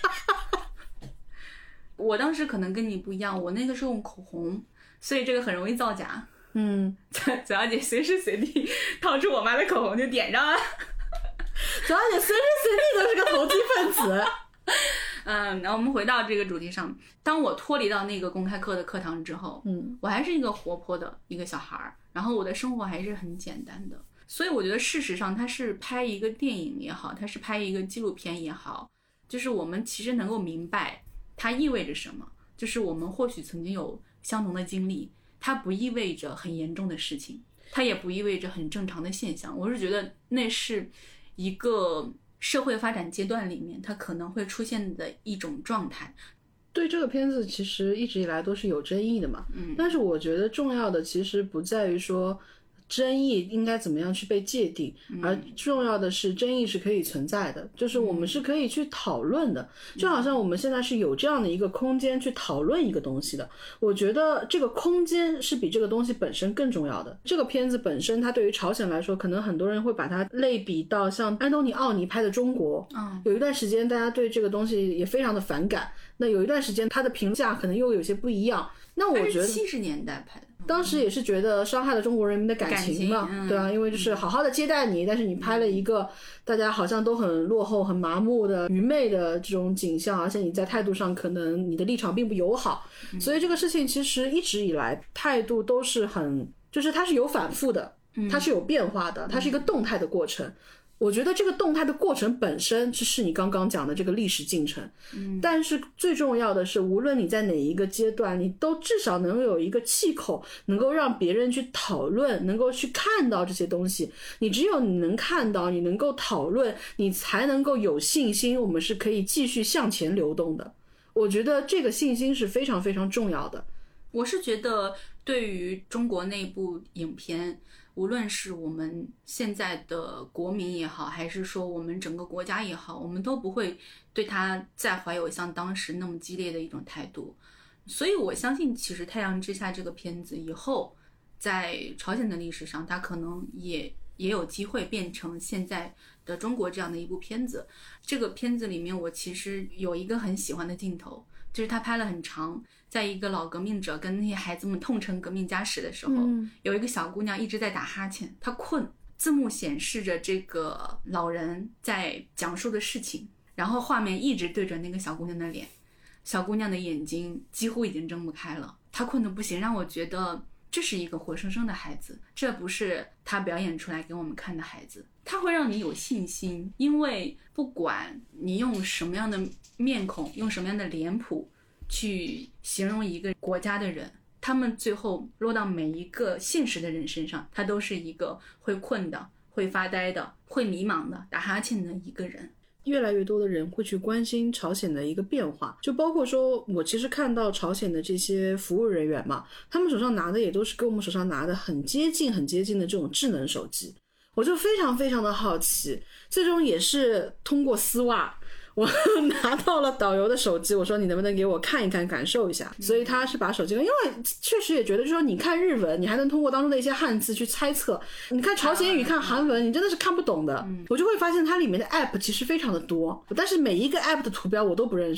我当时可能跟你不一样，我那个是用口红，所以这个很容易造假。 嗯， 左小姐随时随地掏出我妈的口红就点上了。 左小姐随时随地都是个投机分子。 嗯，那我们回到这个主题上，当我脱离到那个公开课的课堂之后， 嗯， 我还是一个活泼的一个小孩，然后我的生活还是很简单的。所以我觉得事实上它是拍一个电影也好，它是拍一个纪录片也好，就是我们其实能够明白它意味着什么，就是我们或许曾经有相同的经历，它不意味着很严重的事情，它也不意味着很正常的现象。我是觉得那是一个社会发展阶段里面它可能会出现的一种状态。 对，这个片子其实一直以来都是有争议的嘛， 嗯， 但是我觉得重要的其实不在于说争议应该怎么样去被界定，而重要的是争议是可以存在的，就是我们是可以去讨论的，就好像我们现在是有这样的一个空间去讨论一个东西的。我觉得这个空间是比这个东西本身更重要的。这个片子本身它对于朝鲜来说，可能很多人会把它类比到像安东尼奥尼拍的中国， 嗯， 有一段时间大家对这个东西也非常的反感，那有一段时间它的评价可能又有些不一样。那我觉得七十年代拍的， 当时也是觉得伤害了中国人民的感情嘛， 感情嗯、 对啊，因为就是好好的接待你，但是你拍了一个大家好像都很落后、很麻木的愚昧的这种景象，而且你在态度上可能你的立场并不友好， 嗯、 所以这个事情其实一直以来态度都是很，就是它是有反复的，它是有变化的，它是一个动态的过程。我觉得这个动态的过程本身是你刚刚讲的这个历史进程，嗯，但是最重要的是，无论你在哪一个阶段，你都至少能有一个气口，能够让别人去讨论，能够去看到这些东西。你只有你能看到，你能够讨论，你才能够有信心，我们是可以继续向前流动的。我觉得这个信心是非常非常重要的。 我是觉得对于中国那部影片，无论是我们现在的国民也好，还是说我们整个国家也好，我们都不会对它再怀有像当时那么激烈的一种态度。所以我相信其实《太阳之下》这个片子以后在朝鲜的历史上，它可能也也有机会变成现在的中国这样的一部片子。这个片子里面我其实有一个很喜欢的镜头，就是他拍了很长，在一个老革命者跟那些孩子们痛陈革命家史的时候，嗯、有一个小姑娘一直在打哈欠，她困。字幕显示着这个老人在讲述的事情，然后画面一直对着那个小姑娘的脸，小姑娘的眼睛几乎已经睁不开了，她困得不行，让我觉得这是一个活生生的孩子，这不是她表演出来给我们看的孩子。它会让你有信心，因为不管你用什么样的面孔，用什么样的脸谱去形容一个国家的人，他们最后落到每一个现实的人身上，他都是一个会困的、会发呆的、会迷茫的、打哈欠的一个人。 越来越多的人会去关心朝鲜的一个变化，就包括说我其实看到朝鲜的这些服务人员嘛，他们手上拿的也都是跟我们手上拿的很接近很接近的这种智能手机，我就非常非常的好奇，最终也是通过丝袜我拿到了导游的手机，我说你能不能给我看一看感受一下，所以他是把手机，因为确实也觉得就是说你看日文你还能通过当中的一些汉字去猜测，你看朝鲜语看韩文你真的是看不懂的，我就会发现它里面的 app 其实非常的多，但是每一个 app 的图标我都不认识，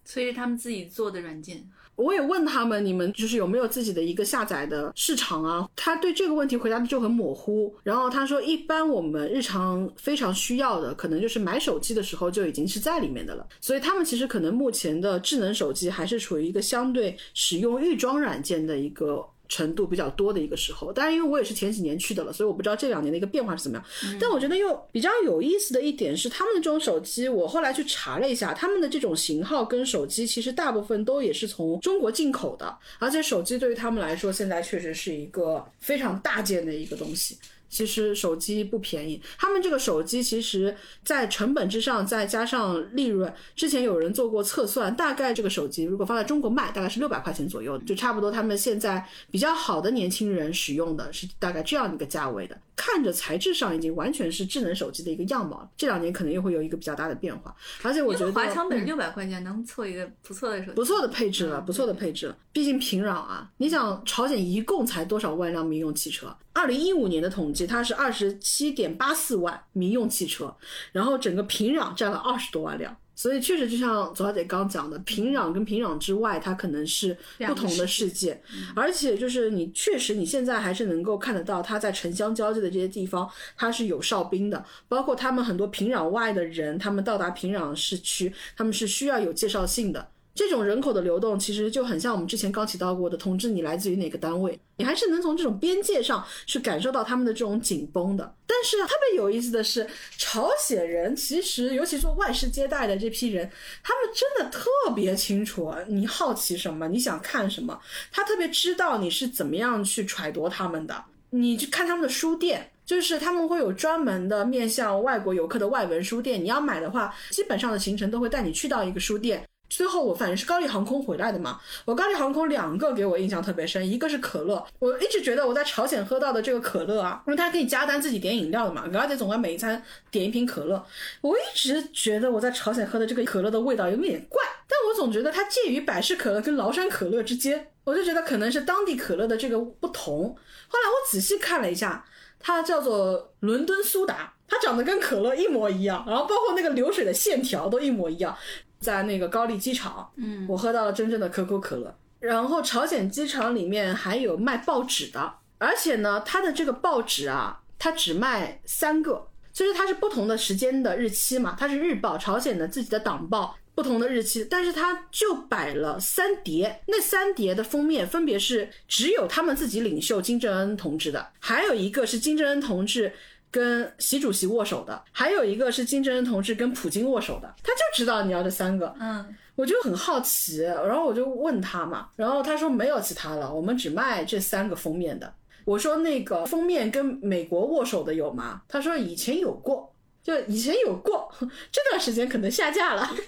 所以是他们自己做的软件。 我也问他们，你们就是有没有自己的一个下载的市场啊？他对这个问题回答的就很模糊。然后他说，一般我们日常非常需要的，可能就是买手机的时候就已经是在里面的了。所以他们其实可能目前的智能手机还是处于一个相对使用预装软件的一个程度比较多的一个时候。当然因为我也是前几年去的了，所以我不知道这两年的一个变化是怎么样、嗯、但我觉得又比较有意思的一点是，他们的这种手机我后来去查了一下，他们的这种型号跟手机其实大部分都也是从中国进口的，而且手机对于他们来说现在确实是一个非常大件的一个东西。其实手机不便宜，他们这个手机其实在成本之上再加上利润，之前有人做过测算，大概这个手机如果放在中国卖大概是六百块钱左右，就差不多他们现在比较好的年轻人使用的是大概这样一个价位的，看着材质上已经完全是智能手机的一个样貌了，这两年可能又会有一个比较大的变化。而且我觉得华强北六百块钱能凑一个不错的手机， 不错的配置了，不错的配置了。毕竟平壤啊，你想朝鲜一共才多少万辆民用汽车？二零一五年的统计，它是二十七点八四万民用汽车，然后整个平壤占了二十多万辆。所以确实就像左小姐刚讲的，平壤跟平壤之外它可能是不同的世界、嗯、而且就是你确实你现在还是能够看得到它在城乡交界的这些地方它是有哨兵的，包括他们很多平壤外的人，他们到达平壤市区他们是需要有介绍信的。这种人口的流动其实就很像我们之前刚提到过的统治你来自于哪个单位，你还是能从这种边界上去感受到他们的这种紧绷的。但是特别有意思的是，朝鲜人其实尤其做外事接待的这批人，他们真的特别清楚你好奇什么，你想看什么，他特别知道你是怎么样去揣度他们的。你去看他们的书店，就是他们会有专门的面向外国游客的外文书店，你要买的话基本上的行程都会带你去到一个书店。最后我反正是高丽航空回来的嘛，我高丽航空两个给我印象特别深，一个是可乐，我一直觉得我在朝鲜喝到的这个可乐啊，因为它可以加单自己点饮料的嘛，而且总归每一餐点一瓶可乐，我一直觉得我在朝鲜喝的这个可乐的味道有点怪，但我总觉得它介于百事可乐跟崂山可乐之间，我就觉得可能是当地可乐的这个不同。后来我仔细看了一下，它叫做伦敦苏打，它长得跟可乐一模一样，然后包括那个流水的线条都一模一样。在那个高丽机场，嗯，我喝到了真正的可口可乐。然后朝鲜机场里面还有卖报纸的，而且呢它的这个报纸啊，它只卖三个，就是它是不同的时间的日期嘛，它是日报，朝鲜的自己的党报，不同的日期，但是它就摆了三叠，那三叠的封面分别是只有他们自己领袖金正恩同志的，还有一个是金正恩同志跟习主席握手的，还有一个是金正恩同志跟普京握手的，他就知道你要这三个。嗯，我就很好奇，然后我就问他嘛，然后他说没有其他了，我们只卖这三个封面的。我说那个封面跟美国握手的有吗？他说以前有过，就以前有过，这段时间可能下架了。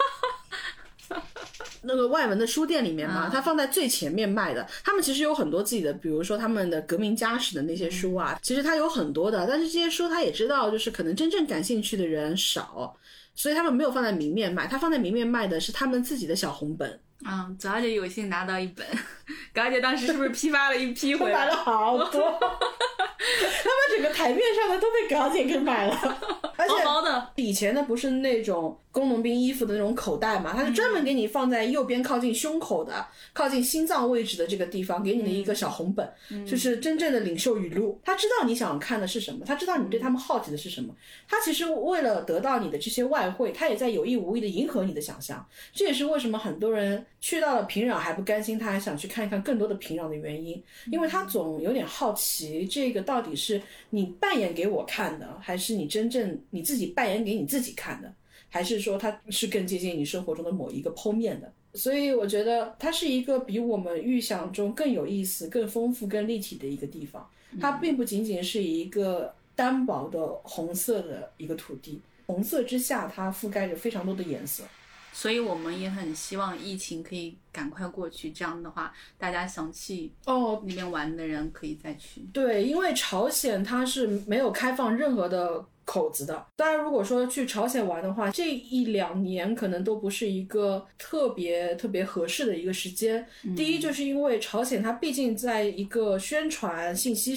那个外文的书店里面嘛，它放在最前面卖的，他们其实有很多自己的，比如说他们的革命家史的那些书啊，其实它有很多的，但是这些书他也知道就是可能真正感兴趣的人少，所以他们没有放在明面卖，他放在明面卖的是他们自己的小红本。 嗯，左小姐有幸拿到一本，高小姐当时是不是批发了一批回来？ 买了好多，他们整个台面上的都被高小姐给买了，而且薄薄的。 以前的不是那种工农兵衣服的那种口袋嘛，它是专门给你放在右边靠近胸口的、嗯、靠近心脏位置的这个地方，给你的一个小红本、嗯、就是真正的领袖语录。他知道你想看的是什么，他知道你对他们好奇的是什么，他其实为了得到你的这些外汇，他也在有意无意的迎合你的想象。这也是为什么很多人去到了平壤还不甘心，他还想去看一看更多的平壤的原因，因为他总有点好奇，这个到底是你扮演给我看的，还是你真正你自己扮演给你自己看的，还是说它是更接近你生活中的某一个剖面的。所以我觉得它是一个比我们预想中更有意思、更丰富、更立体的一个地方。它并不仅仅是一个单薄的红色的一个土地，红色之下它覆盖着非常多的颜色。 所以我们也很希望疫情可以赶快过去，这样的话大家想去哦那边玩的人可以再去、哦、 对，因为朝鲜它是没有开放任何的口子的，当然如果说去朝鲜玩的话，这一两年可能都不是一个特别特别合适的一个时间、嗯、第一就是因为朝鲜它毕竟在一个宣传信息上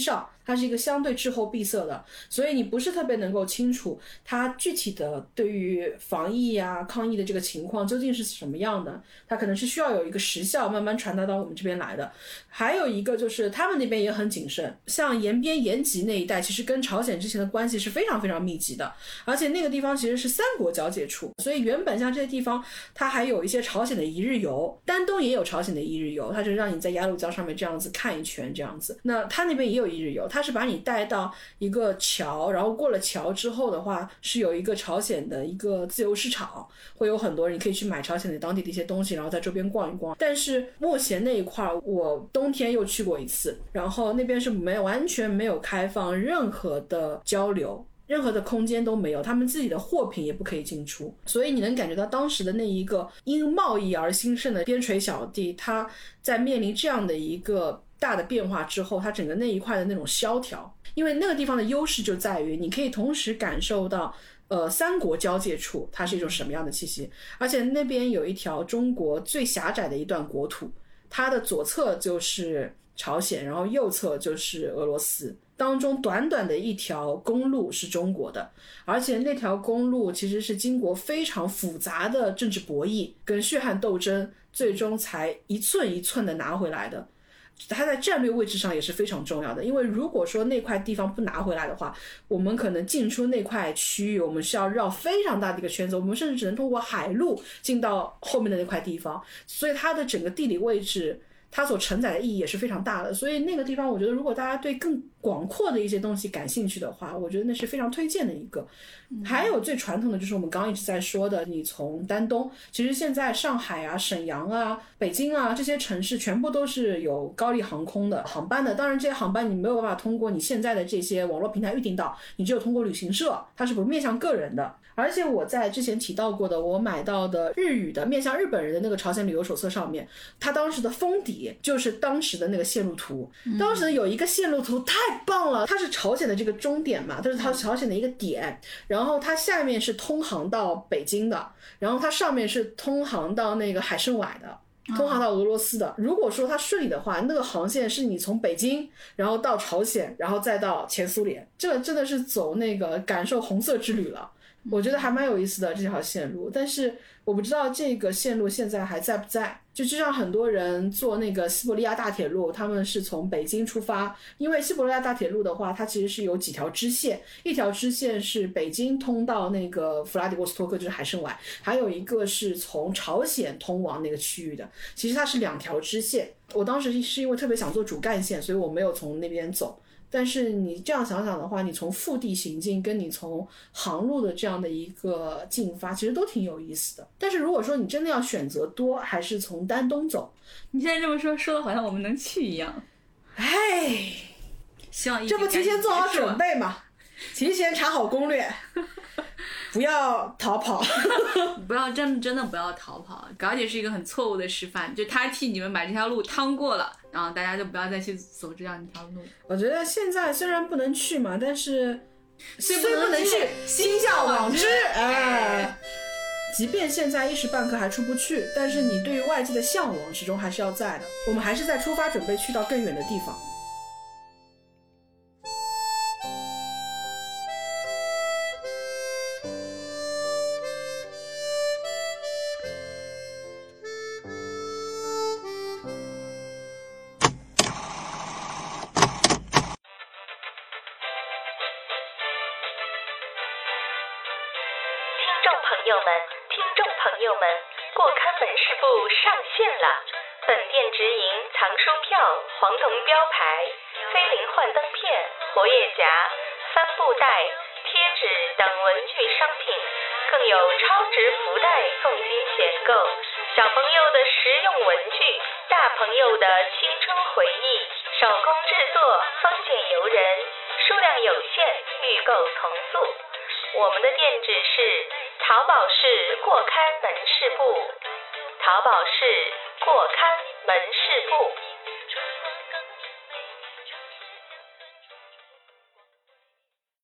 它是一个相对滞后闭塞的，所以你不是特别能够清楚它具体的对于防疫啊抗疫的这个情况究竟是什么样的，它可能是需要有一个时效慢慢传达到我们这边来的。还有一个就是他们那边也很谨慎，像延边延吉那一带其实跟朝鲜之前的关系是非常非常密集的，而且那个地方其实是三国交界处，所以原本像这些地方它还有一些朝鲜的一日游，丹东也有朝鲜的一日游，它就让你在鸭绿江上面这样子看一圈这样子。那它那边也有一日游，它是把你带到一个桥，然后过了桥之后的话是有一个朝鲜的一个自由市场，会有很多人你可以去买朝鲜的当地的一些东西，然后在周边逛一逛。但是莫贤那一块我冬天又去过一次，然后那边是没有完全没有开放任何的交流，任何的空间都没有，他们自己的货品也不可以进出，所以你能感觉到当时的那一个因贸易而兴盛的边陲小地，它在面临这样的一个大的变化之后，它整个那一块的那种萧条。因为那个地方的优势就在于你可以同时感受到呃，三国交界处它是一种什么样的气息，而且那边有一条中国最狭窄的一段国土，它的左侧就是朝鲜，然后右侧就是俄罗斯，当中短短的一条公路是中国的，而且那条公路其实是经过非常复杂的政治博弈跟血汗斗争，最终才一寸一寸的拿回来的。它在战略位置上也是非常重要的，因为如果说那块地方不拿回来的话，我们可能进出那块区域我们需要绕非常大的一个圈子，我们甚至只能通过海路进到后面的那块地方，所以它的整个地理位置它所承载的意义也是非常大的。所以那个地方我觉得如果大家对更广阔的一些东西感兴趣的话，我觉得那是非常推荐的一个。还有最传统的就是我们刚刚一直在说的，你从丹东，其实现在上海啊、沈阳啊、北京啊这些城市全部都是有高丽航空的航班的，当然这些航班你没有办法通过你现在的这些网络平台预订到，你只有通过旅行社，它是不面向个人的。而且我在之前提到过的我买到的日语的面向日本人的那个朝鲜旅游手册上面，它当时的封底就是当时的那个线路图，当时有一个线路图太棒了，它是朝鲜的这个终点嘛，它是它朝鲜的一个点，然后它下面是通航到北京的，然后它上面是通航到那个海参崴的，通航到俄罗斯的。如果说它顺利的话，那个航线是你从北京然后到朝鲜，然后再到前苏联，这个真的是走那个感受红色之旅了，我觉得还蛮有意思的这条线路。但是我不知道这个线路现在还在不在，就就像很多人坐那个西伯利亚大铁路，他们是从北京出发，因为西伯利亚大铁路的话它其实是有几条支线，一条支线是北京通到那个弗拉迪沃斯托克，就是海参崴，还有一个是从朝鲜通往那个区域的，其实它是两条支线。我当时是因为特别想做主干线，所以我没有从那边走，但是你这样想想的话，你从腹地行进跟你从航路的这样的一个进发其实都挺有意思的。但是如果说你真的要选择多，还是从丹东走。 你现在这么说，说的好像我们能去一样。 哎， 希望这不提前做好准备嘛，提前查好攻略，不要逃跑。 不要真的真的不要逃跑。高姐是一个很错误的示范，就她替你们把这条路趟过了，然后大家就不要再去走这样一条路。 我觉得现在虽然不能去嘛，但是虽不能去，心向往之。 哎， 即便现在一时半刻还出不去，但是你对于外界的向往始终还是要在的。我们还是在出发，准备去到更远的地方。 朋友们，听众朋友们，过刊门市部上线了！本店直营藏书票、黄铜标牌、菲林幻灯片、活页夹、帆布袋、贴纸等文具商品，更有超值福袋送金选购，小朋友的实用文具，大朋友的青春回忆，手工制作，方便邮人，数量有限，预购从速。我们的店址是淘宝市过刊门市部，淘宝市过刊门市部。